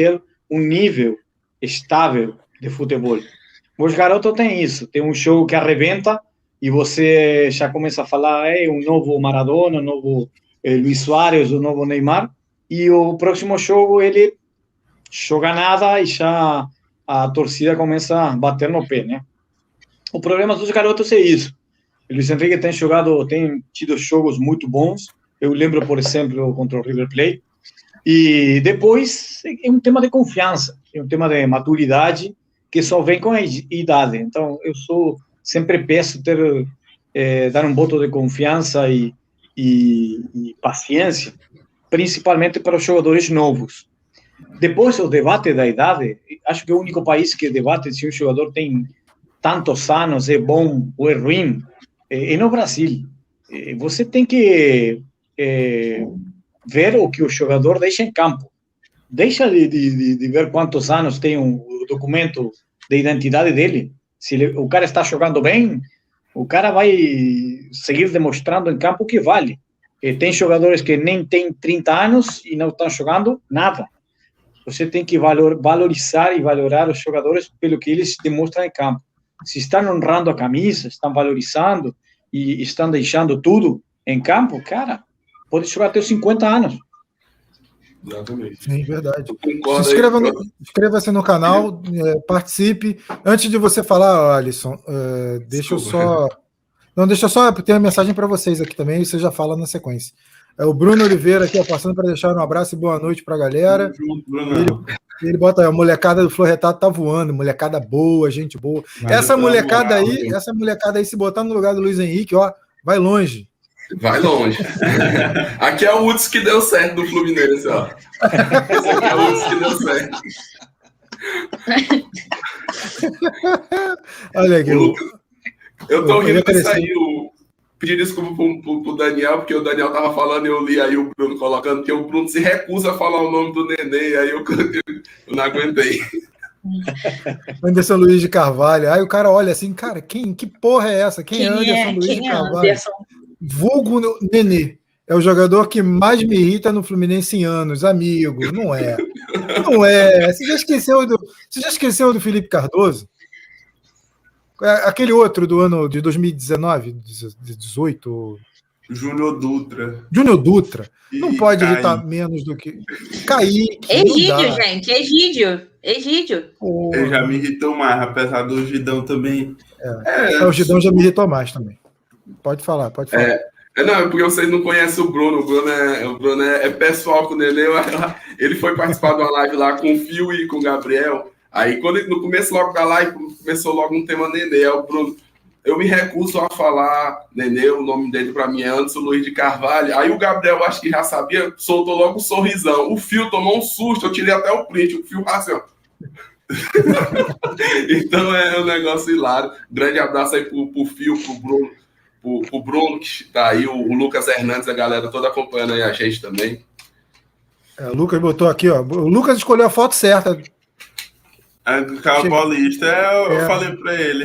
um nível estável de futebol. Os garotos têm isso, tem um jogo que arrebenta e você já começa a falar, é um novo Maradona, um novo eh, Luis Suárez, um novo Neymar, e o próximo jogo ele joga nada e já a torcida começa a bater no pé, né? O problema dos garotos é isso. O Luis Henrique tem jogado, tem tido jogos muito bons. Eu lembro, por exemplo, contra o River Plate. E depois é um tema de confiança, é um tema de maturidade que só vem com a idade. Então, eu sou sempre peço ter eh, dar um voto de confiança e, e, e paciência, principalmente para os jogadores novos. Depois, o debate da idade, acho que o único país que debate se um jogador tem tantos anos, é bom ou é ruim, é no Brasil. Você tem que é, ver o que o jogador deixa em campo. Deixa de, de, de ver quantos anos tem o documento de identidade dele. Se ele, o cara está jogando bem, o cara vai seguir demonstrando em campo que vale. E tem jogadores que nem têm trinta anos e não estão jogando nada. Você tem que valor, valorizar e valorar os jogadores pelo que eles demonstram em campo. Se estão honrando a camisa, estão valorizando e estão deixando tudo em campo, cara, pode jogar até os cinquenta anos. Exatamente. Sim, verdade. Se inscreva no, inscreva-se no canal, é, participe. Antes de você falar, Alisson, é, deixa eu só... Não, deixa eu só ter uma mensagem para vocês aqui também, e você já fala na sequência. É o Bruno Oliveira aqui, ó, passando para deixar um abraço e boa noite para a galera. Ele, ele bota aí, a molecada do Flow Retado tá voando, molecada boa, gente boa. Mas essa molecada moral, aí, viu? essa molecada aí, se botar no lugar do Luiz Henrique, ó, vai longe. Vai longe. Aqui é o Uts que deu certo do Fluminense, ó. Esse aqui é o Uts que deu certo. Olha aqui. O, eu tô rindo que saiu. Pedir desculpa pro, pro, pro Daniel, porque o Daniel tava falando e eu li aí o Bruno colocando que o Bruno se recusa a falar o nome do Nenê, aí eu, eu não aguentei. Anderson Luiz de Carvalho. Aí o cara olha assim, cara, quem, que porra é essa? Quem, quem é Anderson é? Luiz quem de Carvalho? É Anderson? Vulgo Nenê. É o jogador que mais me irrita no Fluminense em anos, amigo. Não é. Não é. Você já esqueceu do, você já esqueceu do Felipe Cardoso? Aquele outro do ano de dois mil e dezenove, dezoito. Júnior Dutra. Júnior Dutra. Não e pode Kaique. irritar menos do que. Kaique. Egídio, gente. Egídio. Egídio. Oh. Ele já me irritou mais, apesar do Gidão também. É. É, o Gidão já me irritou mais também. Pode falar, pode falar. É, é não, é porque vocês não conhecem o Bruno. O Bruno é, o Bruno é, é pessoal com o Nenê. Ele foi participar de uma live lá com o Fio e com o Gabriel. Aí, quando ele, no começo logo da live, começou logo um tema Nenê. É o Bruno. Eu me recuso a falar Nenê, o nome dele para mim é Anderson Luiz de Carvalho. Aí o Gabriel, acho que já sabia, soltou logo um sorrisão. O Fio tomou um susto, eu tirei até o print. O Fio assim, ó. Então é um negócio hilário. Grande abraço aí pro, pro Fio, pro Bruno, pro, pro Bruno, que tá aí, o, o Lucas Hernandes, a galera toda acompanhando aí a gente também. É, o Lucas botou aqui, ó. O Lucas escolheu a foto certa. O Carro Paulista, eu, é. eu falei para ele.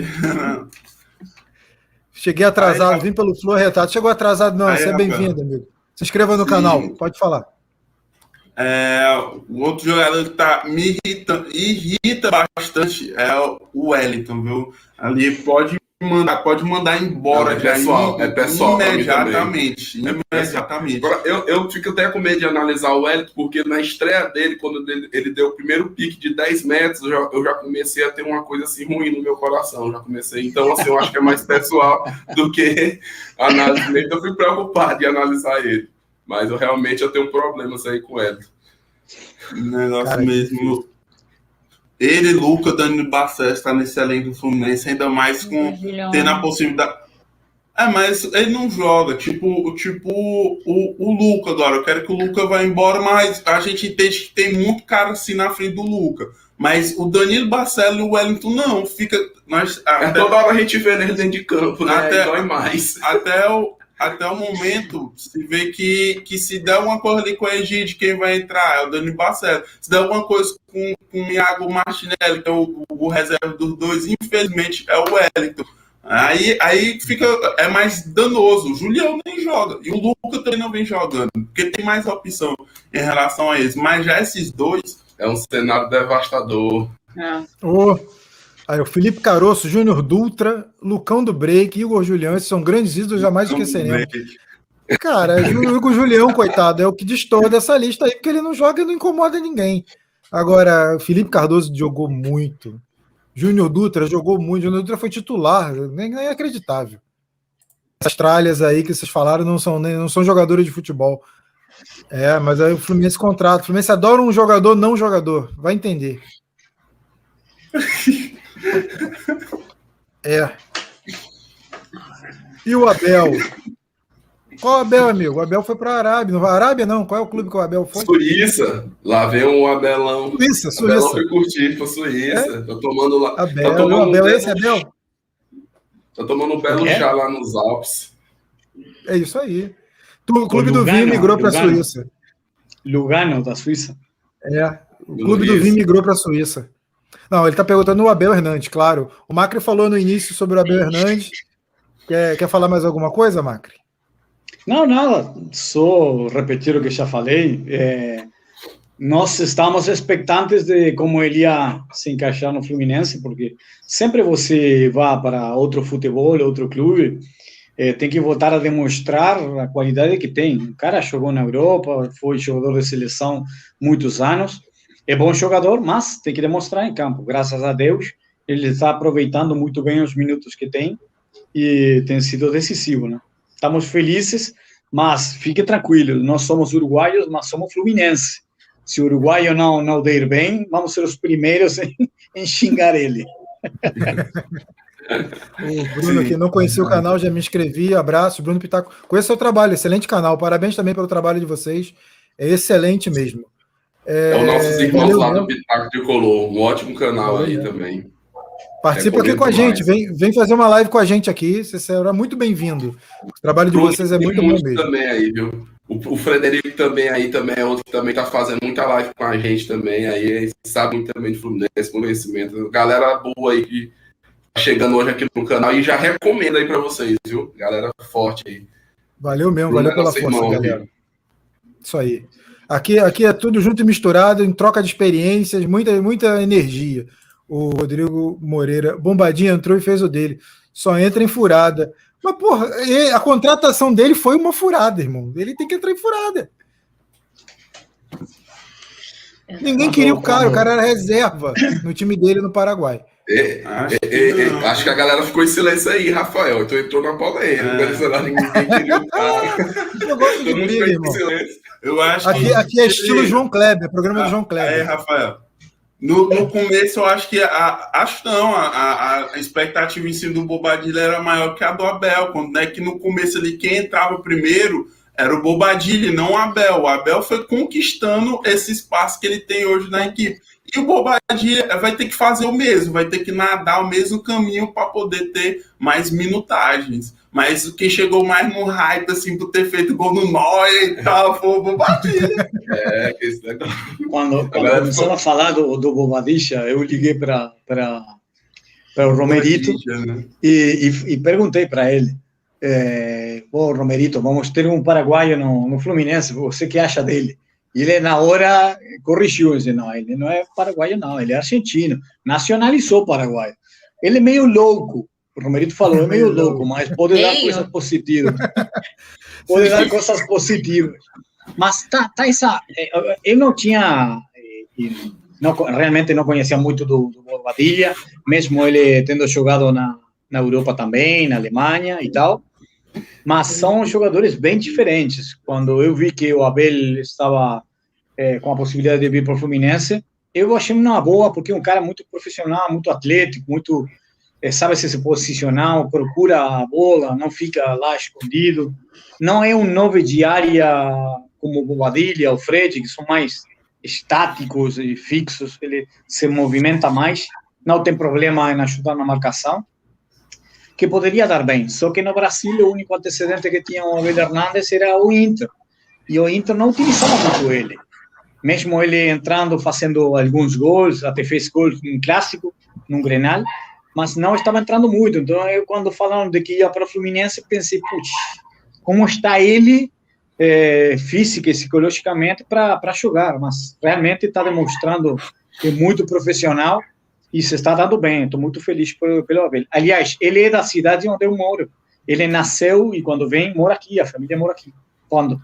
Cheguei atrasado, aí, vim pelo Flow Retado. Chegou atrasado, não, aí, você é bem-vindo, amigo. Se inscreva no Sim. canal, pode falar. É, o outro jogador que tá, me irrita, irrita bastante é o Wellington, viu? Ali pode mandar, pode mandar embora. Não, é pessoal, é pessoal. Imediatamente. Imediatamente. Agora, eu, eu fico até com medo de analisar o Wellington, porque na estreia dele, quando ele, ele deu o primeiro pique de dez metros, eu já, eu já comecei a ter uma coisa assim ruim no meu coração. Já comecei. Então, assim, eu acho que é mais pessoal do que análise dele. Então, eu fui preocupado de analisar ele. Mas eu realmente eu tenho problemas aí com o Wellington. Negócio Cara, mesmo. Ele, Luca, Danilo Barcelos está nesse elenco do Fluminense, ainda mais com tendo a possibilidade. É, mas ele não joga, tipo, tipo o, o Luca agora. Eu quero que o Luca vá embora, mas a gente entende que tem muito cara assim na frente do Luca. Mas o Danilo Barcelos e o Wellington não, fica. Nós, até, é toda hora a gente vê ele dentro de campo, né? Até, dói mais. Até o. Até o momento, se vê que, que se der alguma coisa ali com a Egide, quem vai entrar é o Dani Barcelos. Se der alguma coisa com, com o Iago Martinelli, que é o, o reserva dos dois, infelizmente é o Wellington. Aí, aí fica, é mais danoso. O Julião nem joga. E o Luca também não vem jogando, porque tem mais opção em relação a eles. Mas já esses dois, É um cenário devastador. É. Oh, aí, o Felipe Caroço, Júnior Dutra, Lucão do Break, Igor Julião, esses são grandes ídolos, jamais esqueceremos. Cara, o Igor Julião, coitado, é o que destoa dessa lista aí, porque ele não joga e não incomoda ninguém. Agora, o Felipe Cardoso jogou muito. Júnior Dutra jogou muito. Júnior Dutra foi titular, nem, nem é acreditável. Essas tralhas aí que vocês falaram não são, nem, não são jogadores de futebol. É, mas aí o Fluminense contrata. O Fluminense adora um jogador não jogador. Vai entender. É. E o Abel? Qual o Abel, amigo? O Abel foi para a Arábia. Não vai à Arábia, não? Qual é o clube que o Abel foi? Suíça. Lá vem um Abelão. Suíça, Suíça. Abelão foi curtir, foi Suíça. É? Tô tomando lá. Abel, tô tomando o Abel, um esse Abel? Tô tomando um belo é? chá lá nos Alpes. É isso aí. O clube Lugano, do Vinho migrou para a Suíça. Lugano, da Suíça. É, o clube do Vinho migrou para a Suíça. Não, ele está perguntando o Abel Hernandes, claro. O Macri falou no início sobre o Abel Hernandes. Quer, quer falar mais alguma coisa, Macri? Não, nada. Só repetir o que já falei. É, nós estamos expectantes de como ele ia se encaixar no Fluminense, porque sempre você vai para outro futebol, outro clube, é, tem que voltar a demonstrar a qualidade que tem. O cara jogou na Europa, foi jogador de seleção muitos anos, é bom jogador, mas tem que demonstrar em campo. Graças a Deus, ele está aproveitando muito bem os minutos que tem e tem sido decisivo, né? Estamos felizes, mas fique tranquilo, nós somos uruguaios, mas somos fluminenses. Se o uruguaio não, não der bem, vamos ser os primeiros em, em xingar ele. O Bruno aqui, não conhecia o canal, já me inscrevi, abraço, Bruno Pitaco. Conheço o seu trabalho, excelente canal, parabéns também pelo trabalho de vocês, é excelente mesmo. É, é o nossos irmãos lá do Pitaco Tricolor, um ótimo canal aí também. Participa aqui com a gente, vem, vem fazer uma live com a gente aqui, você será muito bem-vindo. O trabalho de vocês é muito bom mesmo. Também aí, viu? O, o Frederico também aí também é outro que também tá fazendo muita live com a gente também, aí eles sabem também de Fluminense, conhecimento. Galera boa aí que tá chegando hoje aqui no canal e já recomendo aí pra vocês, viu? Galera forte aí. Valeu mesmo, valeu pela força, irmão, galera. Viu? Isso aí. Aqui, aqui é tudo junto e misturado, em troca de experiências, muita, muita energia. O Rodrigo Moreira, Bombadinha entrou e fez o dele. Só entra em furada. Mas, porra, a contratação dele foi uma furada, irmão. Ele tem que entrar em furada. Ninguém queria o cara, o cara era reserva no time dele no Paraguai. É, acho, é, que é, acho que a galera ficou em silêncio aí, Rafael. Então entrou na polêmica. É. Ninguém queria o cara. Eu gosto de briga, irmão. Eu acho aqui, que... aqui é estilo João Kleber, programa ah, do João Kleber. É, Rafael. No, no começo, eu acho que a, acho não, a, a, a expectativa em cima do Bobadilha era maior que a do Abel. Quando é que no começo ali, quem entrava primeiro era o Bobadilha, não o Abel. O Abel foi conquistando esse espaço que ele tem hoje na equipe. E o Bobadilha vai ter que fazer o mesmo, vai ter que nadar o mesmo caminho para poder ter mais minutagens. Mas quem chegou mais no hype, assim, por ter feito gol no Noia e tal, foi o Bobadilha. É, que isso é... Quando, quando começaram a falar do, do Bobadilha, eu liguei para o Romerito né? e, e, e perguntei para ele, é, pô, Romerito, vamos ter um paraguaio no, no Fluminense, você que acha dele? E ele, na hora, corrigiu, disse, não, ele não é paraguaio, não, ele é argentino, nacionalizou o Paraguai. Ele é meio louco, o Romerito falou, é meio louco, mas pode dar coisas positivas. Pode dar coisas positivas. Mas tá, tá essa... Eu não tinha... Não, realmente não conhecia muito do, do Bobadilha, mesmo ele tendo jogado na, na Europa também, na Alemanha e tal. Mas são jogadores bem diferentes. Quando eu vi que o Abel estava é, com a possibilidade de vir para o Fluminense, eu achei uma boa, porque é um cara muito profissional, muito atlético, muito... sabe se se posicionar, procura a bola, não fica lá escondido. Não é um nove de área como o Bobadilha, o Fred, que são mais estáticos e fixos, ele se movimenta mais, não tem problema em ajudar na marcação, que poderia dar bem. Só que no Brasil o único antecedente que tinha o Abel Hernandes era o Inter, e o Inter não utilizava muito ele. Mesmo ele entrando, fazendo alguns gols, até fez gols em clássico, num Grenal, mas não estava entrando muito. Então, eu, quando falaram de que ia para o Fluminense, pensei, putz, como está ele é, física e psicologicamente para jogar, mas realmente está demonstrando que é muito profissional e se está dando bem. Estou muito feliz por, pelo Abel. Aliás, ele é da cidade onde eu moro. Ele nasceu e quando vem, mora aqui, a família mora aqui. Quando?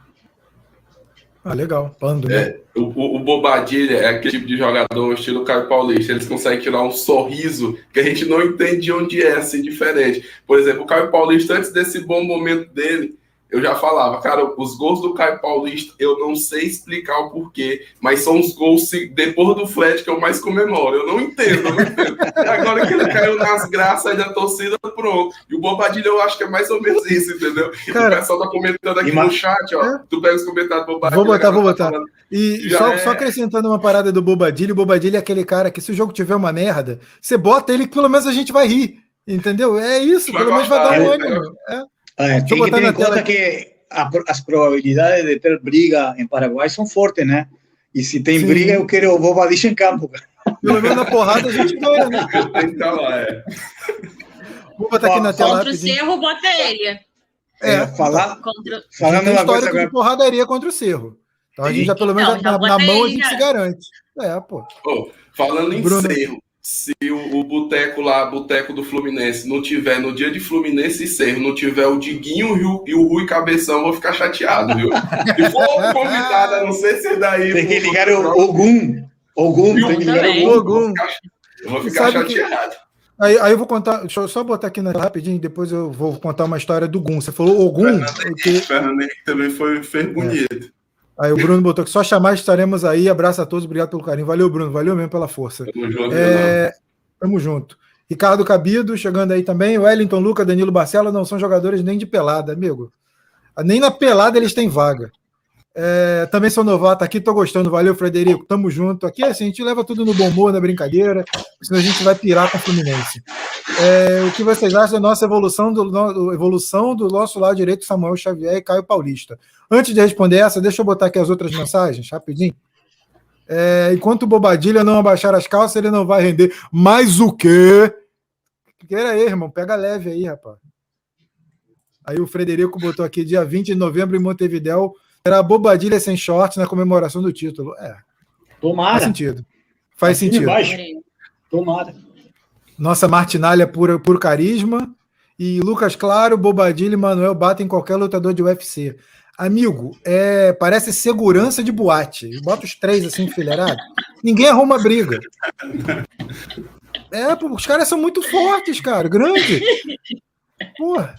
Ah, legal. Pando, né? É, o, o Bobadilha é aquele tipo de jogador estilo Caio Paulista. Eles conseguem tirar um sorriso que a gente não entende de onde é, assim, diferente. Por exemplo, o Caio Paulista, antes desse bom momento dele, eu já falava, cara, os gols do Caio Paulista, eu não sei explicar o porquê, mas são os gols depois do flat que eu mais comemoro. Eu não entendo, eu não entendo. E agora que ele caiu nas graças da torcida, pronto. E o Bobadilha eu acho que é mais ou menos isso, entendeu? Cara, o pessoal tá comentando aqui no chat, ó. É. Tu pega os comentários do Bobadilha. Vou botar, vou botar. Tá e só, é... só acrescentando uma parada do Bobadilha, o Bobadilha é aquele cara que se o jogo tiver uma merda, você bota ele que pelo menos a gente vai rir. Entendeu? É isso, vai pelo menos vai dar um ânimo. É. É, tem que ter em conta que a, as probabilidades de ter briga em Paraguai são fortes, né? E se tem Sim. briga, eu quero o Bobadilha em campo. Pelo menos na porrada a gente ganha, né? Então, é. Vou botar aqui na tela. Contra o Cerro, bota ele. É, é falar, contra... falando tem histórico coisa... de porradaria contra o Cerro. Então a gente já pelo menos então, na, na mão a gente já. se garante. É, pô. Oh, falando em Bruno... Cerro, se o, o boteco lá, boteco do Fluminense, não tiver no dia de Fluminense e Cerro, não tiver o Diguinho e o, e o Rui Cabeção, eu vou ficar chateado, viu? Se for convidado, não sei se daí... Tem que ligar o Ogum. Ogum, tem que ligar o Ogum. Eu vou ficar chateado. Que... Aí, aí eu vou contar, deixa eu só botar aqui na rapidinho, depois eu vou contar uma história do Gum. Você falou Ogum? O que... Fernando Henrique também foi, fez bonito. É. Aí o Bruno botou que só chamar, estaremos aí. Abraço a todos, obrigado pelo carinho. Valeu, Bruno, valeu mesmo pela força. Tamo junto. É... Tamo junto. Ricardo Cabido, chegando aí também. Wellington Luca, Danilo Barcelo, não são jogadores nem de pelada, amigo. Nem na pelada eles têm vaga. É, também sou novato aqui, tô gostando. Valeu, Frederico. Tamo junto. Aqui assim, a gente leva tudo no bom humor, na brincadeira, senão a gente vai pirar com o Fluminense. É, o que vocês acham da nossa evolução do, no, evolução do nosso lado direito, Samuel Xavier e Caio Paulista? Antes de responder essa, deixa eu botar aqui as outras mensagens, rapidinho. É, enquanto o Bobadilha não abaixar as calças, ele não vai render. Mas o quê? Pera aí, irmão. Pega leve aí, rapaz. Aí o Frederico botou aqui, dia vinte de novembro em Montevidéu, era Bobadilha sem shorts na comemoração do título. É. Tomara. Faz sentido. Faz Aqui sentido. Tomara. Nossa martinalha por, por carisma. E Lucas Claro, Bobadilha e Manuel batem qualquer lutador de U F C. Amigo, é, parece segurança de boate. Bota os três assim enfileirados. Ninguém arruma briga. É, pô, os caras são muito fortes, cara. Grande. Porra.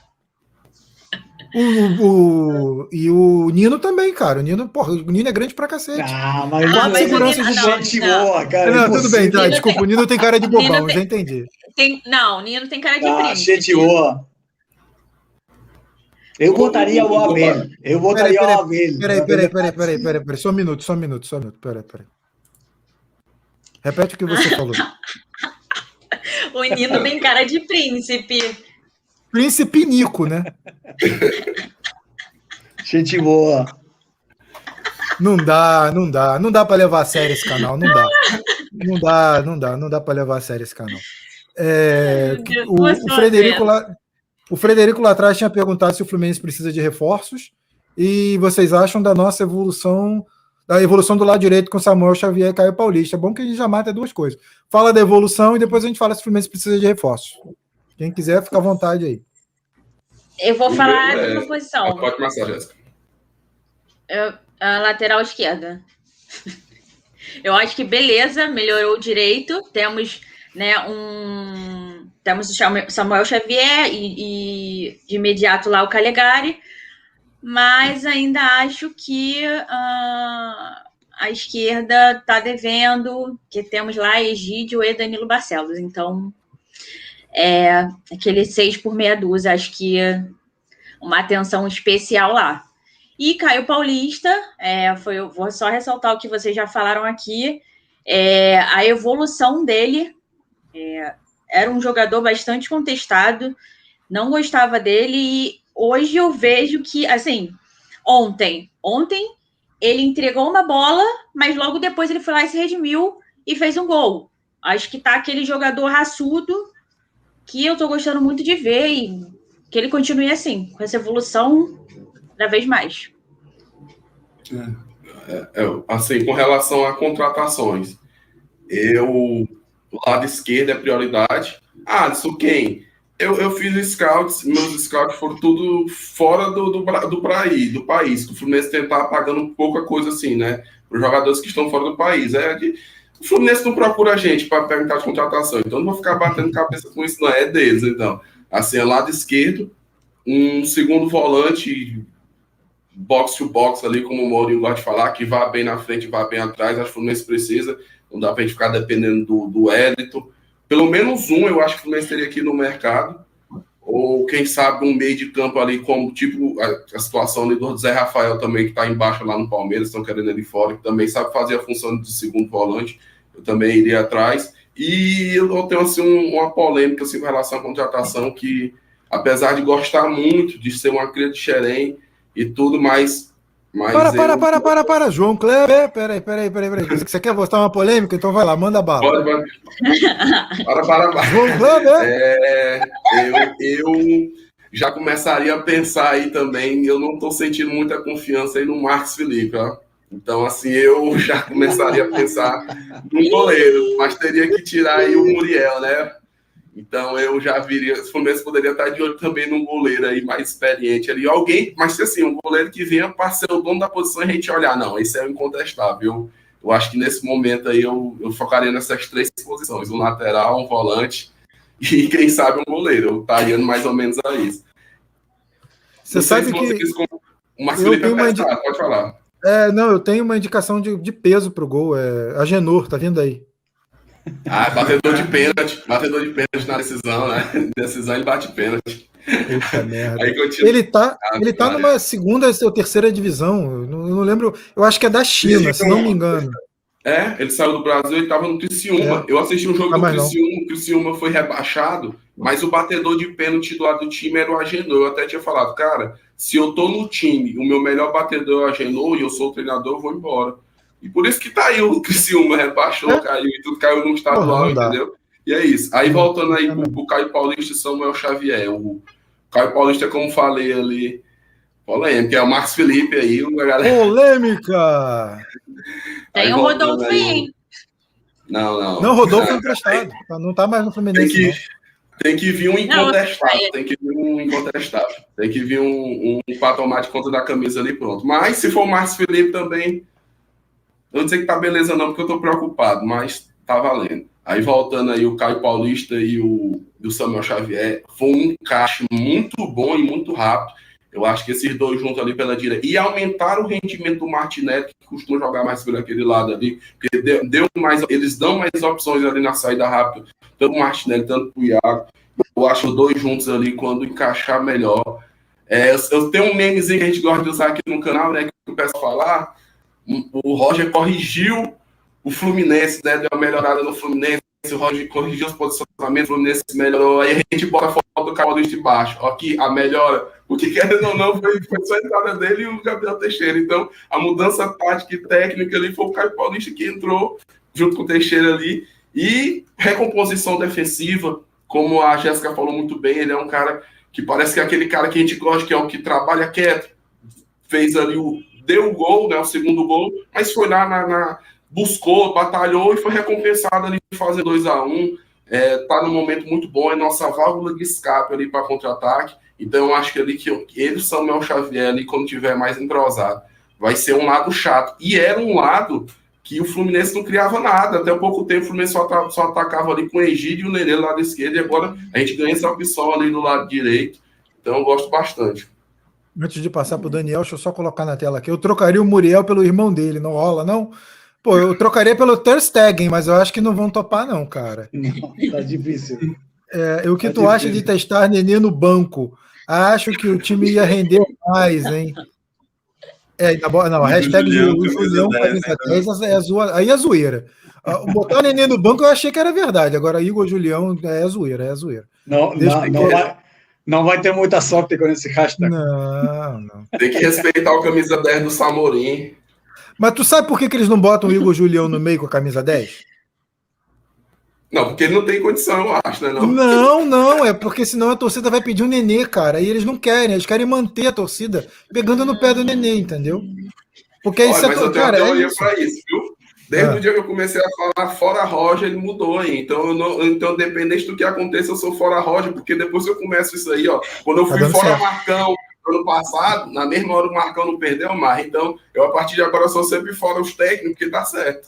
O, o, o, e o Nino também, cara. O Nino, porra, o Nino é grande pra cacete. Ah, mas ah, mas segurança de boate boa, cara. Não, tudo bem, tá. Desculpa, tem, o Nino tem cara de bobão, tem, já entendi. Tem, não, o Nino tem cara de ah, príncipe. Gente boa. Eu botaria o Abel. Eu botaria o Abel. Peraí, peraí, peraí, peraí, peraí, peraí. Só um minuto, só um minuto, só um minuto. Peraí, peraí. Repete o que você falou. O Nino tem cara de príncipe. Príncipe Nico, né? Gente boa. Não dá, não dá. Não dá para levar a sério esse canal, não dá. Não dá, não dá, não dá para levar a sério esse canal. É, o, o Frederico lá, o Frederico lá atrás tinha perguntado se o Fluminense precisa de reforços e vocês acham da nossa evolução, da evolução do lado direito com Samuel Xavier e Caio Paulista. É bom que a gente já mata duas coisas. Fala da evolução e depois a gente fala se o Fluminense precisa de reforços. Quem quiser, fica à vontade aí. Eu vou falar de uma posição. Pode começar, Jéssica. Eu, a lateral esquerda. Eu acho que beleza, melhorou o direito. Temos, né, um. Temos o Samuel Xavier e, e de imediato lá o Calegari, mas ainda acho que uh, a esquerda está devendo, que temos lá Egídio e Danilo Barcelos. Então, é, aquele seis por meia dúzia, acho que uma atenção especial lá. E Caio Paulista, é, foi, eu vou só ressaltar o que vocês já falaram aqui, é, a evolução dele, é, era um jogador bastante contestado, não gostava dele, e hoje eu vejo que, assim, ontem, ontem ele entregou uma bola, mas logo depois ele foi lá e se redimiu e fez um gol. Acho que tá aquele jogador raçudo que eu tô gostando muito de ver e que ele continue assim, com essa evolução cada vez mais. É, é, assim, com relação a contratações, eu, o lado esquerdo é prioridade. Ah, isso quem? Eu, eu fiz scouts, meus scouts foram tudo fora do, do, do, praí, do país, que o Fluminense tentar pagando pouca coisa assim, né? Para os jogadores que estão fora do país. É de, o Fluminense não procura a gente para perguntar de contratação, então não vou ficar batendo cabeça com isso, não, é deles, então. Assim, é lado esquerdo, um segundo volante, box to box ali, como o Mourinho gosta de falar, que vá bem na frente, vá bem atrás, acho que o Fluminense precisa, não dá para a gente ficar dependendo do, do Elton. Pelo menos um, eu acho que o Fluminense teria aqui no mercado, ou quem sabe um meio de campo ali, como tipo a, a situação ali do Zé Rafael também, que está embaixo lá no Palmeiras, estão querendo ele fora, que também sabe fazer a função de segundo volante, eu também iria atrás. E eu tenho assim, um, uma polêmica assim, com relação à contratação, que apesar de gostar muito de ser uma cria de Xerém e tudo, mas... mas para, eu... para, para, para, para, João Kleber, peraí, peraí, peraí, peraí. Você quer botar uma polêmica? Então vai lá, manda bala. Pode, pode. Para, para, para. João Kleber! É, eu, eu já começaria a pensar aí também, eu não estou sentindo muita confiança aí no Marcos Felipe, ó. Então, assim, eu já começaria a pensar no goleiro, mas teria que tirar aí o Muriel, né? Então, eu já viria, o Fluminense poderia estar de olho também num goleiro aí mais experiente ali, alguém, mas assim, um goleiro que venha para ser o dono da posição e a gente olhar, não, esse é o incontestável. Eu, eu acho que nesse momento aí eu, eu focaria nessas três posições, um lateral, um volante e quem sabe um goleiro, eu estaria mais ou menos a isso. Você não sabe se que... Quis... O Marcos Felipe é pesado, indi... pode falar. É, não, eu tenho uma indicação de, de peso pro gol, é a Genor, tá vindo aí. Ah, batedor de pênalti, batedor de pênalti na decisão, né? Decisão ele bate pênalti. Puta merda. Aí, ele tá, ah, ele tá numa segunda ou terceira divisão, eu não, eu não lembro, eu acho que é da China, se não me engano. É, ele saiu do Brasil e estava no Criciúma. É. Eu assisti um jogo ah, do Criciúma, o Criciúma foi rebaixado, mas o batedor de pênalti do lado do time era o Agenor. Eu até tinha falado, cara, se eu tô no time, o meu melhor batedor é o Agenor e eu sou o treinador, eu vou embora. E por isso que tá aí o Criciúma, rebaixou, é. caiu e tudo caiu no estadual, oh, entendeu? E é isso. Aí voltando aí pro, pro Caio Paulista e Samuel Xavier. O Caio Paulista, como falei ali, polêmica, é o Marcos Felipe aí, a galera... Polêmica! Tem o Rodolfo aí, hein? Não, não. Não, Rodolfo foi emprestado. Não tá mais no Fluminense. Tem que, tem que vir um incontestável. Não, tem que vir um incontestável. Tem que vir um, um para tomar de conta da camisa ali, pronto. Mas se for o Marcos Felipe também, eu não sei que tá beleza não, porque eu tô preocupado, mas tá valendo. Aí voltando aí o Caio Paulista e o, e o Samuel Xavier, foi um encaixe muito bom e muito rápido. Eu acho que esses dois juntos ali pela direita. E aumentaram o rendimento do Martinelli, que costuma jogar mais por aquele lado ali. Porque deu, deu mais, eles dão mais opções ali na saída rápida. Tanto o Martinelli, tanto o Iago. Eu acho os dois juntos ali, quando encaixar melhor. É, eu, eu tenho um memezinho que a gente gosta de usar aqui no canal, né? Que eu peço falar. O Roger corrigiu o Fluminense, né? Deu uma melhorada no Fluminense. O Roger corrigiu os posicionamentos, o Fluminense melhorou. Aí a gente bota a foto do Caio de baixo. Aqui, a melhora. O que querendo ou não, foi, foi só a entrada dele e o Gabriel Teixeira. Então, a mudança tática e técnica ali foi o Caio Paulista que entrou junto com o Teixeira ali. E recomposição defensiva, como a Jéssica falou muito bem, ele é um cara que parece que é aquele cara que a gente gosta, que é o que trabalha quieto. Fez ali o... Deu o gol, né, o segundo gol, mas foi lá na... na buscou, batalhou e foi recompensado ali fazer dois a um. É, tá num momento muito bom, é nossa válvula de escape ali para contra-ataque. Então eu acho que ali que ele, o Samuel Xavier ali, quando tiver mais entrosado, vai ser um lado chato. E era um lado que o Fluminense não criava nada. Até pouco tempo o Fluminense só, só atacava ali com o Egídio e o Nenê do lado esquerdo, e agora a gente ganha essa opção ali do lado direito. Então eu gosto bastante. Antes de passar para o Daniel, deixa eu só colocar na tela aqui. Eu trocaria o Muriel pelo irmão dele, não rola, não? Pô, eu trocaria pelo Ter Stegen, mas eu acho que não vão topar, não, cara. Não, tá difícil. É, o que tá tu difícil. acha de testar Nenê no banco? Acho que o time ia render mais, hein? É, não, a hashtag do Julião camisa dez é zoa, aí é zoeira. Botar o Nenê no banco eu achei que era verdade. Agora, Igor Julião é zoeira, é zoeira. Não, não, não, vai, não vai ter muita sorte com esse hashtag. Não, não. Tem que respeitar o camisa dez do Samorim. Mas tu sabe por que, que eles não botam o Igor Julião no meio com a camisa dez? Não, porque ele não tem condição, eu acho, né? Não, não, não, é porque senão a torcida vai pedir um Nenê, cara, e eles não querem, eles querem manter a torcida pegando no pé do Nenê, entendeu? Porque isso Olha, é mas eu tenho cara, uma teoria é isso. para isso, viu? Desde Ah. o dia que eu comecei a falar fora Roger, ele mudou aí. Então, eu não, então, independente do que aconteça, eu sou fora Roger, porque depois que eu começo isso aí, ó, quando eu Tá fui dando fora certo. Marcão ano passado, na mesma hora o Marcão não perdeu, mas então eu a partir de agora sou sempre fora os técnicos, porque tá certo.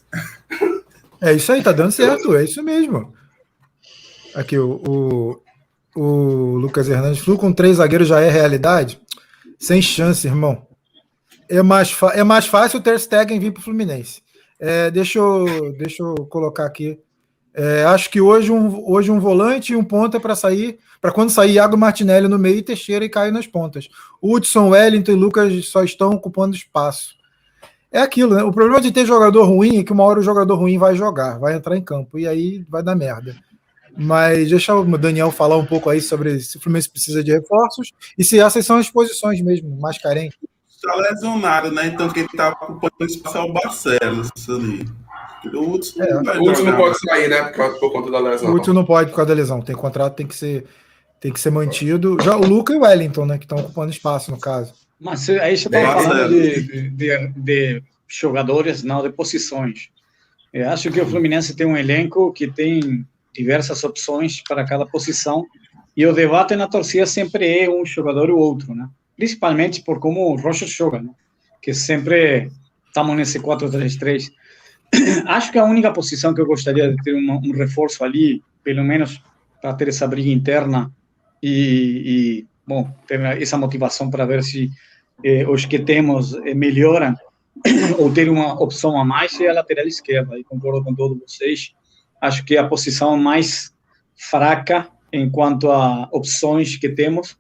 É isso aí, tá dando certo, é isso mesmo. Aqui, o, o, o Lucas Hernandes, Flu com três zagueiros já é realidade? Sem chance, irmão. É mais, é mais fácil o Ter Stegen vir para o Fluminense. É, deixa, eu, deixa eu colocar aqui. É, acho que hoje um, hoje um volante e um ponta para sair, para quando sair Iago Martinelli no meio, Teixeira e Caio nas pontas. Hudson, Wellington e Lucas só estão ocupando espaço. É aquilo, né? O problema de ter jogador ruim é que uma hora o jogador ruim vai jogar, vai entrar em campo, e aí vai dar merda. Mas deixa o Daniel falar um pouco aí sobre se o Fluminense precisa de reforços e se essas são as posições mesmo, mais carentes. Está lesionado, né? Então quem está ocupando o espaço é o Barcelos ali. O Hudson É. não vai O Hudson jogar. não pode sair, né? Por, por conta da lesão. O Hudson não pode por causa da lesão, tem contrato, tem que ser, tem que ser mantido. Já o Luca e o Wellington, né? Que estão ocupando espaço no caso. Mas aí você está falando de, de, de jogadores, não de posições. Eu acho que o Fluminense tem um elenco que tem diversas opções para cada posição e o debate na torcida sempre é um jogador ou outro, né? Principalmente por como o Rocha joga, né? Que sempre estamos nesse quatro três três. Acho que a única posição que eu gostaria de ter uma, um reforço ali, pelo menos para ter essa briga interna e, e bom, ter essa motivação para ver se eh, os que temos eh, melhoram ou ter uma opção a mais, é a lateral esquerda. E concordo com todos vocês. Acho que é a posição mais fraca enquanto a opções que temos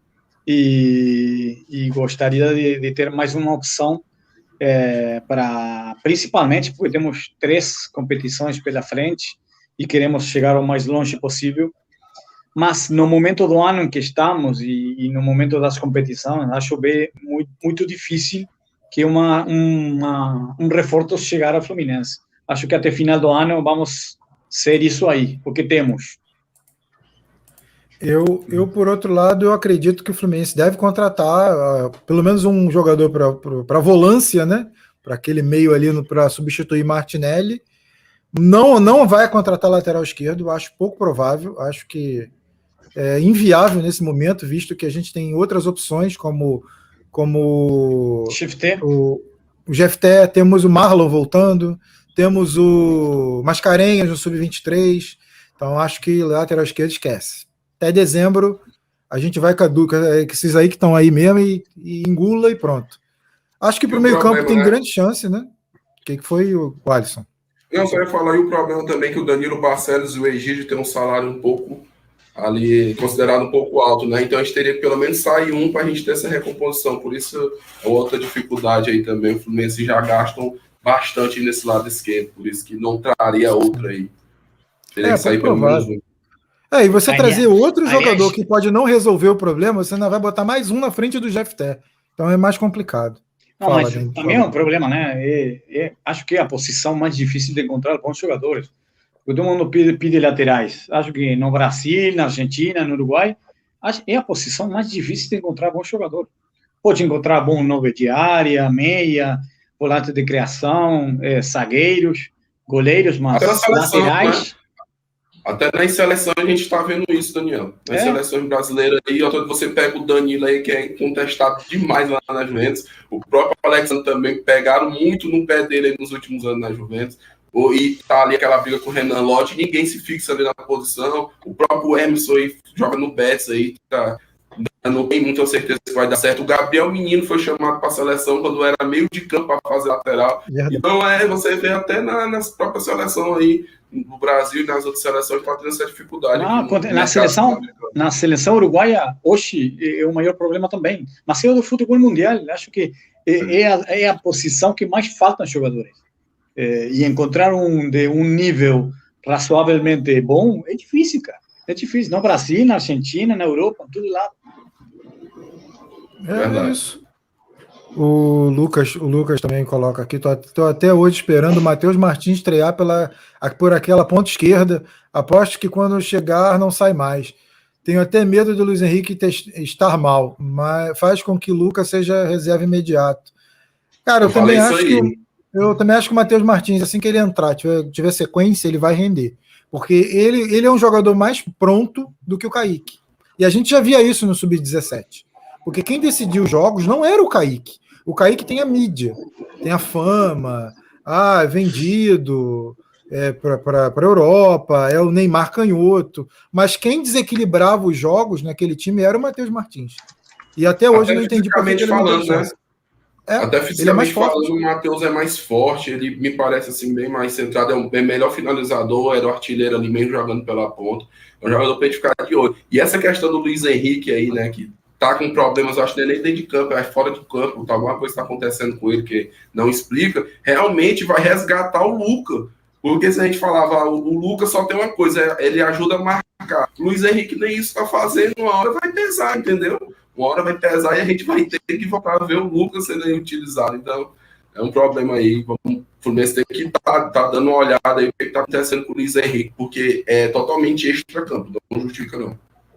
e, e gostaria de, de ter mais uma opção é, para, principalmente porque temos três competições pela frente e queremos chegar o mais longe possível. Mas no momento do ano em que estamos e, e no momento das competições, acho bem muito, muito difícil que uma, uma, um reforço chegar ao Fluminense. Acho que até final do ano vamos ser isso aí, o que temos. Eu, eu, por outro lado, eu acredito que o Fluminense deve contratar uh, pelo menos um jogador para volância, né? Para aquele meio ali para substituir Martinelli. Não, não vai contratar lateral esquerdo, acho pouco provável, acho que é inviável nesse momento, visto que a gente tem outras opções, como, como o, o G F T, temos o Marlon voltando, temos o Mascarenhas no sub vinte e três, então acho que lateral esquerdo esquece. Até dezembro a gente vai caducar, esses aí que estão aí mesmo, e, e engula e pronto. Acho que para o meio campo tem né? grande chance, né? O que, que foi o Alisson? Não, só ia falar aí o problema também que o Danilo Barcelos e o Egídio têm um salário um pouco ali, considerado um pouco alto, né? Então a gente teria que pelo menos sair um para a gente ter essa recomposição. Por isso é outra dificuldade aí também. O Fluminense já gastam bastante nesse lado esquerdo, por isso que não traria outra aí. Teria é, que sair pelo menos um. É, e você aí, trazer outro aí, jogador aí, que pode não resolver o problema, você ainda vai botar mais um na frente do G F T. Então é mais complicado. Não, Fala, mas gente, também é um problema, né? É, é, acho que é a posição mais difícil de encontrar bons jogadores. Todo mundo pide, pide laterais. Acho que no Brasil, na Argentina, no Uruguai, acho que é a posição mais difícil de encontrar bons jogadores. Pode encontrar bom nove de área, meia, volante de criação, é, zagueiros, goleiros, mas laterais... Né? Até nas seleções a gente está vendo isso, Daniel. Nas é. seleções brasileiras aí, você pega o Danilo aí, que é incontestado demais lá na Juventus. O próprio Alexandre também pegaram muito no pé dele aí nos últimos anos na Juventus. E tá ali aquela briga com o Renan Lodge, ninguém se fixa ali na posição. O próprio Emerson aí joga no Betis aí, tá. Não tem muita certeza que vai dar certo. O Gabriel Menino foi chamado para a seleção quando era meio de campo para fazer lateral. Verdade. Então, é, você vê até na, nas próprias seleções aí, no Brasil e nas outras seleções, está tendo essa dificuldade. Ah, aqui, no, na, seleção, na seleção uruguaia, hoje, é o maior problema também. Mas é o do futebol mundial. Acho que é, é, a, é a posição que mais faltam jogadores. É, e encontrar um de um nível razoavelmente bom é difícil, cara. É difícil. No Brasil, na Argentina, na Europa, tudo lá. É isso. O Lucas, o Lucas também coloca aqui. Estou até hoje esperando o Matheus Martins estrear pela, por aquela ponta esquerda. Aposto que quando chegar não sai mais. Tenho até medo do Luiz Henrique ter, estar mal, mas faz com que o Lucas seja reserva imediato. Cara, eu, Eu também falei isso acho aí. que eu também acho que o Matheus Martins, assim que ele entrar, tiver, tiver sequência, ele vai render. Porque ele, ele é um jogador mais pronto do que o Kaique. E a gente já via isso no sub dezessete. Porque quem decidiu os jogos não era o Kaique. O Kaique tem a mídia, tem a fama, ah, é vendido é, para a Europa, é o Neymar canhoto. Mas quem desequilibrava os jogos naquele time era o Matheus Martins. E até hoje Até eu não entendi por que fisicamente ele não falando, teve né? chance. É, Até ele é mais fisicamente forte. falando, o Matheus é mais forte, ele me parece assim bem mais centrado, é um bem melhor finalizador, era o artilheiro ali mesmo jogando pela ponta. É um jogador para ficar de olho. E essa questão do Luiz Henrique aí, né, que tá com problemas, eu acho que não é nem dentro de campo, é fora de campo, tá, alguma coisa está acontecendo com ele que não explica, realmente vai resgatar o Luca. Porque se a gente falava, o, o Luca só tem uma coisa, ele ajuda a marcar. O Luiz Henrique nem isso está fazendo, uma hora vai pesar, entendeu? Uma hora vai pesar e a gente vai ter que voltar a ver o Lucas sendo utilizado. Então, é um problema aí. O Fluminense tem que estar tá, tá dando uma olhada aí o que está acontecendo com o Luiz Henrique, porque é totalmente extra-campo, não justifica, não.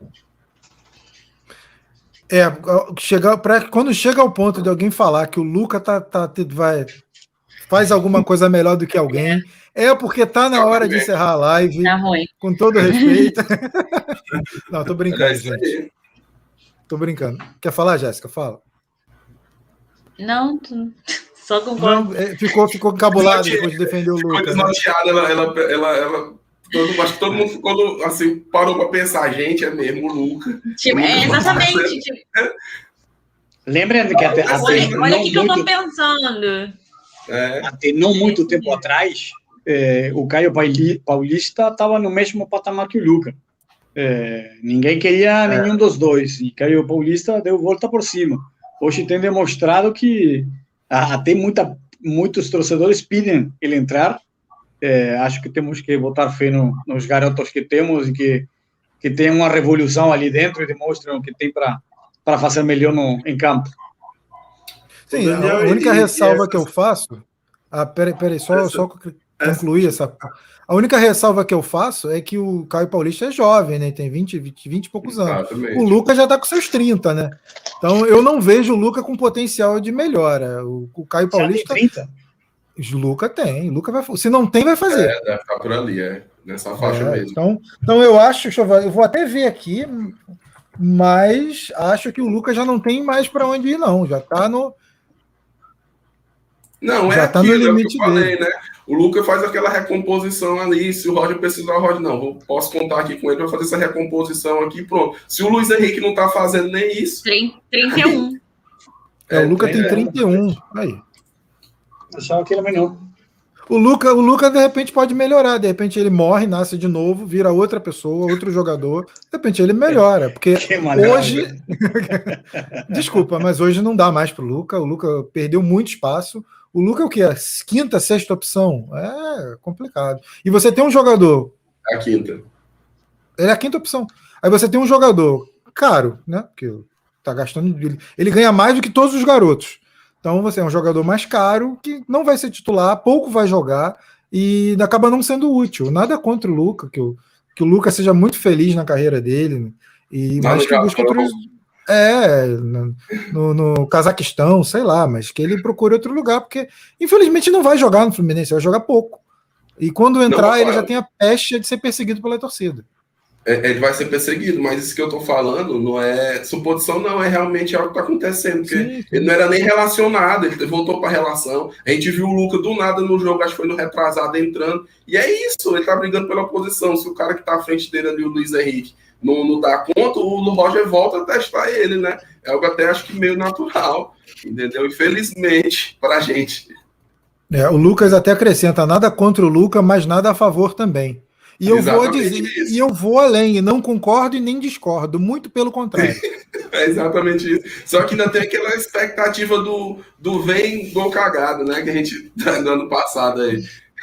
É, chega, pra, quando chega ao ponto de alguém falar que o Luca tá, tá, vai, faz alguma coisa melhor do que alguém, é porque tá na hora de encerrar a live. Tá ruim. Com todo respeito. Não, tô brincando, É gente. Tô brincando. Quer falar, Jéssica? Fala. Não, tu... só concordo. Não, é, ficou, ficou encabulado depois de defender o Lucas. Ficou desnorteada, né? ela, ela, ela, ela todo, acho que todo mundo ficou, assim, parou para pensar, gente, é mesmo o Luca. Tipo, é, exatamente. Tipo... Lembrem que até, até olha, olha o que, muito, que eu tô pensando. É. Até não muito tempo atrás, é, o Caio Paulista estava no mesmo patamar que o Luca. É, ninguém queria é. nenhum dos dois, e Caio Paulista deu volta por cima. Hoje tem demonstrado que até muita, muitos torcedores pedem ele entrar. É, acho que temos que botar fé no, nos garotos que temos e que, que tem uma revolução ali dentro e demonstram que tem para fazer melhor no, em campo. Sim, a única ressalva que eu faço... Ah, peraí, peraí, só, só concluir essa... A única ressalva que eu faço é que o Caio Paulista é jovem, né? Tem vinte, vinte, vinte e poucos anos. Exatamente. O Luca já está com seus trinta, né? Então eu não vejo o Luca com potencial de melhora. O, o Caio Paulista. Já tem trinta? O Luca tem. O Luca vai, se não tem, vai fazer. É, deve ficar por ali, é. Nessa faixa é, mesmo. Então, então eu acho, deixa eu, ver, eu vou até ver aqui, mas acho que o Luca já não tem mais para onde ir, não. Já está no. Não, já é tá aquilo, no limite é o que eu falei, dele. né? O Luca faz aquela recomposição ali, se o Roger precisar, o Roger, não, vou, posso contar aqui com ele para fazer essa recomposição aqui, pronto. Se o Luiz Henrique não tá fazendo nem isso... trinta e um. É, o Luca tem trinta e um. Aí. Achava que ele era menor. O Luca, o Luca, de repente, pode melhorar. De repente, ele morre, nasce de novo, vira outra pessoa, outro jogador. De repente, ele melhora. Porque hoje... Desculpa, mas hoje não dá mais pro Luca. O Luca perdeu muito espaço. O Luca é o quê? A quinta, sexta opção? É complicado. E você tem um jogador... É a quinta. Ele é a quinta opção. Aí você tem um jogador caro, né? Porque tá gastando... Ele, ele ganha mais do que todos os garotos. Então você é um jogador mais caro, que não vai ser titular, pouco vai jogar e acaba não sendo útil. Nada contra o Luca, que o, que o Luca seja muito feliz na carreira dele. E mais que busque outros... É, no, no, no Cazaquistão, sei lá, mas que ele procure outro lugar, porque infelizmente não vai jogar no Fluminense, vai jogar pouco. E quando entrar, não, ele já tem a peste de ser perseguido pela torcida. É, ele vai ser perseguido, mas isso que eu tô falando não é suposição, não, é realmente algo que tá acontecendo, porque sim, sim. Ele não era nem relacionado, ele voltou pra relação. A gente viu o Luca do nada no jogo, acho que foi no retrasado entrando, e é isso, ele tá brigando pela posição. Se o cara que tá à frente dele ali, o Luiz Henrique, não, não dá conta, o Roger volta a testar ele, né? É algo até acho que meio natural, entendeu? Infelizmente, pra gente. É, o Lucas até acrescenta nada contra o Luca, mas nada a favor também. E eu exatamente vou dizer, isso. E eu vou além, e não concordo e nem discordo, muito pelo contrário. É exatamente isso. Só que ainda tem aquela expectativa do, do vem gol cagado, né? Que a gente tá no ano passado aí.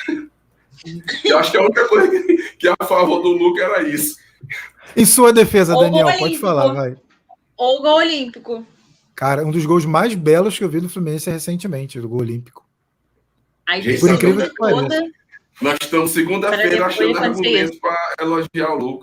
Eu acho que a única coisa que, que a favor do Luca era isso. Em sua defesa, ou Daniel, pode olímpico. Falar, vai. Ou gol olímpico. Cara, um dos gols mais belos que eu vi do Fluminense recentemente, do gol olímpico. Aí, gente, por incrível que pareça. Nós estamos segunda-feira achando argumentos para elogiar o Luca.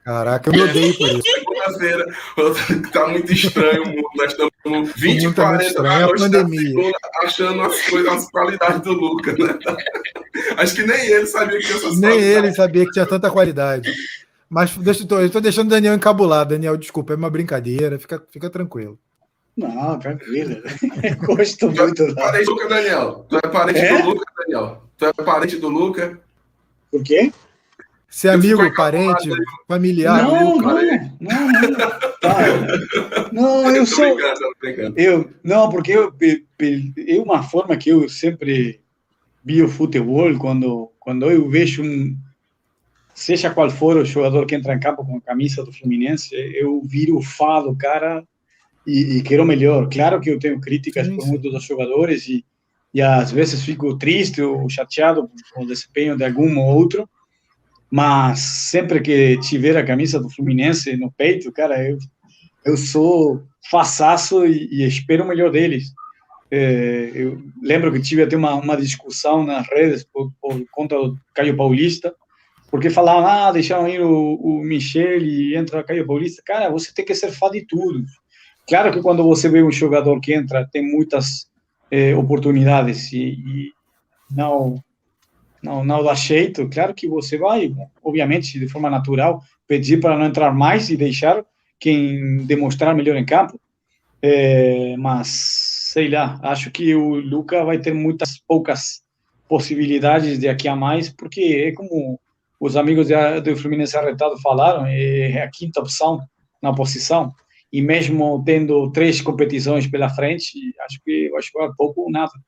Caraca, eu me odeio por isso. Segunda-feira, tá muito estranho o mundo. Nós estamos vinte, O mundo tá muito quarenta estranho, da é a noite da pandemia. segunda, achando as coisas, as qualidades do Lucas, né? Acho que nem ele sabia que tinha essas Nem qualidades. ele sabia que tinha tanta qualidade. Mas deixa, eu tô, eu tô deixando o Daniel encabulado. Daniel, desculpa, é uma brincadeira, fica, fica tranquilo. Não, tranquilo. Gosto Tu é muito. Da... parente do Lucas, Daniel? Tu é parente É? do Lucas, Daniel? Tu é parente do Lucas? Por quê? Ser Eu amigo, fico parente, encabulado familiar. Não, Lucas. não, não, não. Tá. Não, eu Tô sou. brincando, tô brincando. Eu, não, porque eu, é uma forma que eu sempre vi o futebol, quando, quando eu vejo um, seja qual for o jogador que entra em campo com a camisa do Fluminense, eu viro fã do cara e, e quero melhor. Claro que eu tenho críticas Sim, por sim. muitos dos jogadores e, e às vezes fico triste ou chateado com o desempenho de algum ou outro, mas sempre que tiver a camisa do Fluminense no peito, cara, eu, eu sou façaço e, e espero o melhor deles. É, eu lembro que tive até uma, uma discussão nas redes por, por conta do Caio Paulista, porque falavam, ah, deixaram ir o, o Michel e entra o Caio Paulista. Cara, você tem que ser fã de tudo. Claro que quando você vê um jogador que entra, tem muitas eh, oportunidades e, e não, não, não dá jeito, claro que você vai, obviamente, de forma natural, pedir para não entrar mais e deixar quem demonstrar melhor em campo. É, mas, sei lá, acho que o Lucas vai ter muitas poucas possibilidades de aqui a mais, porque é como os amigos de, do Fluminense Arretado falaram, é a quinta opção na posição, e mesmo tendo três competições pela frente, acho que vai jogar pouco ou nada.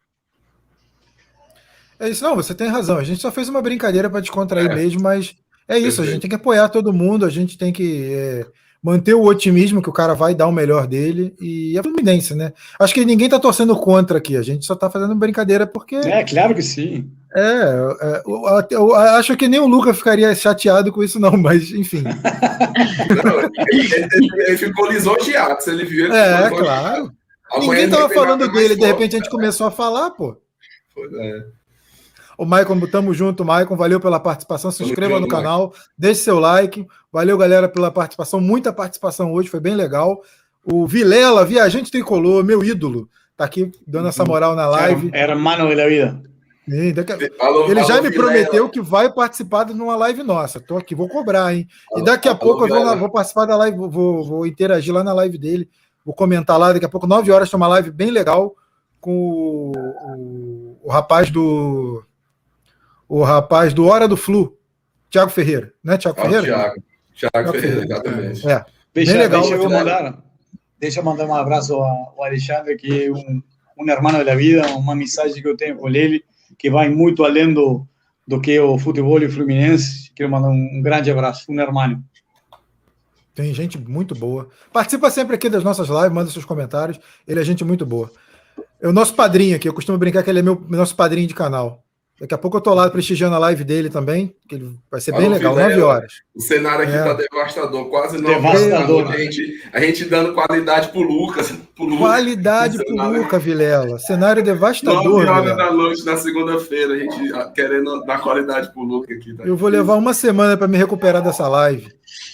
É isso, não, você tem razão. A gente só fez uma brincadeira para descontrair É. mesmo, mas é isso, Perfeito. a gente tem que apoiar todo mundo, a gente tem que é, manter o otimismo que o cara vai dar o melhor dele, e é Fluminense, né? Acho que ninguém tá torcendo contra aqui, a gente só tá fazendo brincadeira porque... É, claro que sim. É, é eu, eu, eu acho que nem o Lucas ficaria chateado com isso não, mas enfim. Não, ele, ele, ele ficou lisonjeado, se ele viu, ele É, ficou lisonjeado. claro. Amanhã Ninguém ele tava vai pegar falando até mais dele, de forte, repente a gente cara. começou a falar, pô. É. Ô, Maicon, tamo junto, Maicon. Valeu pela participação. Se Tamo inscreva junto, no canal, deixe seu like. Valeu, galera, pela participação. Muita participação hoje, foi bem legal. O Vilela, viajante tricolor, meu ídolo, tá aqui dando essa moral na live. Hermano de la vida. Sim, daqui a- Alô, Ele já alô, me Vilela. prometeu que vai participar de uma live nossa. Tô aqui, vou cobrar, hein? E Alô, daqui a alô, pouco eu vou, Vilela. vou participar da live, vou, vou interagir lá na live dele, vou comentar lá. Daqui a pouco, nove horas, tem uma live bem legal com o, o, o rapaz do. O rapaz do Hora do Flu, Thiago Ferreira, né, Thiago Ah, o Ferreira? Thiago. Thiago Thiago Ferreira, Ferreira. exatamente. É, Deixa, bem legal. deixa eu Thiago. mandar, deixa eu mandar um abraço ao, ao Alexandre, que é um, um hermano de la vida, uma amizade que eu tenho com ele, que vai muito além do, do que o futebol e o Fluminense. Quero mandar um, um grande abraço, um hermano. Tem gente muito boa. Participa sempre aqui das nossas lives, manda seus comentários. Ele é gente muito boa. É o nosso padrinho aqui, eu costumo brincar que ele é meu nosso padrinho de canal. Daqui a pouco eu tô lá prestigiando a live dele também, que ele vai ser bem Alô, legal, Vilela. nove horas. O cenário aqui É. tá devastador, quase nove Devastador. horas. A gente, a gente dando qualidade pro Lucas. Pro Lucas. Qualidade pro Cenário- Luca, Vilela. Cenário devastador, nove horas Vilela. da noite na segunda-feira, a gente ah, querendo dar qualidade pro Lucas aqui. Tá? Eu vou levar uma semana para me recuperar dessa live.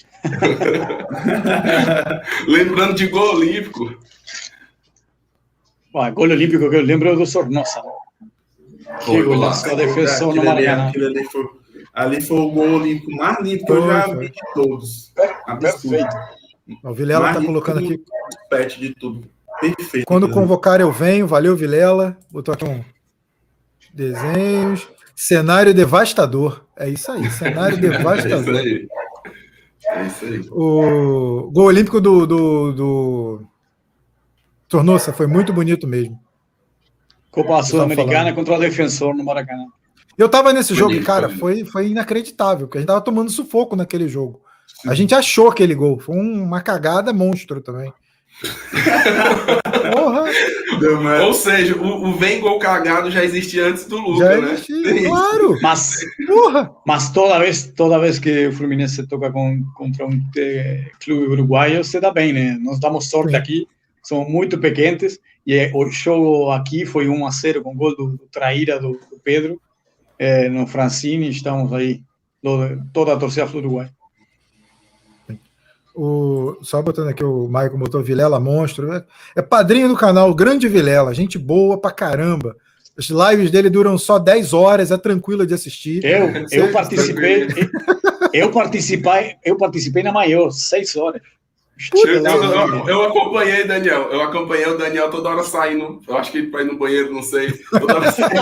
Lembrando de gol olímpico. O gol olímpico que eu lembro é o do Sornosa. Que golaço, a defensor no Aquilo ali, Maracanã. aquilo ali, foi, ali foi o gol olímpico mais lindo que eu Foi, já foi. vi de todos. Absurdo. Perfeito. O Vilela Mais tá lindo colocando que aqui. o pet de tudo. Perfeito. Quando aquilo ali. convocar eu venho. Valeu, Vilela. Botou aqui um desenhos. Cenário devastador. É isso aí, cenário É isso devastador. aí. É isso aí. O gol olímpico do, do, do... Tornosa foi muito bonito mesmo. Copa Sul-Americana falando. contra o defensor no Maracanã. Eu tava nesse jogo e, Bonito, cara, bonito. foi, foi inacreditável, porque a gente tava tomando sufoco naquele jogo. A gente achou aquele gol. Foi um- uma cagada monstro também. Porra! Deu, mas- Ou seja, o, o vem gol cagado já existia antes do Lucas, Já né? existia, claro! Mas, Porra! mas toda vez, toda vez que o Fluminense toca com, contra um eh, clube uruguaio, se dá bem, né? Nós damos sorte Sim. aqui, somos muito pequenos, e eh, o jogo aqui foi um a zero com gol do, do Traíra, do, do Pedro, eh, no Francine, estamos aí, do- toda a torcida do Uruguai. O, só botando aqui, o Maicon botou Vilela Monstro. É, é padrinho do canal, o grande Vilela, gente boa pra caramba. As lives dele duram só dez horas, é tranquilo de assistir. Eu, eu participei, eu participei, eu participei na maior, seis horas. Eu, eu, eu acompanhei, Daniel. Eu acompanhei o Daniel toda hora saindo. Eu acho que ele para ir no banheiro, não sei. Toda hora saindo.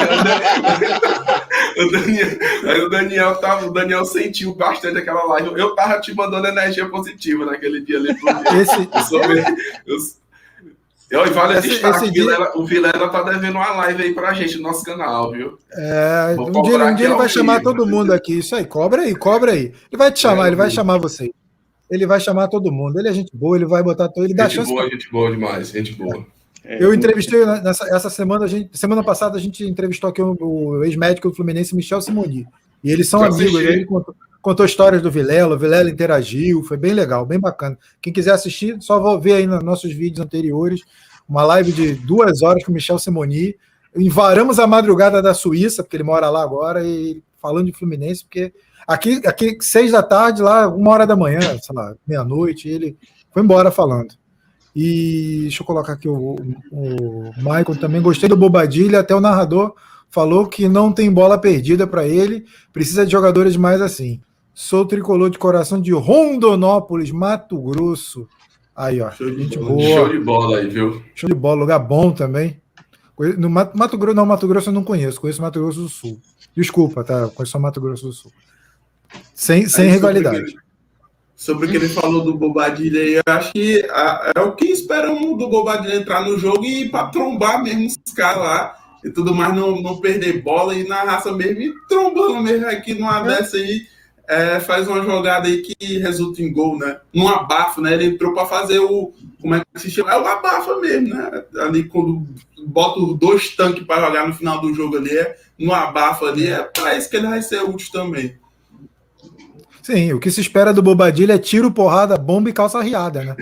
o Daniel, aí o Daniel tava, o Daniel sentiu bastante aquela live. Eu tava te mandando energia positiva naquele dia ali. Esse... Eu soube, eu, eu, vale esse, destaque, esse dia... Vilela, o Vilela tá devendo uma live aí pra gente no nosso canal, viu? É, um dia, um dia ele vai chamar vivo, todo mundo aqui. Isso aí, cobra aí, cobra aí. Ele vai te chamar, é, ele vai viu. chamar você. Ele vai chamar todo mundo. Ele é gente boa, ele vai botar todo. Ele dá gente chance. Boa, pra... Gente boa demais, gente boa. É, eu entrevistei nessa essa semana, a gente, semana passada a gente entrevistou aqui o, o ex-médico do Fluminense, Michel Simoni. E eles são eu amigos. Ele contou, contou histórias do Vilela, o Vilela interagiu, foi bem legal, bem bacana. Quem quiser assistir, só vou ver aí nos nossos vídeos anteriores. Uma live de duas horas com o Michel Simoni. Envaramos a madrugada da Suíça, porque ele mora lá agora, e falando de Fluminense, porque aqui, aqui seis da tarde, lá, uma hora da manhã, sei lá, meia-noite, ele foi embora falando. E deixa eu colocar aqui o, o Michael também. Gostei do Bobadilha, até o narrador falou que não tem bola perdida para ele, precisa de jogadores mais assim. Sou tricolor de coração de Rondonópolis, Mato Grosso. Aí, ó, show gente de boa. Show de bola aí, viu? Show de bola, lugar bom também. No Mato, Mato Grosso, não, Mato Grosso eu não conheço, conheço Mato Grosso do Sul. Desculpa, tá? Conheço só Mato Grosso do Sul. Sem, sem rivalidade. Sobre o que ele falou do Bobadilha aí, eu acho que a, é o que esperamos do Bobadilha entrar no jogo e ir pra trombar mesmo os caras lá e tudo mais, não, não perder bola e na raça mesmo, e trombando mesmo aqui numa é. dessa aí, é, faz uma jogada aí que resulta em gol, né? Num abafo, né? Ele entrou pra fazer o, como é que se chama? É o abafa mesmo, né? Ali quando bota os dois tanques pra jogar no final do jogo ali, é, no abafa ali, é pra isso que ele vai ser útil também. Sim, o que se espera do Bobadilha é tiro, porrada, bomba e calça riada, né?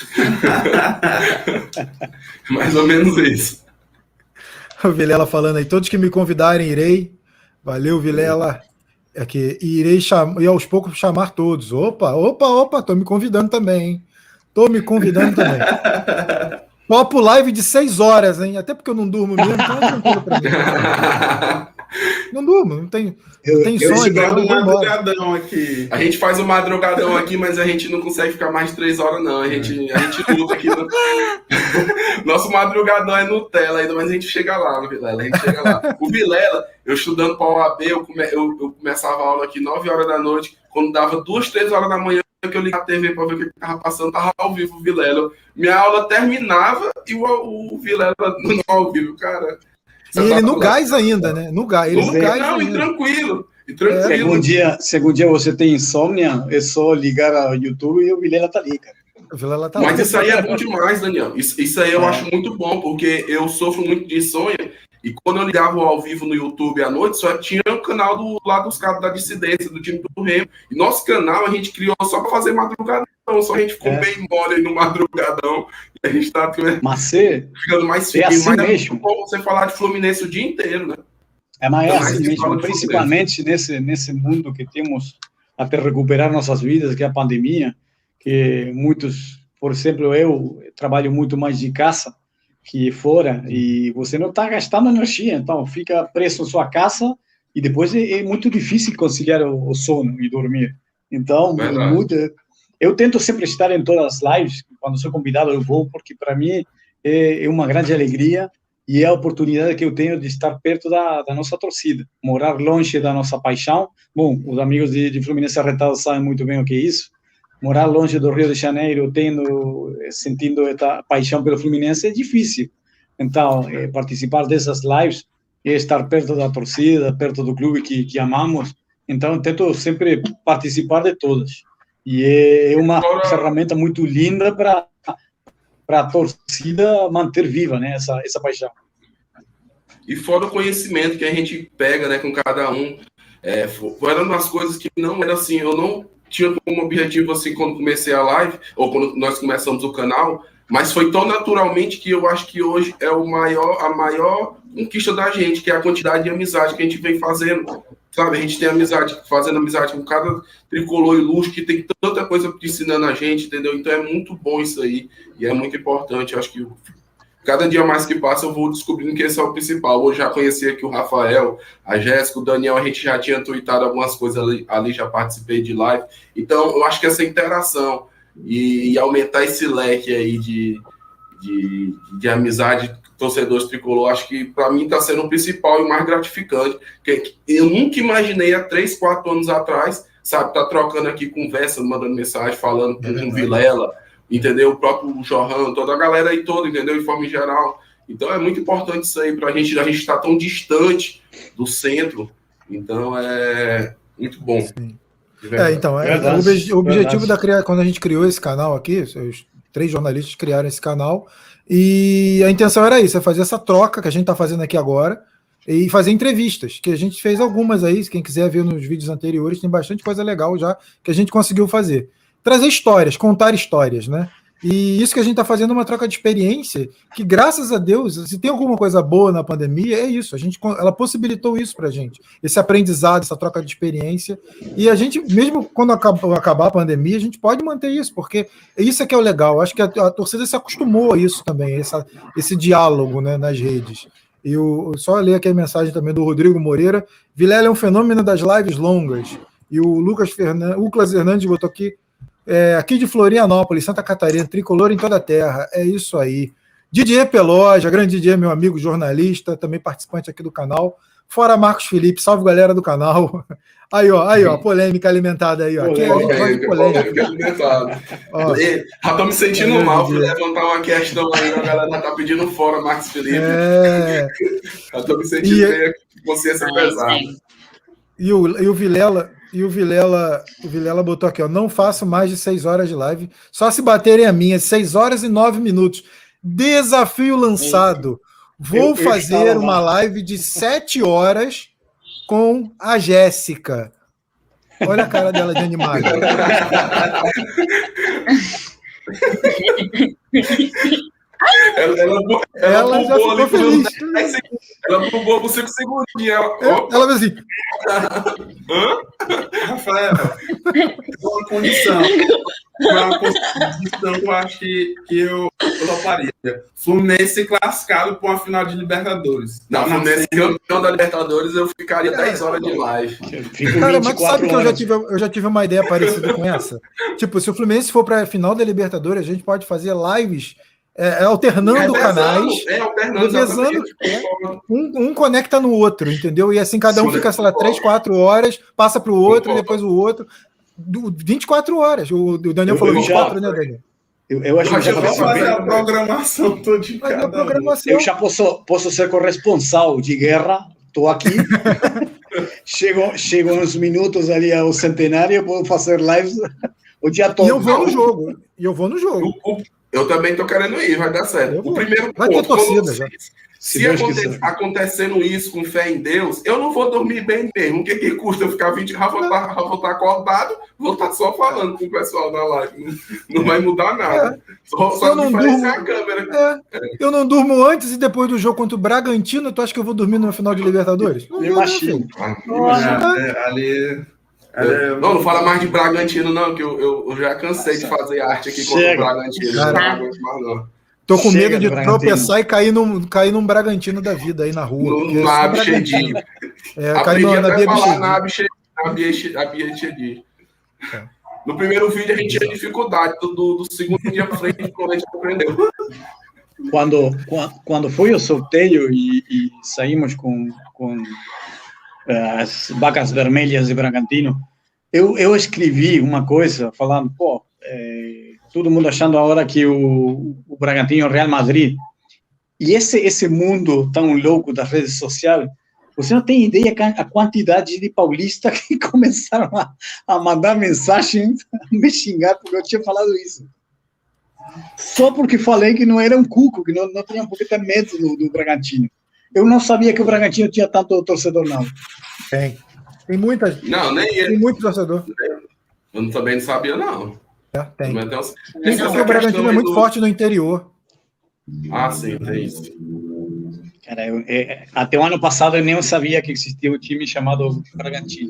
Mais ou menos isso. O Vilela falando aí, todos que me convidarem, irei. Valeu, Vilela. É que irei chamar, e aos poucos chamar todos. Opa, opa, opa, tô me convidando também, hein? Tô me convidando também. Topo live de seis horas, hein? Até porque eu não durmo mesmo, então é tranquilo pra mim. Não durmo, não tem, não tem eu, sonho. Eu um madrugadão aqui. A gente faz um madrugadão aqui, mas a gente não consegue ficar mais de três horas, não. A gente, a gente luta aqui. No... Nosso madrugadão é Nutella ainda, mas a gente chega lá no Vilela. A gente chega lá. O Vilela, eu estudando para o O A B, eu, come... eu, eu começava a aula aqui nove horas da noite. Quando dava duas, três horas da manhã, que eu ligava a T V para ver o que estava passando, estava ao vivo o Vilela. Minha aula terminava e o, o Vilela não ao vivo, cara. E ele no gás ainda, né? No gás. Ele no gás não, ainda. E tranquilo. E tranquilo. É. Segundo dia, segundo dia você tem insônia, é só ligar ao YouTube e o Vilela tá ali, cara. O Vilela tá Mas ali. isso aí é bom demais, Daniel. Isso, isso aí eu é. acho muito bom, porque eu sofro muito de insônia. E quando eu ligava ao vivo no YouTube à noite, só tinha o canal do lado dos caras da dissidência, do time do Remo. E nosso canal a gente criou só para fazer madrugadão. Só a gente ficou é. bem mole no madrugadão. E a gente tá mas é, ficando mais firme. É assim mas mesmo. É bom você falar de Fluminense o dia inteiro, né? É, mas é assim mesmo. Principalmente nesse, nesse mundo que temos até recuperar nossas vidas, que é a pandemia, que muitos, por exemplo, eu trabalho muito mais de casa que fora, e você não está gastando energia, então fica preso em sua casa e depois é, é muito difícil conciliar o, o sono e dormir. Então, muito, eu tento sempre estar em todas as lives, quando sou convidado eu vou, porque para mim é, é uma grande alegria e é a oportunidade que eu tenho de estar perto da, da nossa torcida, morar longe da nossa paixão. Bom, os amigos de, de Fluminense Arretado sabem muito bem o que é isso. Morar longe do Rio de Janeiro, tendo, sentindo essa paixão pelo Fluminense é difícil. Então, é, participar dessas lives é estar perto da torcida, perto do clube que, que amamos. Então, tento sempre participar de todas. E é uma Agora... ferramenta muito linda para para a torcida manter viva, né, essa, essa paixão. E fora o conhecimento que a gente pega, né, com cada um, é, foram umas coisas que não era assim, eu não tinha como objetivo, assim, quando comecei a live, ou quando nós começamos o canal, mas foi tão naturalmente que eu acho que hoje é o maior, a maior conquista da gente, que é a quantidade de amizade que a gente vem fazendo, sabe? A gente tem amizade, fazendo amizade com cada tricolor ilustre que tem tanta coisa ensinando a gente, entendeu? Então é muito bom isso aí e é muito importante. Eu acho que cada dia mais que passa eu vou descobrindo que esse é o principal. Hoje já conheci aqui o Rafael, a Jéssica, o Daniel, a gente já tinha tweetado algumas coisas ali, ali já participei de live. Então eu acho que essa interação e, e aumentar esse leque aí de, de, de amizade, torcedores tricolor, acho que para mim está sendo o principal e o mais gratificante. Que eu nunca imaginei há três, quatro anos atrás, sabe, tá trocando aqui conversa, mandando mensagem, falando com o Vilela, entendeu? O próprio Johan, toda a galera aí toda, entendeu? De forma geral. Então é muito importante isso aí pra gente, a gente está tão distante do centro, então é muito bom. É, então, é, verdade, o objetivo verdade. da criação, quando a gente criou esse canal aqui, os três jornalistas criaram esse canal, e a intenção era isso, é fazer essa troca que a gente está fazendo aqui agora, e fazer entrevistas, que a gente fez algumas aí, quem quiser ver nos vídeos anteriores, tem bastante coisa legal já que a gente conseguiu fazer. Trazer histórias, contar histórias, né? E isso que a gente está fazendo é uma troca de experiência, que graças a Deus, se tem alguma coisa boa na pandemia, é isso, a gente, ela possibilitou isso para a gente, esse aprendizado, essa troca de experiência, e a gente, mesmo quando acabar a pandemia, a gente pode manter isso, porque isso é que é o legal, acho que a, a torcida se acostumou a isso também, essa, esse diálogo, né, nas redes. E eu, eu só ler aqui a mensagem também do Rodrigo Moreira, Vilela é um fenômeno das lives longas, e o Lucas Fernandes, Lucas Hernandes botou aqui, É, aqui de Florianópolis, Santa Catarina, tricolor em toda a terra, é isso aí. Didier Peloja, grande Didier, meu amigo jornalista, também participante aqui do canal. Fora Marcos Felipe, salve galera do canal. Aí, ó, aí, ó, polêmica alimentada aí, ó. Aqui polêmica, a gente polêmica. polêmica alimentada. Ó, já tô me sentindo é, mal, fui levantar uma questão aí, a galera tá pedindo fora Marcos Felipe. É... Já tô me sentindo e, bem aqui, consciência pesada. E o, e o Vilela... E o Vilela, o Vilela botou aqui, ó, não faço mais de seis horas de live, só se baterem a minha, seis horas e nove minutos. Desafio lançado. Vou eu, eu fazer uma live de sete horas com a Jéssica. Olha a cara dela de animada. Ela, ela, ela, ela já ficou feliz. Ela bugou por cinco segundos. Ela, ela, ela vai assim. Hã? Rafael, uma condição. Uma condição que eu acho que, que eu, eu toparia. Fluminense classificado para uma final de Libertadores. Não, Fluminense campeão da Libertadores, eu ficaria é, dez horas de live. Cara, mas sabe que eu já, tive, eu já tive uma ideia parecida com essa? Tipo, se o Fluminense for para a final da Libertadores, a gente pode fazer lives. É, alternando é, canais, é, alternando, revezando, é, um, um conecta no outro, entendeu? E assim cada um Sim, fica, sei lá, três, quatro horas, passa para o outro, e depois o outro. vinte e quatro horas. O, o Daniel eu, falou vinte e quatro, né, Daniel? Eu, eu acho eu que já vou fazer a programação toda de cada programação. Eu já posso, posso ser corresponsal de guerra, estou aqui. chego, chego uns minutos ali ao centenário, vou fazer lives o dia todo. E eu vou no jogo. E eu vou no jogo. O, o, Eu também tô querendo ir, vai dar certo. O primeiro vai ponto, ter torcida já. Se, se aconte, acontecendo isso com fé em Deus, eu não vou dormir bem mesmo. O que, que custa eu ficar vinte Rafa tá, Rafa tá acordado, vou estar só falando com o pessoal na live. Não, não vai mudar nada. É. Só, só eu, não durmo, a câmera. É. É. eu não durmo antes e depois do jogo contra o Bragantino. Tu acha que eu vou dormir no final de Libertadores? Não, imagino. É, ali... É, não, não fala mais de Bragantino, não, que eu, eu, eu já cansei de fazer arte aqui contra o Bragantino. Cara, não aguento mais, não. Tô com Chega medo de tropeçar e cair num, cair num Bragantino da vida aí na rua. No, no Abchedi. É, cair na Bia Abchedi. É. No primeiro vídeo a gente tinha dificuldade, do, do, do segundo dia para frente a gente aprendeu. Quando, quando foi o sorteio e, e saímos com... com... as vacas vermelhas de Bragantino, eu, eu escrevi uma coisa falando, pô, é, todo mundo achando agora que o, o Bragantino é o Real Madrid, e esse, esse mundo tão louco das redes sociais, você não tem ideia a quantidade de paulistas que começaram a, a mandar mensagens, a me xingar porque eu tinha falado isso. Só porque falei que não era um cuco, que não, não tinha por que ter medo do, do Bragantino. Eu não sabia que o Bragantino tinha tanto torcedor, não. Tem. Tem muitas. Não, nem Tem ele. muito torcedor. Eu também não sabia, não. É, tem. Mas tem, tem porque o Bragantino é muito do... forte no interior. Ah, sim, tem isso. Cara, eu, é, até o ano passado eu nem sabia que existia um time chamado Bragantino.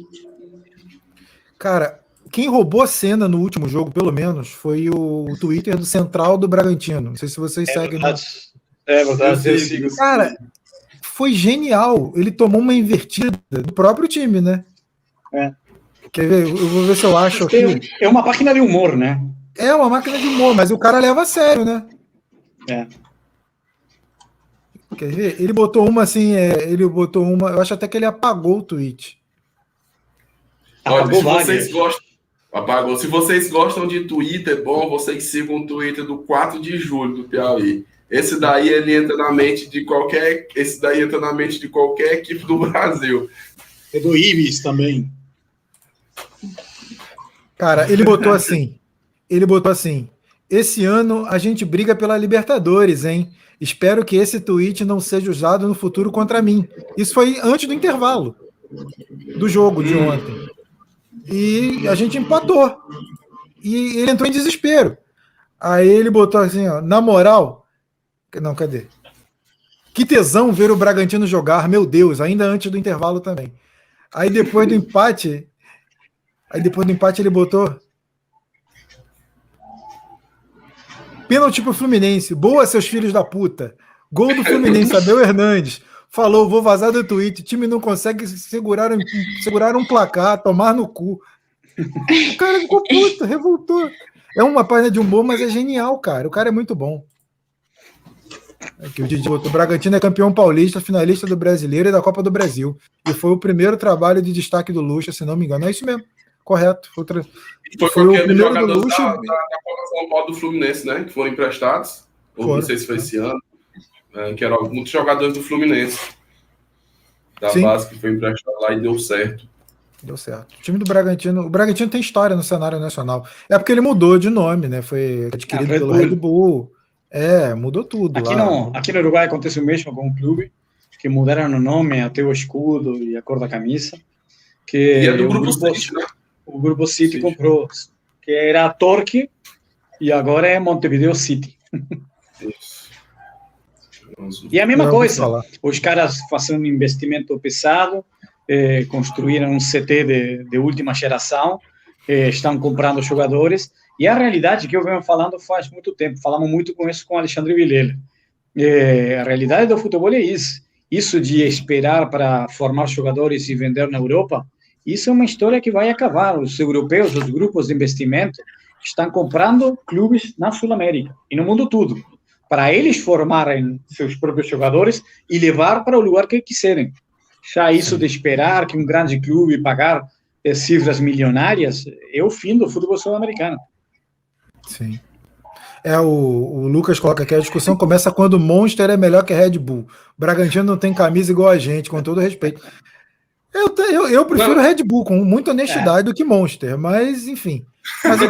Cara, quem roubou a cena no último jogo, pelo menos, foi o Twitter do Central do Bragantino. Não sei se vocês É seguem. verdade. Né? É verdade. Eu Eu sigo. sigo. Cara, foi genial. Ele tomou uma invertida do próprio time, né? É. Quer ver? Eu vou ver se eu acho aqui. É uma página de humor, né? É uma máquina de humor, mas o cara leva a sério, né? É. Quer ver? Ele botou uma assim, é, ele botou uma. Eu acho até que ele apagou o tweet. Olha, Apagou se vocês várias. gostam, apagou. Se vocês gostam de Twitter, bom, vocês sigam o Twitter do quatro de julho do Piauí. Esse daí ele entra na mente de qualquer, esse daí entra na mente de qualquer equipe do Brasil. É do Ibis também. Cara, ele botou assim. Ele botou assim. Esse ano a gente briga pela Libertadores, hein? Espero que esse tweet não seja usado no futuro contra mim. Isso foi antes do intervalo do jogo de ontem. E a gente empatou. E ele entrou em desespero. Aí ele botou assim, ó, na moral... Não, cadê? Que tesão ver o Bragantino jogar, meu Deus, ainda antes do intervalo também. Aí depois do empate... Aí depois do empate ele botou... Pênalti pro Fluminense. Boa, seus filhos da puta. Gol do Fluminense, Abel Hernandes. Falou, vou vazar do tweet. O time não consegue segurar um, segurar um placar, tomar no cu. O cara ficou puto, revoltou. É uma página de humor, mas é genial, cara. O cara é muito bom. Aqui, o Didi botou, o Bragantino é campeão paulista, finalista do Brasileiro e da Copa do Brasil. E foi o primeiro trabalho de destaque do Lucha, se não me engano. É isso mesmo. Correto. Foi, outra... Foi, foi foi o primeiro jogadores do Lucha. da, da, da Copa São Paulo do Fluminense, né? Que foram emprestados. Ou não sei se foi esse ano. É, que eram muitos jogadores do Fluminense. Da Sim. base que foi emprestado lá e deu certo. Deu certo. O time do Bragantino. O Bragantino tem história no cenário nacional. É porque ele mudou de nome, né? Foi adquirido Ah, Red pelo Bull. Red Bull. É, mudou tudo. Aqui lá. no, aqui no Uruguai acontece o mesmo com o clube, que mudaram o nome, até o escudo e a cor da camisa. Que E é do o Grupo grupo, City, né? o grupo City City. comprou, que era Torque, e agora é Montevideo City. Isso. E é a mesma Não, vou coisa, falar. os caras fazendo um investimento pesado, eh, construíram um C T de, de última geração, eh, estão comprando jogadores, e a realidade que eu venho falando faz muito tempo, falamos muito com isso com o Alexandre Vilela. Eh, a realidade do futebol é isso, isso de esperar para formar jogadores e vender na Europa, isso é uma história que vai acabar. Os europeus, os grupos de investimento, estão comprando clubes na Sul-América e no mundo todo, para eles formarem seus próprios jogadores e levar para o lugar que quiserem. Já isso de esperar que um grande clube pagar eh, cifras milionárias é o fim do futebol sul-americano. Sim. É, o, o Lucas coloca aqui, a discussão começa quando o Monster é melhor que a Red Bull. O Bragantino não tem camisa igual a gente, com todo respeito. Eu, te- eu, eu prefiro Não. Red Bull, com muita honestidade, do que Monster, mas enfim. Mas eu,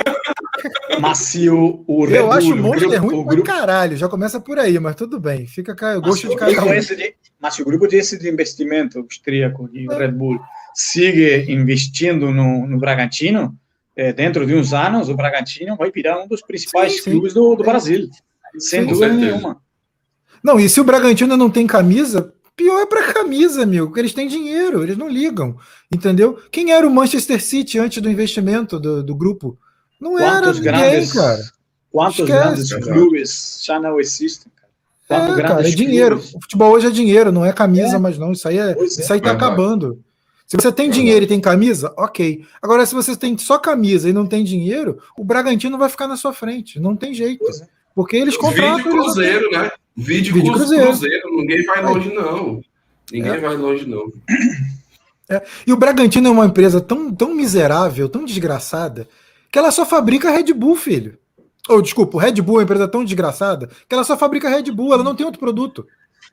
Mas se o, o Red eu Bull, acho o o Monster grupo, ruim o pra grupo, caralho, já começa por aí, mas tudo bem, fica ca- mas gosto o de cada grupo um. esse de, mas se o grupo desse de investimento austríaco de Red Bull sigue investindo no, no Bragantino, eh, dentro de uns anos o Bragantino vai virar um dos principais Sim, sim. clubes do, do Brasil, sem Sim, dúvida com certeza. nenhuma. Não, e se o Bragantino não tem camisa, pior é pra camisa, amigo, porque eles têm dinheiro, eles não ligam, entendeu? Quem era o Manchester City antes do investimento do, do grupo? Não era Quantos ninguém, grandes, cara. quantos Esquece, grandes cara. clubes já não existem? Cara? Quantos É, cara, é grandes dinheiro. clubes? O futebol hoje é dinheiro, não é camisa, É. mas não. Isso aí, é, Pois é. isso aí tá Verdade. acabando. Se você tem Verdade. dinheiro e tem camisa, ok. Agora, se você tem só camisa e não tem dinheiro, o Bragantino vai ficar na sua frente. Não tem jeito. Pois é. Porque eles contratam. Vídeo eles- Cruzeiro, né? Vídeo, Vídeo Cruzeiro. Cruzeiro. Cruzeiro. Ninguém vai longe, não. Ninguém É. vai longe, não. E o Bragantino é uma empresa tão, tão miserável, tão desgraçada, que ela só fabrica Red Bull, filho. Ou, desculpa, o Red Bull é uma empresa tão desgraçada que ela só fabrica Red Bull, ela não tem outro produto.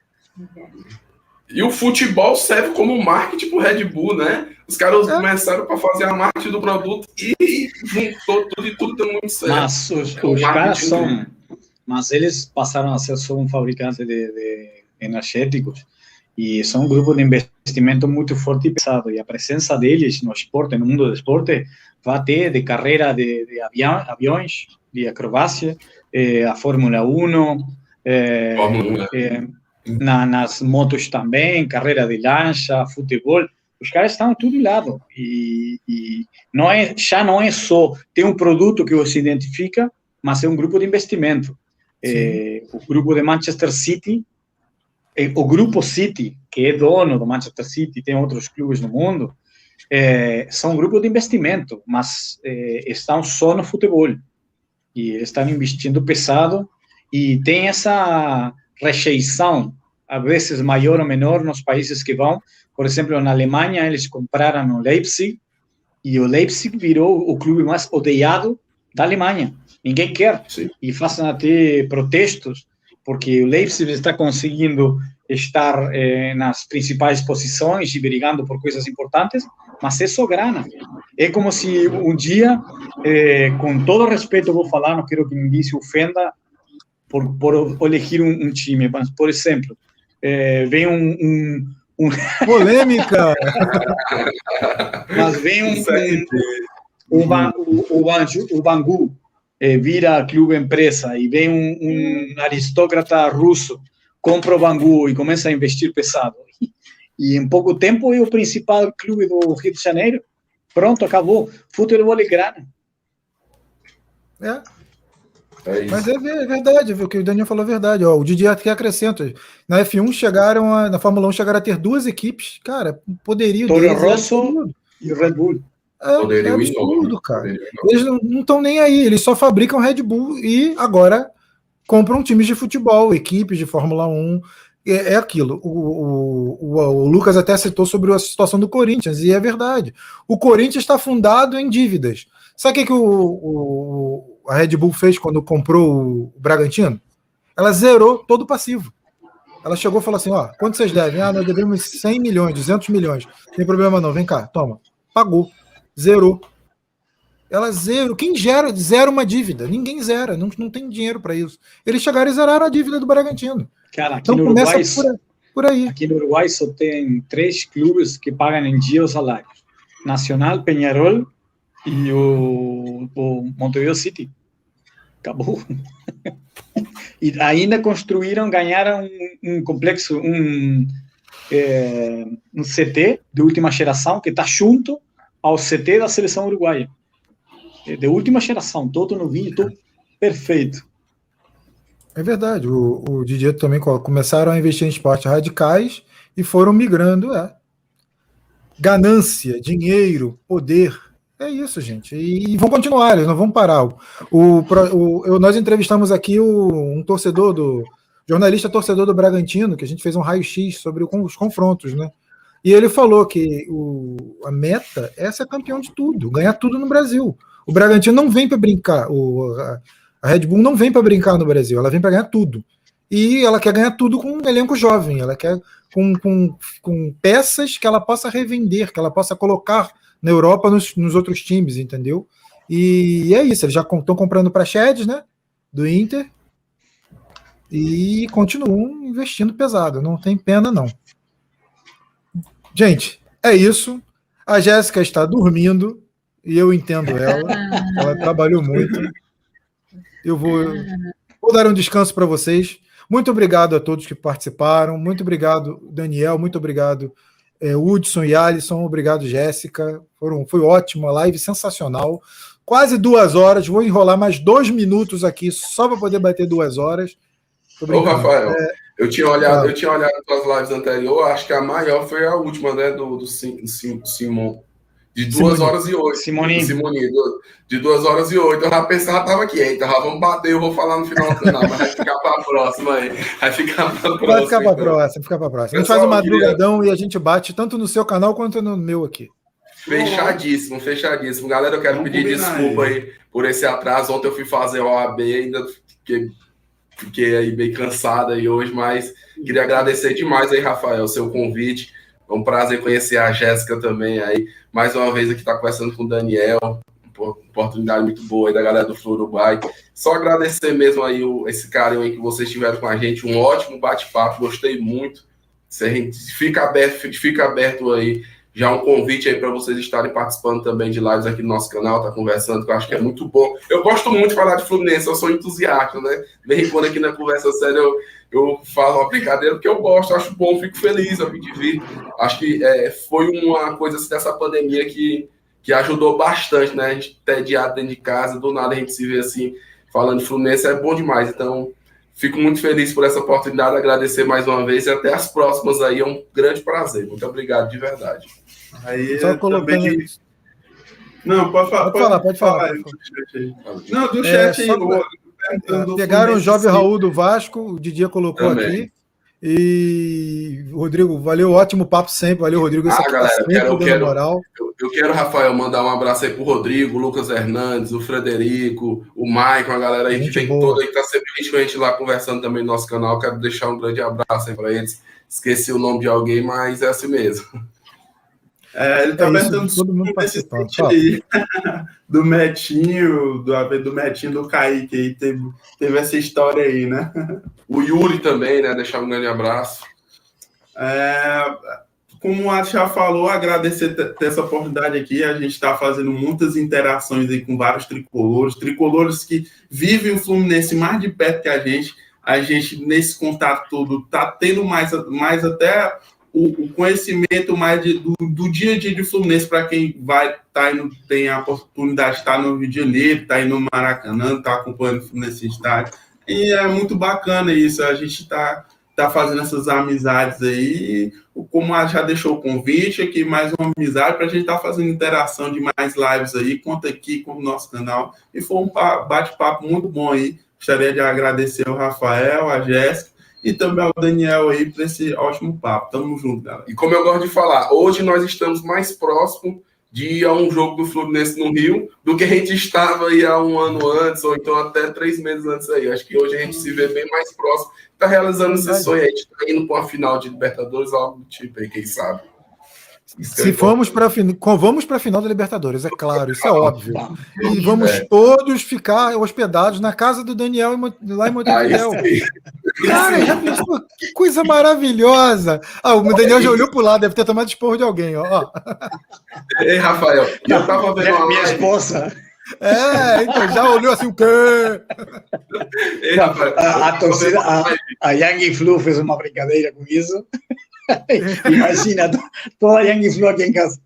E o futebol serve como marketing pro Red Bull, né? Os caras É. começaram para fazer a marketing do produto e juntou tudo e tudo deu muito certo. Mas os, É um os caras marketing são. incrível. Mas eles passaram a ser só um fabricante de, de energéticos e são um grupo de investimento muito forte e pesado. E a presença deles no esporte, no mundo do esporte, vai ter de carreira de, de avião, aviões, de acrobacia, eh, a Fórmula um, eh, Fórmula um, né? eh, na, nas motos também, carreira de lancha, futebol. Os caras estão tudo lado. E, e não é, já não é só ter um produto que você identifica, mas é um grupo de investimento. É, o grupo de Manchester City, é, o grupo City, que é dono do Manchester City, tem outros clubes no mundo, é, são um grupo de investimento, mas é, estão só no futebol. E eles estão investindo pesado e tem essa rejeição, às vezes maior ou menor, nos países que vão. Por exemplo, na Alemanha, eles compraram o Leipzig e o Leipzig virou o clube mais odiado da Alemanha. Ninguém quer. Sim. E fazem até protestos, porque o Leipzig está conseguindo estar eh, nas principais posições e brigando por coisas importantes, mas é só grana. É como se um dia, eh, com todo respeito, eu vou falar, não quero que ninguém se ofenda por, por elegir um, um time, mas, por exemplo, eh, vem um... um Um... Polêmica! Mas vem um, um, um, o, o, Bangu, o Bangu eh, vira clube empresa e vem um, um aristócrata russo, compra o Bangu e começa a investir pesado. E em pouco tempo é o principal clube do Rio de Janeiro. Pronto, acabou. Futebol é grana. É. É Mas é verdade, o que o Daniel falou é verdade. Ó, o Didi aqui acrescenta. Na F um chegaram, a, na Fórmula um chegaram a ter duas equipes. Cara, poderio Toro Rosso e Red Bull. É, é absurdo, cara. Eles não estão nem aí, eles só fabricam Red Bull e agora compram times de futebol, equipes de Fórmula um. É, é aquilo. O, o, o, o Lucas até citou sobre a situação do Corinthians, e é verdade. O Corinthians está fundado em dívidas. Sabe o que, que o, o, a Red Bull fez quando comprou o Bragantino? Ela zerou todo o passivo. Ela chegou e falou assim, ó, quanto vocês devem? Ah, nós devemos cem milhões, duzentos milhões. Não tem problema não, vem cá, toma. Pagou. Zerou. Ela zerou. Quem gera, zera uma dívida? Ninguém zera, não, não tem dinheiro para isso. Eles chegaram e zeraram a dívida do Bragantino. Cara, aqui então no começa Uruguai, por, por aí. Aqui no Uruguai só tem três clubes que pagam em dia os salários. Nacional, Peñarol e o, o Montevideo City. Acabou. E ainda construíram, ganharam um, um complexo, um, é, um C T de última geração que está junto ao C T da seleção uruguaia. De última geração, todo novinho, todo perfeito. É verdade, o, o Didier também começaram a investir em esportes radicais e foram migrando. É. Ganância, dinheiro, poder. É isso, gente. E, e vão continuar, eles não vão parar. O, o, o, nós entrevistamos aqui o, um torcedor do. jornalista torcedor do Bragantino, que a gente fez um raio-x sobre o, os confrontos, né? E ele falou que o, a meta é ser campeão de tudo, ganhar tudo no Brasil. O Bragantino não vem para brincar, o, a, a Red Bull não vem para brincar no Brasil, ela vem para ganhar tudo. E ela quer ganhar tudo com um elenco jovem, ela quer com, com, com peças que ela possa revender, que ela possa colocar na Europa nos, nos outros times, entendeu? E é isso, eles já estão comprando para Sheds, né? Do Inter. E continuam investindo pesado, não tem pena, não. Gente, é isso. A Jéssica está dormindo e eu entendo ela. Ela trabalhou muito. Eu vou, vou dar um descanso para vocês. Muito obrigado a todos que participaram. Muito obrigado, Daniel. Muito obrigado, é, Hudson e Alisson. Obrigado, Jéssica. Foram, foi ótimo, a live sensacional. Quase duas horas. Vou enrolar mais dois minutos aqui só para poder bater duas horas. Ô, Rafael, é, eu tinha olhado, eu tinha olhado as lives anteriores, acho que a maior foi a última, né, do, do Sim, Sim, Simon, de duas Simoni. horas e oito. Simoninho. Simoninho, de duas horas e oito. Eu já pensava, tava aqui, eita, já vamos bater, eu vou falar no final do canal, mas vai ficar para a próxima aí. Vai ficar para a próxima. Vai ficar para a então. próxima, ficar para a próxima. A gente faz um madrugadão queria... e a gente bate tanto no seu canal quanto no meu aqui. Fechadíssimo, fechadíssimo. Galera, eu quero vamos pedir desculpa aí. aí por esse atraso. Ontem eu fui fazer o O A B e ainda fiquei... Fiquei aí bem cansado aí hoje, mas queria agradecer demais aí, Rafael, o seu convite. É um prazer conhecer a Jéssica também aí. Mais uma vez aqui tá conversando com o Daniel. Uma oportunidade muito boa aí da galera do Flu Uruguai. Só agradecer mesmo aí o, esse carinho aí que vocês tiveram com a gente. Um ótimo bate-papo, gostei muito. Se a gente fica aberto, fica aberto aí já um convite aí para vocês estarem participando também de lives aqui no nosso canal, tá conversando, que eu acho que é muito bom. Eu gosto muito de falar de Fluminense, eu sou entusiasta, né? Vem quando aqui na conversa séria eu, eu falo uma brincadeira porque eu gosto, acho bom, fico feliz a de vir. Acho que é, foi uma coisa assim, dessa pandemia que, que ajudou bastante, né? A gente tediado dentro de casa, do nada a gente se vê assim, falando de Fluminense, é bom demais. Então, fico muito feliz por essa oportunidade, agradecer mais uma vez e até as próximas aí, é um grande prazer. Muito obrigado, de verdade. Aí, Só colocando... também... Não, pode, pode, pode falar, pode falar. Pode falar. Não, do chat é, aí. O... Pegaram o Job Raul do Vasco, o Didier colocou também aqui. E, Rodrigo, valeu, ótimo papo sempre. Valeu, Rodrigo. Ah, galera, tá eu, quero, eu, quero, eu, eu quero, Rafael, mandar um abraço aí pro Rodrigo, o Lucas Hernandes, o Frederico, o Maicon, a galera aí que tem toda aí, que tá sempre com a gente lá conversando também no nosso canal. Quero deixar um grande abraço aí pra eles. Esqueci o nome de alguém, mas é assim mesmo. É, ele tá é perguntando todo mundo participando. Aí, do Metinho, do, do Metinho, do Kaique, aí teve, teve essa história aí, né? O Yuri também, né? Deixar um grande abraço. É, como o Atos já falou, agradecer ter essa oportunidade aqui. A gente está fazendo muitas interações aí com vários tricolores, tricolores que vivem o Fluminense mais de perto que a gente. A gente, nesse contato todo, tá tendo mais, mais até... O, o conhecimento mais de, do, do dia a dia de Fluminense para quem vai tá indo, tem a oportunidade de estar no Rio de Janeiro, está indo no Maracanã, está acompanhando o Fluminense estádio. E é muito bacana isso, a gente está tá fazendo essas amizades aí, como a já deixou o convite aqui, mais uma amizade para a gente estar tá fazendo interação de mais lives aí, conta aqui com o nosso canal. E foi um bate-papo muito bom aí. Gostaria de agradecer ao Rafael, a Jéssica, e também ao Daniel aí por esse ótimo papo. Tamo junto, galera. E como eu gosto de falar, hoje nós estamos mais próximos de ir a um jogo do Fluminense no Rio do que a gente estava aí há um ano antes, ou então até três meses antes aí. Acho que hoje a gente se vê bem mais próximo. Tá realizando esse sonho aí, tá indo para uma final de Libertadores, algo do tipo aí, quem sabe. Se formos para vamos para a final da Libertadores, é claro, isso é óbvio. E vamos é. todos ficar hospedados na casa do Daniel lá em Montevidéu. Ah, cara, já pensou? Que coisa maravilhosa! Ah, o Daniel já olhou para o lado, deve ter tomado esporro de alguém, ó. Ei, Rafael, eu tava vendo uma minha esposa. É, então já olhou assim o quê? Ei, Rafael, a, a torcida, a, a Yang Flu fez uma brincadeira com isso. Imagina, toda a Yang Flu aqui em casa.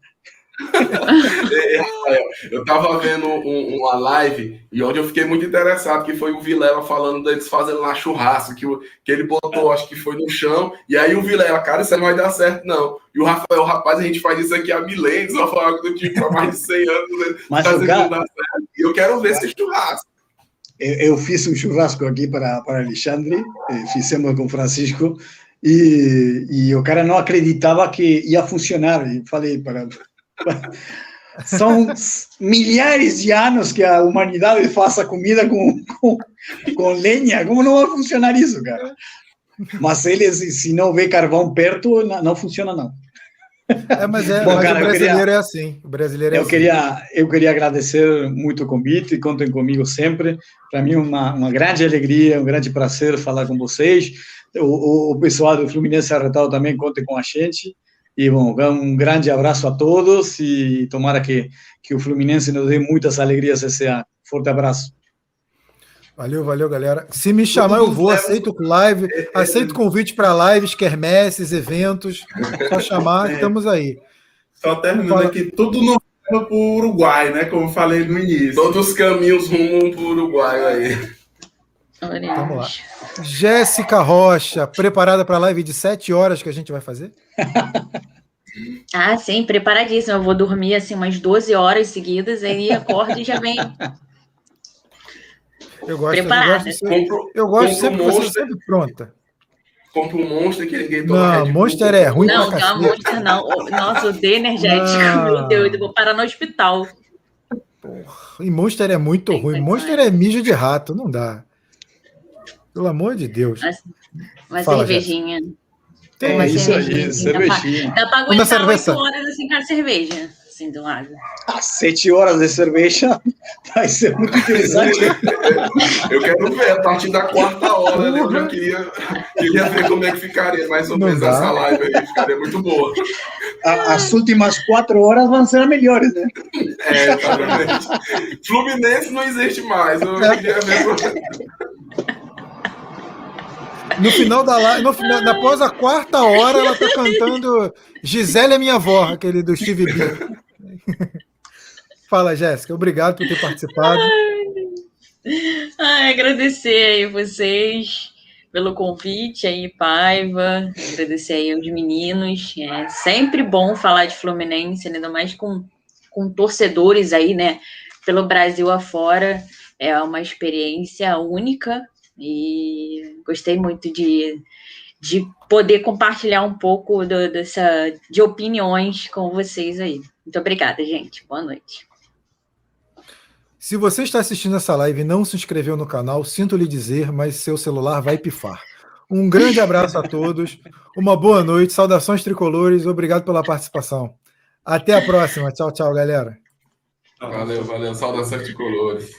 Eu estava vendo um, uma live e onde eu fiquei muito interessado, que foi o Vilela falando deles fazendo lá churrasco, que, o, que ele botou, acho que foi no chão, e aí o Vilela, cara, isso não vai dar certo, não. E o Rafael, rapaz, a gente faz isso aqui há milênios, ou algo do tipo, há mais de cem anos, né? Mas tá cara... dar certo. E eu quero ver esse churrasco. Eu, eu fiz um churrasco aqui para, para Alexandre, fizemos com o Francisco, e, e o cara não acreditava que ia funcionar. E falei para... São milhares de anos que a humanidade faz a comida com, com, com lenha. Como não vai funcionar isso, cara? Mas eles, se não vê carvão perto, não, não funciona, não. É, mas é, Bom, mas cara, o brasileiro queria, é assim. O brasileiro é eu, assim. Queria, eu queria agradecer muito o convite, contem comigo sempre. Para mim, uma, uma grande alegria, um grande prazer falar com vocês. O, o, o pessoal do Fluminense Arretado também contem com a gente. E, bom, um grande abraço a todos e tomara que, que o Fluminense nos dê muitas alegrias esse ano. Forte abraço. Valeu, valeu, galera. Se me chamar, eu vou, aceito live, aceito convite para lives, quermesses, eventos. Só chamar, é. Estamos aí. Só terminando Fala... aqui, tudo no para o Uruguai, né? Como eu falei no início. Todos os caminhos rumam para o Uruguai aí. Vamos lá. Jéssica Rocha, preparada para a live de sete horas que a gente vai fazer? Ah, sim, preparadíssima. Eu vou dormir assim umas doze horas seguidas, aí acordo e já vem. Eu gosto, eu gosto de ser, eu gosto sempre, um você sempre pronta. Compra um Monster que ninguém toma. Não, Monster é ruim não, pra não, Monster não. Nossa, o D energético, não. Meu Deus, eu vou parar no hospital. Porra, e Monster é muito ruim. Monster é mijo de rato, não dá. Pelo amor de Deus. Uma Fala, cervejinha. Tem uma isso cervejinha. Aí, cervejinha. Dá para aguentar oito horas assim com a cerveja. assim, do lado. Às sete horas de cerveja vai ser muito interessante. Eu quero ver, a partir da quarta hora, né, eu já queria, queria ver como é que ficaria mais ou menos essa live aí, ficaria muito boa. A, as últimas quatro horas vão ser as melhores, né? É, exatamente. Fluminense não existe mais, eu queria ver. No final da live, no final, após a quarta hora, ela tá cantando Gisele é minha avó, aquele do Steve B. Fala, Jéssica, obrigado por ter participado. Ai, agradecer aí vocês pelo convite aí, Paiva, agradecer aí aos meninos. É sempre bom falar de Fluminense, ainda mais com, com torcedores aí, né, pelo Brasil afora. É uma experiência única. E gostei muito de, de poder compartilhar um pouco do, dessa, de opiniões com vocês aí. Muito obrigada, gente. Boa noite. Se você está assistindo essa live e não se inscreveu no canal, sinto lhe dizer, mas seu celular vai pifar. Um grande abraço a todos, uma boa noite, saudações tricolores, obrigado pela participação. Até a próxima. Tchau, tchau, galera. Valeu, valeu. Saudações tricolores.